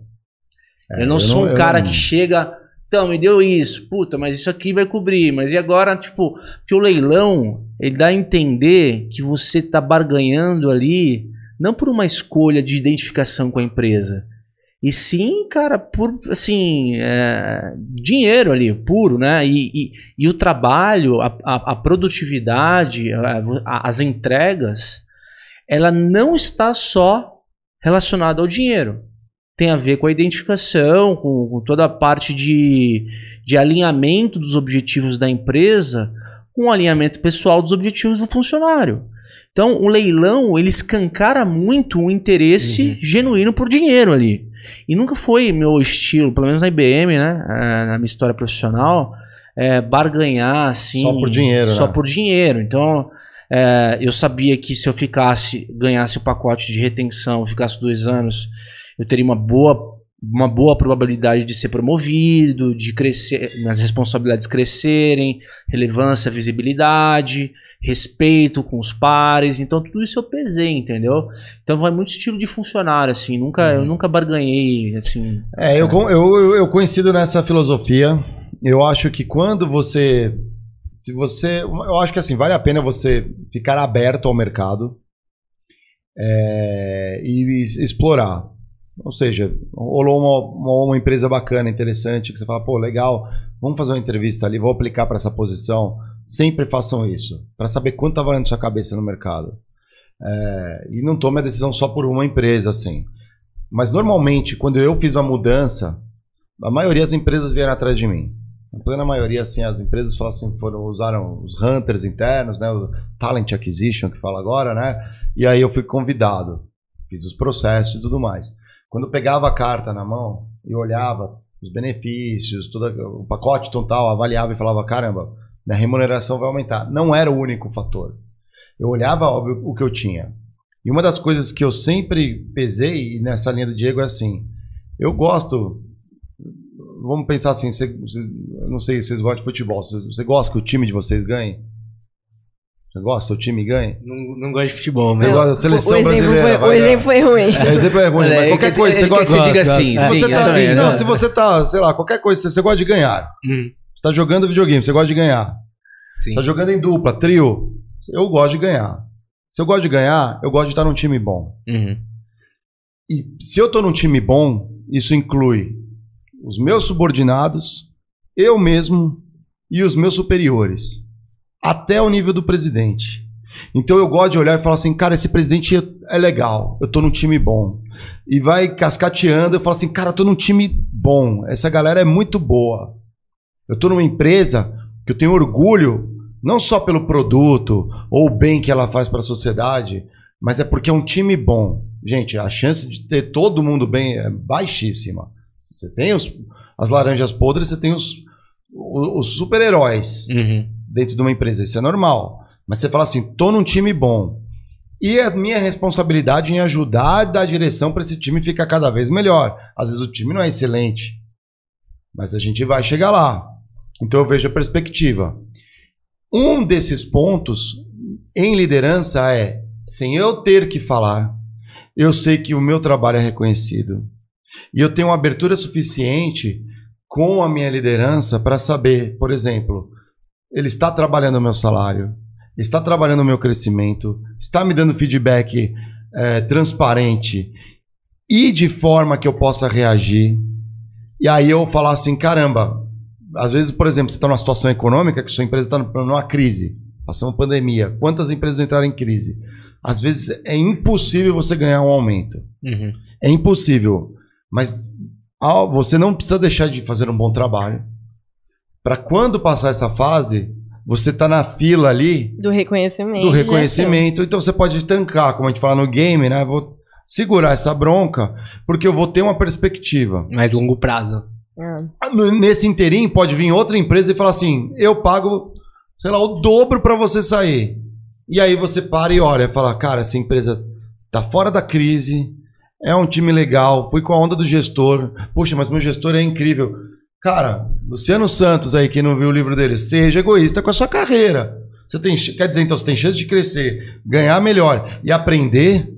É, eu não eu sou não- um cara eu não- que chega, então, me deu isso, puta, mas isso aqui vai cobrir, mas e agora, tipo, que o leilão, ele dá a entender que você tá barganhando ali, não por uma escolha de identificação com a empresa, e sim, cara, por, assim, é, dinheiro ali, puro, né, e, e, e o trabalho, a, a, a produtividade, a- a- as entregas, ela não está só relacionada ao dinheiro. Tem a ver com a identificação, com, com toda a parte de, de alinhamento dos objetivos da empresa, com o alinhamento pessoal dos objetivos do funcionário. Então, o leilão, ele escancara muito o interesse Uhum. genuíno por dinheiro ali. E nunca foi meu estilo, pelo menos na I B M, né, eh, na minha história profissional, é, barganhar assim... Só por dinheiro, Só né? por dinheiro. Então, é, eu sabia que se eu ficasse, ganhasse o pacote de retenção, ficasse dois anos, eu teria uma boa, uma boa probabilidade de ser promovido, de crescer, as responsabilidades crescerem, relevância, visibilidade, respeito com os pares. Então tudo isso eu pesei, entendeu? Então vai muito estilo de funcionário, assim. Nunca, eu nunca barganhei, assim. É, eu, con- eu, eu, eu coincido nessa filosofia. Eu acho que quando você. Se você. Eu acho que assim, vale a pena você ficar aberto ao mercado é, e es- explorar. Ou seja, rolou uma, uma, uma empresa bacana, interessante, que você fala, pô, legal, vamos fazer uma entrevista ali, vou aplicar para essa posição. Sempre façam isso, para saber quanto está valendo sua cabeça no mercado. É, e não tome a decisão só por uma empresa, assim. Mas normalmente, quando eu fiz uma mudança, a maioria das empresas vieram atrás de mim. a plena maioria, assim, as empresas falam assim, foram, usaram os hunters internos, né? O Talent Acquisition, que fala agora, né? E aí eu fui convidado, fiz os processos e tudo mais. Quando eu pegava a carta na mão e olhava os benefícios, todo o pacote total, avaliava e falava, caramba, minha remuneração vai aumentar. Não era o único fator. Eu olhava, óbvio, o que eu tinha. E uma das coisas que eu sempre pesei, e nessa linha do Diego, é assim, eu gosto, vamos pensar assim, você, você, eu não sei se vocês gostam de futebol, você, você gosta que o time de vocês ganhe? Você gosta que o seu time ganhe? Não, não gosto de futebol, Você mas... gosta da seleção o brasileira? Foi, o exemplo foi ruim. O exemplo é ruim, Olha, mas qualquer que, coisa, você gosta... que você diga assim, Se sim, você tá, também, não, né? se você tá, sei lá, qualquer coisa, você gosta de ganhar. Hum, Você tá jogando videogame, você gosta de ganhar. sim. Tá jogando em dupla, trio, eu gosto de ganhar. Se eu gosto de ganhar, eu gosto de estar num time bom. Uhum. E se eu tô num time bom, isso inclui os meus subordinados, eu mesmo e os meus superiores. Até o nível do presidente. Então eu gosto de olhar e falar assim, cara, esse presidente é legal, eu tô num time bom. E vai cascateando, eu falo assim, cara, eu tô num time bom, essa galera é muito boa. Eu tô numa empresa que eu tenho orgulho, não só pelo produto ou o bem que ela faz para a sociedade, mas é porque é um time bom. Gente, a chance de ter todo mundo bem é baixíssima. Você tem os, as laranjas podres, você tem os, os, os super-heróis Uhum. dentro de uma empresa, isso é normal. Mas você fala assim, tô num time bom. E é minha responsabilidade em ajudar a dar direção para esse time ficar cada vez melhor. Às vezes o time não é excelente, mas a gente vai chegar lá. Então eu vejo a perspectiva. Um desses pontos em liderança é, sem eu ter que falar, eu sei que o meu trabalho é reconhecido. E eu tenho uma abertura suficiente com a minha liderança para saber, por exemplo, ele está trabalhando o meu salário, está trabalhando o meu crescimento, está me dando feedback é, transparente e de forma que eu possa reagir. E aí eu falar assim, caramba, às vezes, por exemplo, você está numa situação econômica que sua empresa está numa crise, passou uma pandemia, quantas empresas entraram em crise? Às vezes é impossível você ganhar um aumento. Uhum. É impossível. Mas você não precisa deixar de fazer um bom trabalho. Para quando passar essa fase, você está na fila ali Do reconhecimento. do reconhecimento. Então você pode tancar, como a gente fala no game, né? Vou segurar essa bronca, porque eu vou ter uma perspectiva. Mais longo prazo. Ah. Nesse inteirinho, pode vir outra empresa e falar assim, eu pago, sei lá, o dobro para você sair. E aí você para e olha e fala, cara, essa empresa tá fora da crise, é um time legal, fui com a onda do gestor, poxa, mas meu gestor é incrível. Cara, Luciano Santos aí, quem não viu o livro dele, seja egoísta com a sua carreira. Você tem, quer dizer, então, você tem chance de crescer, ganhar melhor e aprender.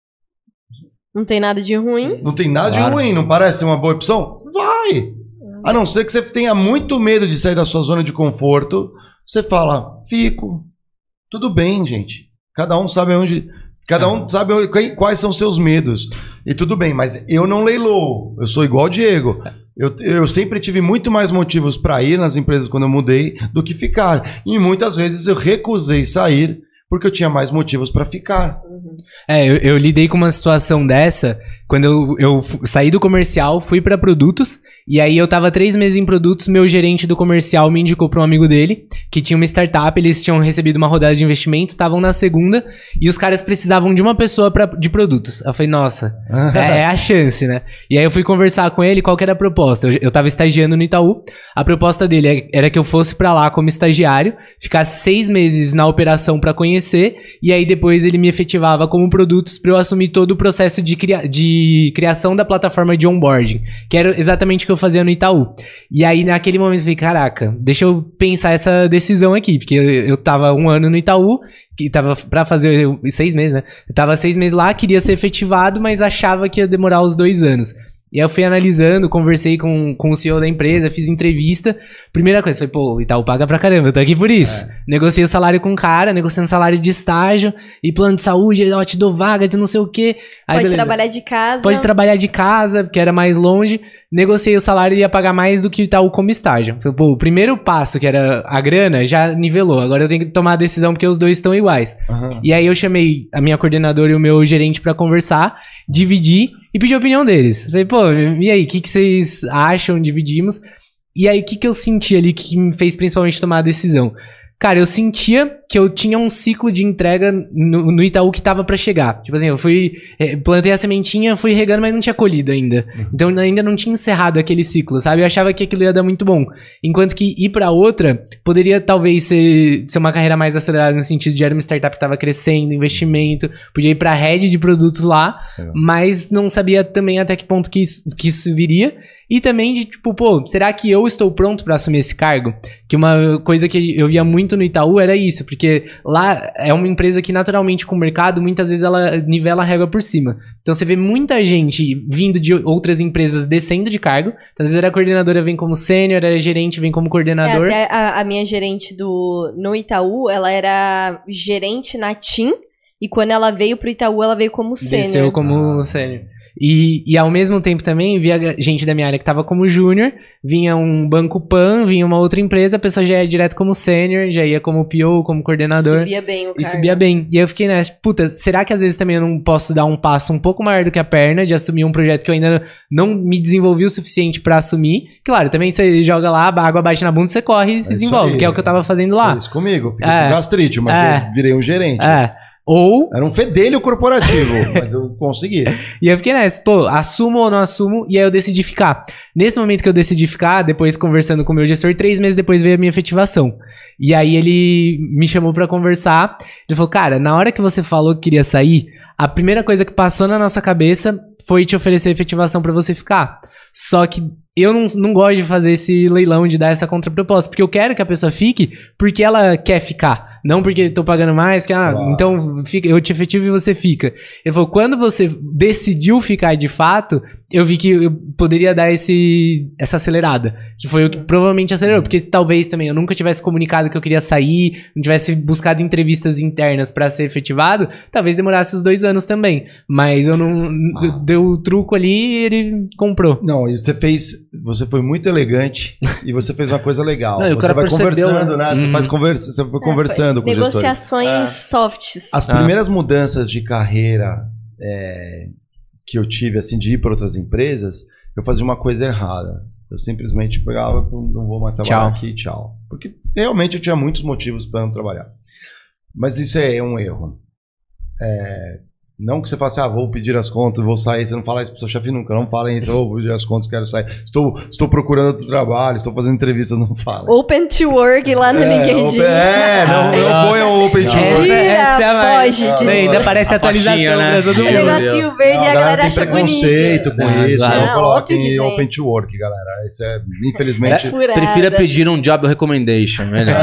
Não tem nada de ruim. Não tem nada Claro. de ruim, não parece uma boa opção? Vai! A não ser que você tenha muito medo de sair da sua zona de conforto, você fala, fico. Tudo bem, gente. Cada um sabe onde. Cada um sabe onde, quais são seus medos. E tudo bem, mas eu não leiloo. Eu sou igual o Diego. Eu, eu sempre tive muito mais motivos para ir nas empresas quando eu mudei do que ficar. E muitas vezes eu recusei sair porque eu tinha mais motivos para ficar. É, eu, eu lidei com uma situação dessa quando eu, eu fu- saí do comercial, fui pra produtos, e aí eu tava três meses em produtos, meu gerente do comercial me indicou pra um amigo dele, que tinha uma startup, eles tinham recebido uma rodada de investimento, estavam na segunda, e os caras precisavam de uma pessoa pra, de produtos. Eu falei, nossa, é, é a chance, né? E aí eu fui conversar com ele, qual que era a proposta? Eu, eu tava estagiando no Itaú, a proposta dele era que eu fosse pra lá como estagiário, ficasse seis meses na operação pra conhecer, e aí depois ele me efetivava como produtos pra eu assumir todo o processo de, cria de criação da plataforma de onboarding, que era exatamente o que eu fazia no Itaú. E aí naquele momento eu falei, caraca, deixa eu pensar essa decisão aqui, porque eu, eu tava um ano no Itaú, que tava pra fazer seis meses, né? Eu tava seis meses lá, queria ser efetivado, mas achava que ia demorar os dois anos. E aí eu fui analisando, conversei com, com o C E O da empresa, fiz entrevista. Primeira coisa, falei, pô, o Itaú paga pra caramba, eu tô aqui por isso. É. Negociei o salário com o cara, negociando salário de estágio, e plano de saúde, eu te dou vaga de não sei o quê. Aí, Pode beleza. trabalhar de casa. Pode trabalhar de casa, porque era mais longe. Negociei o salário e ia pagar mais do que o Itaú como estágio. Falei, pô, o primeiro passo, que era a grana, já nivelou. Agora eu tenho que tomar a decisão porque os dois estão iguais. Uhum. E aí eu chamei a minha coordenadora e o meu gerente pra conversar, dividir e pedir a opinião deles. Falei, pô, e aí, o que, que vocês acham? Dividimos. E aí, o que, que eu senti ali que me fez principalmente tomar a decisão? Cara, eu sentia que eu tinha um ciclo de entrega no, no Itaú que tava pra chegar. Tipo assim, eu fui... Eh, plantei a sementinha, fui regando, mas não tinha colhido ainda. Uhum. Então, ainda não tinha encerrado aquele ciclo, sabe? Eu achava que aquilo ia dar muito bom. Enquanto que ir pra outra poderia, talvez, ser, ser uma carreira mais acelerada no sentido de era uma startup que tava crescendo, investimento. Podia ir pra head de produtos lá, é. Mas não sabia também até que ponto que isso, que isso viria. E também de, tipo, pô, será que eu estou pronto pra assumir esse cargo? Que uma coisa que eu via muito no Itaú era isso, porque lá é uma empresa que naturalmente com o mercado, muitas vezes ela nivela a régua por cima. Então você vê muita gente vindo de outras empresas descendo de cargo. Então às vezes era coordenadora, vem como sênior, era gerente, vem como coordenador. É, até a, a minha gerente do, no Itaú, ela era gerente na TIM, e quando ela veio pro Itaú, ela veio como sênior. Desceu como sênior. E, e ao mesmo tempo também via gente da minha área que tava como júnior, vinha um banco Pan, vinha uma outra empresa, a pessoa já ia direto como sênior, já ia como P O, como coordenador. Subia bem o E cargo. subia bem. E eu fiquei nessa, puta, será que às vezes também eu não posso dar um passo um pouco maior do que a perna, de assumir um projeto que eu ainda não me desenvolvi o suficiente pra assumir? Claro, também você joga lá, a água bate na bunda, você corre e se é desenvolve, aí, que é o que eu tava fazendo lá. Foi isso comigo, fiquei É. com gastrite, mas É. eu virei um gerente. É. Ou... Era um fedelho corporativo, mas eu consegui. E eu fiquei nessa, pô, assumo ou não assumo, e aí eu decidi ficar. Nesse momento que eu decidi ficar, depois conversando com o meu gestor, três meses depois veio a minha efetivação. E aí ele me chamou pra conversar, ele falou, cara, na hora que você falou que queria sair, a primeira coisa que passou na nossa cabeça foi te oferecer efetivação pra você ficar. Só que eu não, não gosto de fazer esse leilão, de dar essa contraproposta, porque eu quero que a pessoa fique porque ela quer ficar. Não porque eu tô pagando mais, porque, ah, Uau. então fica, eu te efetivo e você fica. Ele falou, quando você decidiu ficar de fato, eu vi que eu poderia dar esse, essa acelerada. Que foi o que provavelmente acelerou. Porque talvez também eu nunca tivesse comunicado que eu queria sair, não tivesse buscado entrevistas internas pra ser efetivado, talvez demorasse os dois anos também. Mas eu não... Ah. Deu o truco ali e ele comprou. Não, e você fez... Você foi muito elegante e você fez uma coisa legal. Não, e o você cara vai percebeu, conversando, né? Você, Hum. faz conversa, você foi É, conversando com o gestor. negociações É. softs. As Ah. primeiras mudanças de carreira é, que eu tive, assim, de ir para outras empresas, eu fazia uma coisa errada. Eu simplesmente pegava, não vou mais trabalhar Tchau. aqui, tchau. Porque realmente eu tinha muitos motivos para não trabalhar. Mas isso é um erro. É, não que você fale assim, ah, vou pedir as contas, vou sair. Você não fala isso pro seu chefe nunca. Não falem isso, oh, vou pedir as contas, quero sair. Estou, estou procurando outro trabalho, estou fazendo entrevistas, não fala. Open to work lá no É, LinkedIn. É, não, não ponham open to Essa- work. essa é a mais- foge disso. Não, ainda parece A atualização faixinha, né? pra todo O mundo. Meu negocinho Deus. verde Não, e a galera tem acha preconceito bonito. com Não, isso. exato. Não Não, coloquem óbvio que tem. open to work, galera. Isso é, infelizmente. Furada. Prefira pedir um job recommendation, melhor.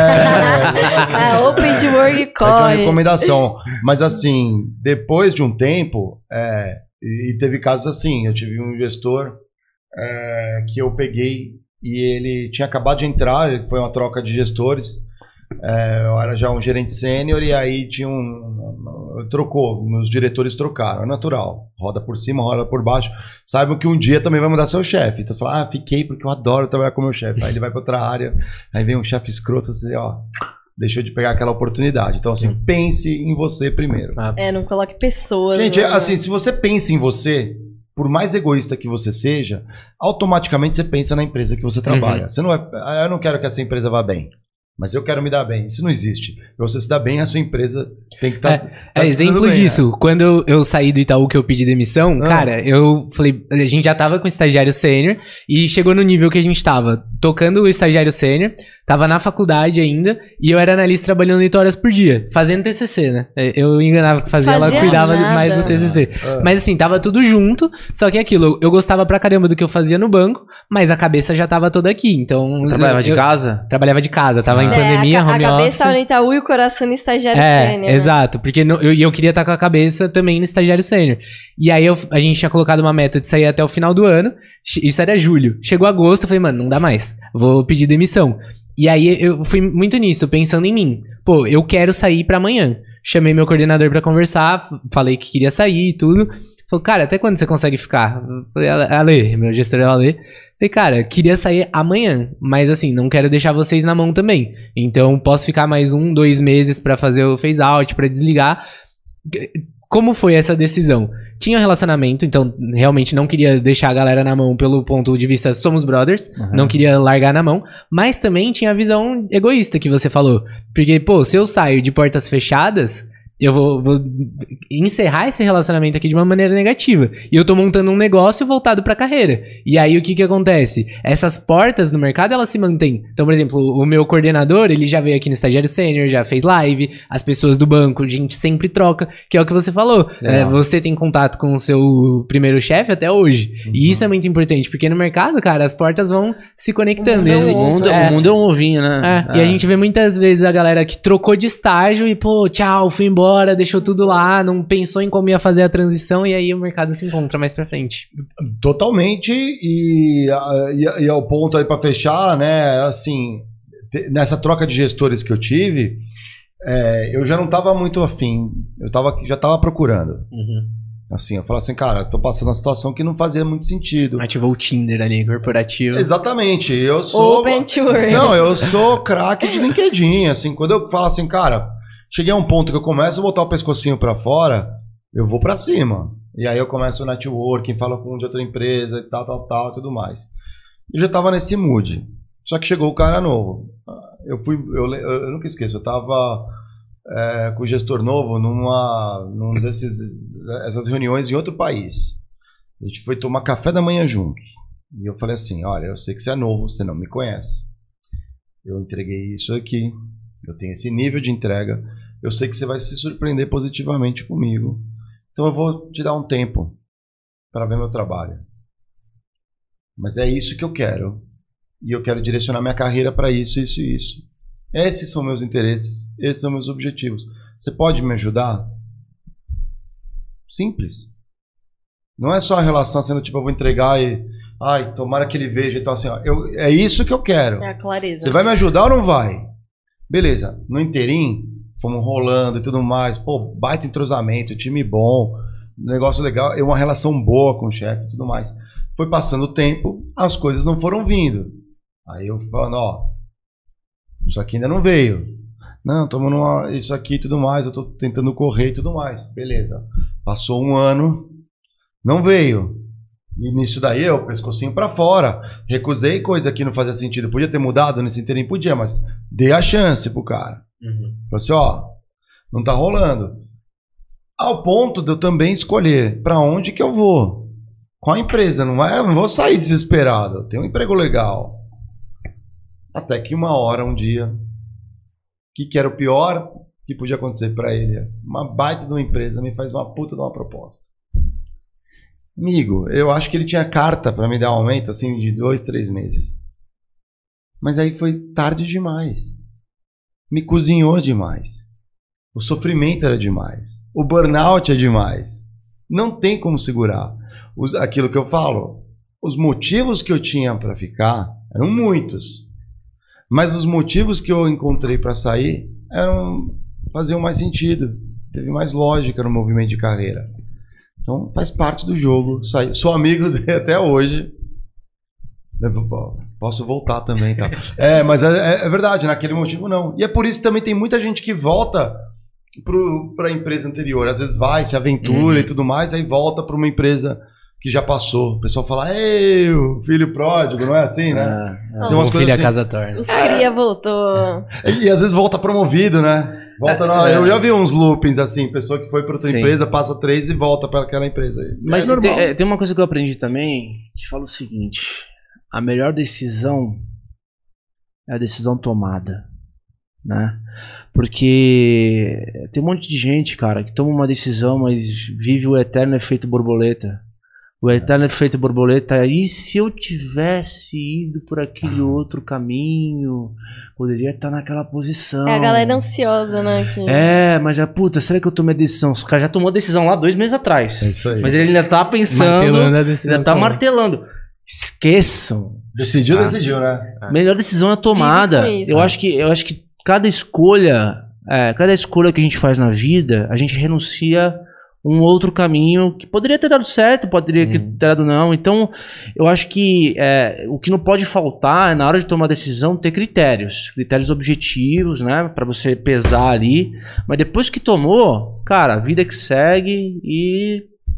É, A Open to Work é de uma corre. recomendação. Mas assim, depois de um tempo, é, e e teve casos assim, eu tive um gestor é, que eu peguei e ele tinha acabado de entrar, ele foi uma troca de gestores. É, eu era já um gerente sênior e aí tinha um. Trocou, os diretores trocaram, é natural. Roda por cima, roda por baixo. Saibam que um dia também vai mudar seu chefe. Então você fala, ah, fiquei porque eu adoro trabalhar com meu chefe. Aí ele vai para outra área, aí vem um chefe escroto, você, ó, deixou de pegar aquela oportunidade. Então, assim, pense em você primeiro. É, não coloque pessoas. Gente, né? assim, se você pensa em você, por mais egoísta que você seja, automaticamente você pensa na empresa que você trabalha. Você não vai, ah, eu não quero que essa empresa vá bem, mas eu quero me dar bem. Isso não existe. Pra você se dar bem, a sua empresa tem que estar. Tá, É, tá se exemplo dando bem, disso, quando eu, eu saí do Itaú que eu pedi demissão, Ah. cara, eu falei, a gente já tava com o estagiário sênior e chegou no nível que a gente tava tocando o estagiário sênior, tava na faculdade ainda e eu era analista trabalhando oito horas por dia, fazendo T C C, né? Eu enganava que fazia, ela Fazia cuidava nada. mais do T C C. Ah. Mas assim, tava tudo junto, só que aquilo, eu gostava pra caramba do que eu fazia no banco, mas a cabeça já tava toda aqui, então... Trabalhava eu, de eu casa? Trabalhava de casa, tava em É, pandemia, a, ca- home a office. cabeça tava no Itaú e o coração no estagiário É, sênior. né? exato, porque não- eu, e eu queria estar com a cabeça também no estagiário sênior. E aí eu- a gente tinha colocado uma meta de sair até o final do ano, che- isso era julho. Chegou agosto, eu falei, mano, não dá mais, vou pedir demissão. E aí eu fui muito nisso, pensando em mim. Pô, eu quero sair pra amanhã. Chamei meu coordenador pra conversar, f- falei que queria sair e tudo. Falou, cara, até quando você consegue ficar? Eu falei, Ale, Ale, meu gestor é o Ale. Falei, cara, queria sair amanhã, mas assim, não quero deixar vocês na mão também. Então, posso ficar mais um, dois meses pra fazer o phase out, pra desligar. Como foi essa decisão? tinha um relacionamento, então realmente não queria deixar a galera na mão pelo ponto de vista somos brothers, uhum. não queria largar na mão, mas também tinha a visão egoísta que você falou. Porque, pô, se eu saio de portas fechadas, eu vou, vou encerrar esse relacionamento aqui de uma maneira negativa. E eu tô montando um negócio voltado pra carreira. E aí o que que acontece? Essas portas no mercado, elas se mantêm. Então, por exemplo, o meu coordenador, ele já veio aqui no Estagiário Sênior, já fez live. As pessoas do banco, a gente sempre troca, que é o que você falou. É, você tem contato com o seu primeiro chefe até hoje. Uhum. E isso é muito importante, porque no mercado, cara, as portas vão se conectando. O mundo, o mundo, é, o mundo é um ovinho, né? É, é. E a gente vê muitas vezes a galera que trocou de estágio e, pô, tchau, fui embora. Deixou tudo lá, não pensou em como ia fazer a transição, e aí o mercado se encontra mais pra frente. Totalmente, e, e, e ao ponto aí pra fechar, né, assim, nessa troca de gestores que eu tive, é, eu já não tava muito afim, eu tava, já tava procurando. Uhum. Assim, eu falava assim, cara, tô passando uma situação que não fazia muito sentido. Ativou o Tinder ali, corporativo. Exatamente, eu sou... Open to work. Não, eu sou craque de LinkedIn, assim, quando eu falo assim, cara... Cheguei a um ponto que eu começo a botar o pescocinho pra fora, eu vou pra cima. E aí eu começo o networking, falo com um de outra empresa e tal, tal, tal, tudo mais. Eu já tava nesse mood. Só que chegou o cara novo. Eu fui, eu, eu nunca esqueço, eu tava é, com o gestor novo numa, num desses, essas reuniões em outro país. A gente foi tomar café da manhã juntos. E eu falei assim, olha, eu sei que você é novo, você não me conhece. Eu entreguei isso aqui. Eu tenho esse nível de entrega. Eu sei que você vai se surpreender positivamente comigo. Então eu vou te dar um tempo para ver meu trabalho. Mas é isso que eu quero. E eu quero direcionar minha carreira para isso, isso e isso. Esses são meus interesses. Esses são meus objetivos. Você pode me ajudar? Simples. Não é só a relação sendo tipo, eu vou entregar e... Ai, tomara que ele veja. Então assim, ó, eu, é isso que eu quero. É a clareza. Você vai me ajudar ou não vai? Beleza, no inteirinho, fomos rolando e tudo mais, pô, baita entrosamento, time bom, negócio legal, é uma relação boa com o chefe e tudo mais. Foi passando o tempo, as coisas não foram vindo. Aí eu falando, ó, isso aqui ainda não veio. Não, estamos numa, isso aqui e tudo mais, eu tô tentando correr e tudo mais. Beleza, passou um ano, não veio. E nisso daí eu, pescocinho pra fora, recusei coisa que não fazia sentido. Podia ter mudado nesse inteirinho? Podia, mas dei a chance pro cara. Uhum. Falei assim, ó, não tá rolando. Ao ponto de eu também escolher pra onde que eu vou. Qual a empresa? Não, vai, não vou sair desesperado. Eu tenho um emprego legal. Até que uma hora, um dia, o que, que era o pior que podia acontecer pra ele? Uma baita de uma empresa me faz uma puta de uma proposta. Amigo, eu acho que ele tinha carta pra me dar um aumento assim de dois, três meses. Mas aí foi tarde demais. Me cozinhou demais. O sofrimento era demais. O burnout é demais. Não tem como segurar. Os, aquilo que eu falo, os motivos que eu tinha pra ficar eram muitos. Mas os motivos que eu encontrei pra sair eram, faziam mais sentido. Teve mais lógica no movimento de carreira. Então faz parte do jogo. Sai. Sou amigo dele até hoje. Posso voltar também, tá? É, mas é, é verdade, naquele motivo não. E é por isso que também tem muita gente que volta para a empresa anterior. Às vezes vai, se aventura uhum. e tudo mais, aí volta para uma empresa que já passou. O pessoal fala, ei, o filho pródigo, não é assim, né? É, é. Tem umas o filho assim. A casa torna. Os cria voltou. E, e às vezes volta promovido, né? Volta na, eu já vi uns loopings assim, pessoa que foi para outra Sim. empresa, passa três e volta para aquela empresa. Mas é tem, tem uma coisa que eu aprendi também, que fala o seguinte, a melhor decisão é a decisão tomada, né? Porque tem um monte de gente, cara, que toma uma decisão, mas vive o eterno efeito borboleta. O eterno efeito borboleta, e se eu tivesse ido por aquele outro caminho, poderia estar naquela posição. É a galera ansiosa, né? Que... É, mas é, puta, será que eu tomei a decisão? O cara já tomou a decisão lá dois meses atrás. É isso aí. Mas ele ainda tá pensando, martelando a decisão, ainda tá também. martelando. Esqueçam. Decidiu, ah, decidiu, né? Melhor decisão é a tomada. Eu acho que, eu acho que cada escolha, é, cada escolha que a gente faz na vida, a gente renuncia um outro caminho que poderia ter dado certo, poderia hum. ter dado não. Então, eu acho que é, o que não pode faltar é, na hora de tomar decisão, ter critérios. Critérios objetivos, né? Pra você pesar ali. Mas depois que tomou, cara, a vida que segue e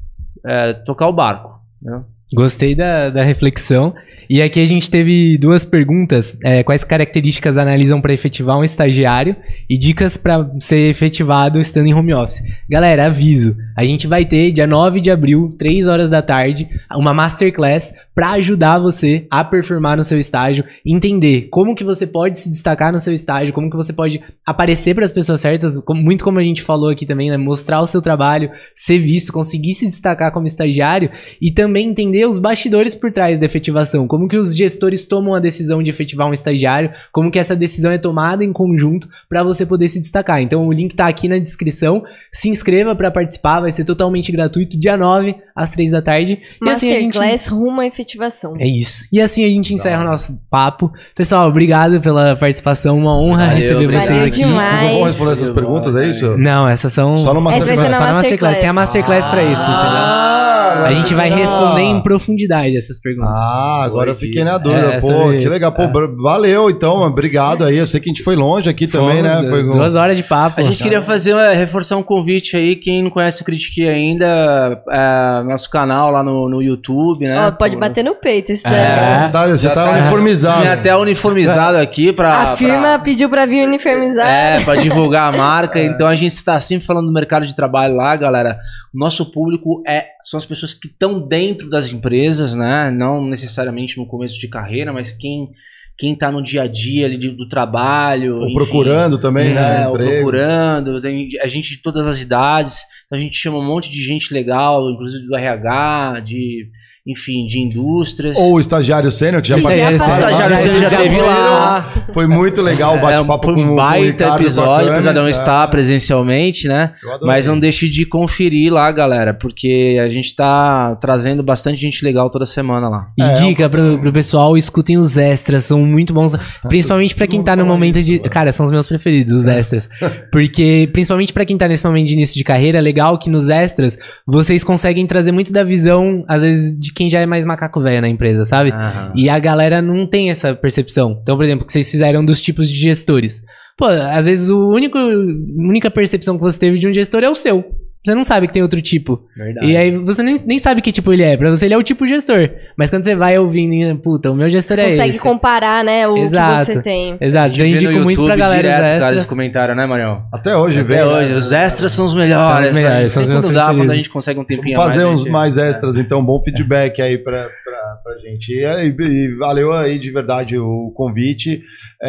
é, tocar o barco, né? Gostei da, da reflexão. E aqui a gente teve duas perguntas. É, quais características analisam para efetivar um estagiário e dicas para ser efetivado estando em home office? Galera, aviso. A gente vai ter, dia nove de abril, três horas da tarde, uma masterclass para ajudar você a performar no seu estágio, entender como que você pode se destacar no seu estágio, como que você pode aparecer para as pessoas certas, muito como a gente falou aqui também, né? Mostrar o seu trabalho, ser visto, conseguir se destacar como estagiário e também entender os bastidores por trás da efetivação, como que os gestores tomam a decisão de efetivar um estagiário, como que essa decisão é tomada em conjunto para você poder se destacar. Então o link tá aqui na descrição, se inscreva para participar, vai ser totalmente gratuito, dia nove às três da tarde. Masterclass assim gente... rumo à efetivação. É isso. E assim a gente encerra o nosso papo. Pessoal, obrigado pela participação, uma honra Valeu, receber obrigado. vocês Valeu aqui. demais. Vocês não vão responder essas perguntas, é isso? Não, essas são Só no Essa vai ser Masterclass. na só no Masterclass. Tem a Masterclass pra isso, entendeu? Ah, A gente vai legal. responder em profundidade essas perguntas. Ah, agora eu Hoje- fiquei na dúvida. É, Pô, essa vez. que legal. Pô, É. br- valeu então, obrigado aí. Eu sei que a gente foi longe aqui também, Fomos, né? Foi com- Duas horas de papo. A gente queria fazer, é, reforçar um convite aí, quem não conhece o Critique ainda, é, nosso canal lá no, no YouTube, né? Ó, pode bater no peito esse É. daí. Você tá, você Já tá tá- uniformizado. Vem até uniformizado aqui pra... A firma pra- pediu pra vir uniformizar. É, pra divulgar a marca. Então a gente está sempre falando do mercado de trabalho lá, galera. O nosso público é, são as pessoas que estão dentro das empresas, né? Não necessariamente no começo de carreira, mas quem, quem tá no dia a dia ali do, do trabalho. Ou enfim. procurando também, né? É, ou emprego. procurando, tem a gente de todas as idades, então a gente chama um monte de gente legal, inclusive do R H, de, enfim, de indústrias. Ou o estagiário sênior, que já Estagiário participou. sênior. estagiário já- você já já teve foi, lá. Foi muito legal o É, bate-papo foi com, um com o baita Ricardo episódio, Bacanes, apesar de não é. estar presencialmente, né? Eu adorei. Mas não deixe de conferir lá, galera, porque a gente tá trazendo bastante gente legal toda semana lá. E É, dica pro, pro pessoal, escutem os extras, são muito bons. Principalmente pra todo quem mundo tá no fala momento isso, de... mano. Cara, são os meus preferidos, os extras. Porque, principalmente pra quem tá nesse momento de início de carreira, é legal que nos extras, vocês conseguem trazer muito da visão, às vezes, de quem já é mais macaco velho na empresa, sabe? Aham. E a galera não tem essa percepção. Então, por exemplo, o que vocês fizeram dos tipos de gestores. Pô, às vezes o único, a única percepção que você teve de um gestor é o seu. Você não sabe que tem outro tipo. Verdade. E aí você nem, nem sabe que tipo ele é. Pra você ele é o tipo gestor. Mas quando você vai ouvindo, puta, o meu gestor Você é consegue esse. comparar, né, o Exato. que você tem. Exato. Então eu Vê no indico muito pra YouTube galera direto, os cara, extras. esse comentário, né, Marião? Até hoje, Até vem. hoje, os extras são os melhores. São os melhores, né? são os Sempre meus quando dá, preferidos. quando a gente consegue um tempinho Vamos fazer a mais. uns a gente- mais extras, então. Bom feedback aí pra, pra, pra gente. E, aí, e valeu aí de verdade o convite.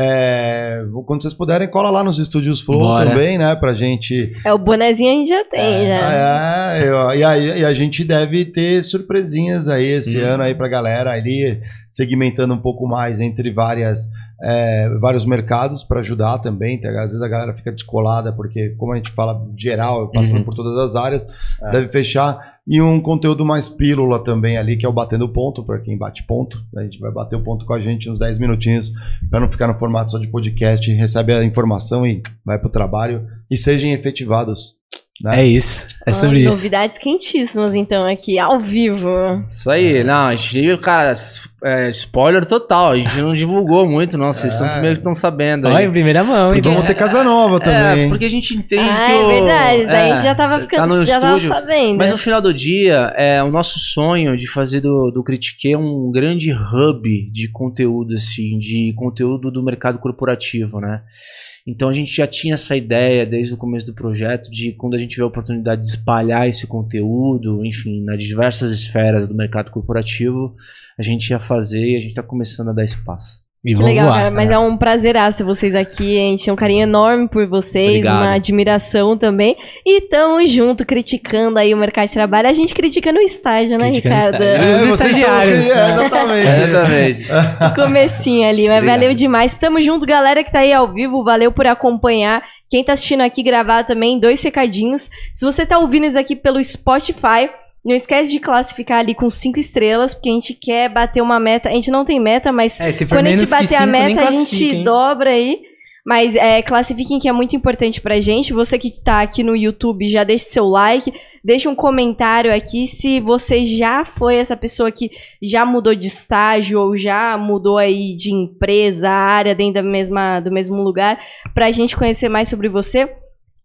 É, quando vocês puderem, cola lá nos estúdios Flow Bora. também, né? Pra gente. É, o bonezinho a gente já tem, já. É, eu- e, aí, e a gente deve ter surpresinhas aí esse Hum. ano aí pra galera ali, segmentando um pouco mais entre várias. é, vários mercados para ajudar também. Tem- Às vezes a galera fica descolada, porque, como a gente fala geral, passando Uhum. por todas as áreas, É. deve fechar. E um conteúdo mais pílula também ali, que é o Batendo Ponto, para quem bate ponto. A gente vai bater o ponto com a gente uns dez minutinhos, para não ficar no formato só de podcast. Recebe a informação e vai pro trabalho. E sejam efetivados. Né? É isso. É Ó, sobre isso. Novidades quentíssimas, então, aqui, ao vivo. Isso aí, não, a gente, cara, é, spoiler total, a gente não divulgou muito, não, vocês são É. os primeiros que estão sabendo aí. Olha, em primeira mão, hein? E vamos ter casa nova também. É, porque a gente entende Ah, que é o- verdade. Daí é, já tava tá ficando, no já tava estúdio. sabendo. Mas no final do dia, é o nosso sonho de fazer do, do Critique um grande hub de conteúdo, assim, de conteúdo do mercado corporativo, né? Então a gente já tinha essa ideia desde o começo do projeto de quando a gente tiver a oportunidade de espalhar esse conteúdo, enfim, nas diversas esferas do mercado corporativo, a gente ia fazer e a gente está começando a dar esse passo. E Que vamos legal, lá. cara. Mas é um prazeraço ter vocês aqui. A gente tem um carinho enorme por vocês, Obrigado. uma admiração também. E tamo junto, criticando aí o mercado de trabalho. A gente criticando o estágio, né, Criticando o Ricardo? estágio. É, Os vocês estagiários. são- é, exatamente. Exatamente. Comecinho ali, mas Obrigado. valeu demais. Tamo junto, galera que tá aí ao vivo. Valeu por acompanhar. Quem tá assistindo aqui gravar também, dois recadinhos. Se você tá ouvindo isso aqui pelo Spotify, não esquece de classificar ali com cinco estrelas, porque a gente quer bater uma meta. A gente não tem meta, mas É, se for quando a gente menos que bater a cinco, nem meta, a classifica, gente hein? dobra aí. Mas é, classifiquem, que é muito importante pra gente. Você que tá aqui no YouTube, já deixa seu like, deixa um comentário aqui se você já foi essa pessoa que já mudou de estágio ou já mudou aí de empresa, área dentro da mesma, do mesmo lugar, pra gente conhecer mais sobre você.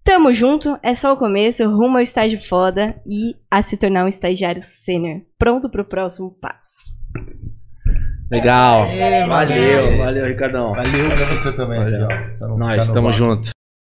Tamo junto, é só o começo, rumo ao estágio foda e a se tornar um estagiário sênior. Pronto pro próximo passo. Legal. É, valeu, valeu, Ricardão. Valeu pra você também. Valeu. Aqui, ó. Tá no- Nós tá no estamos bar. juntos.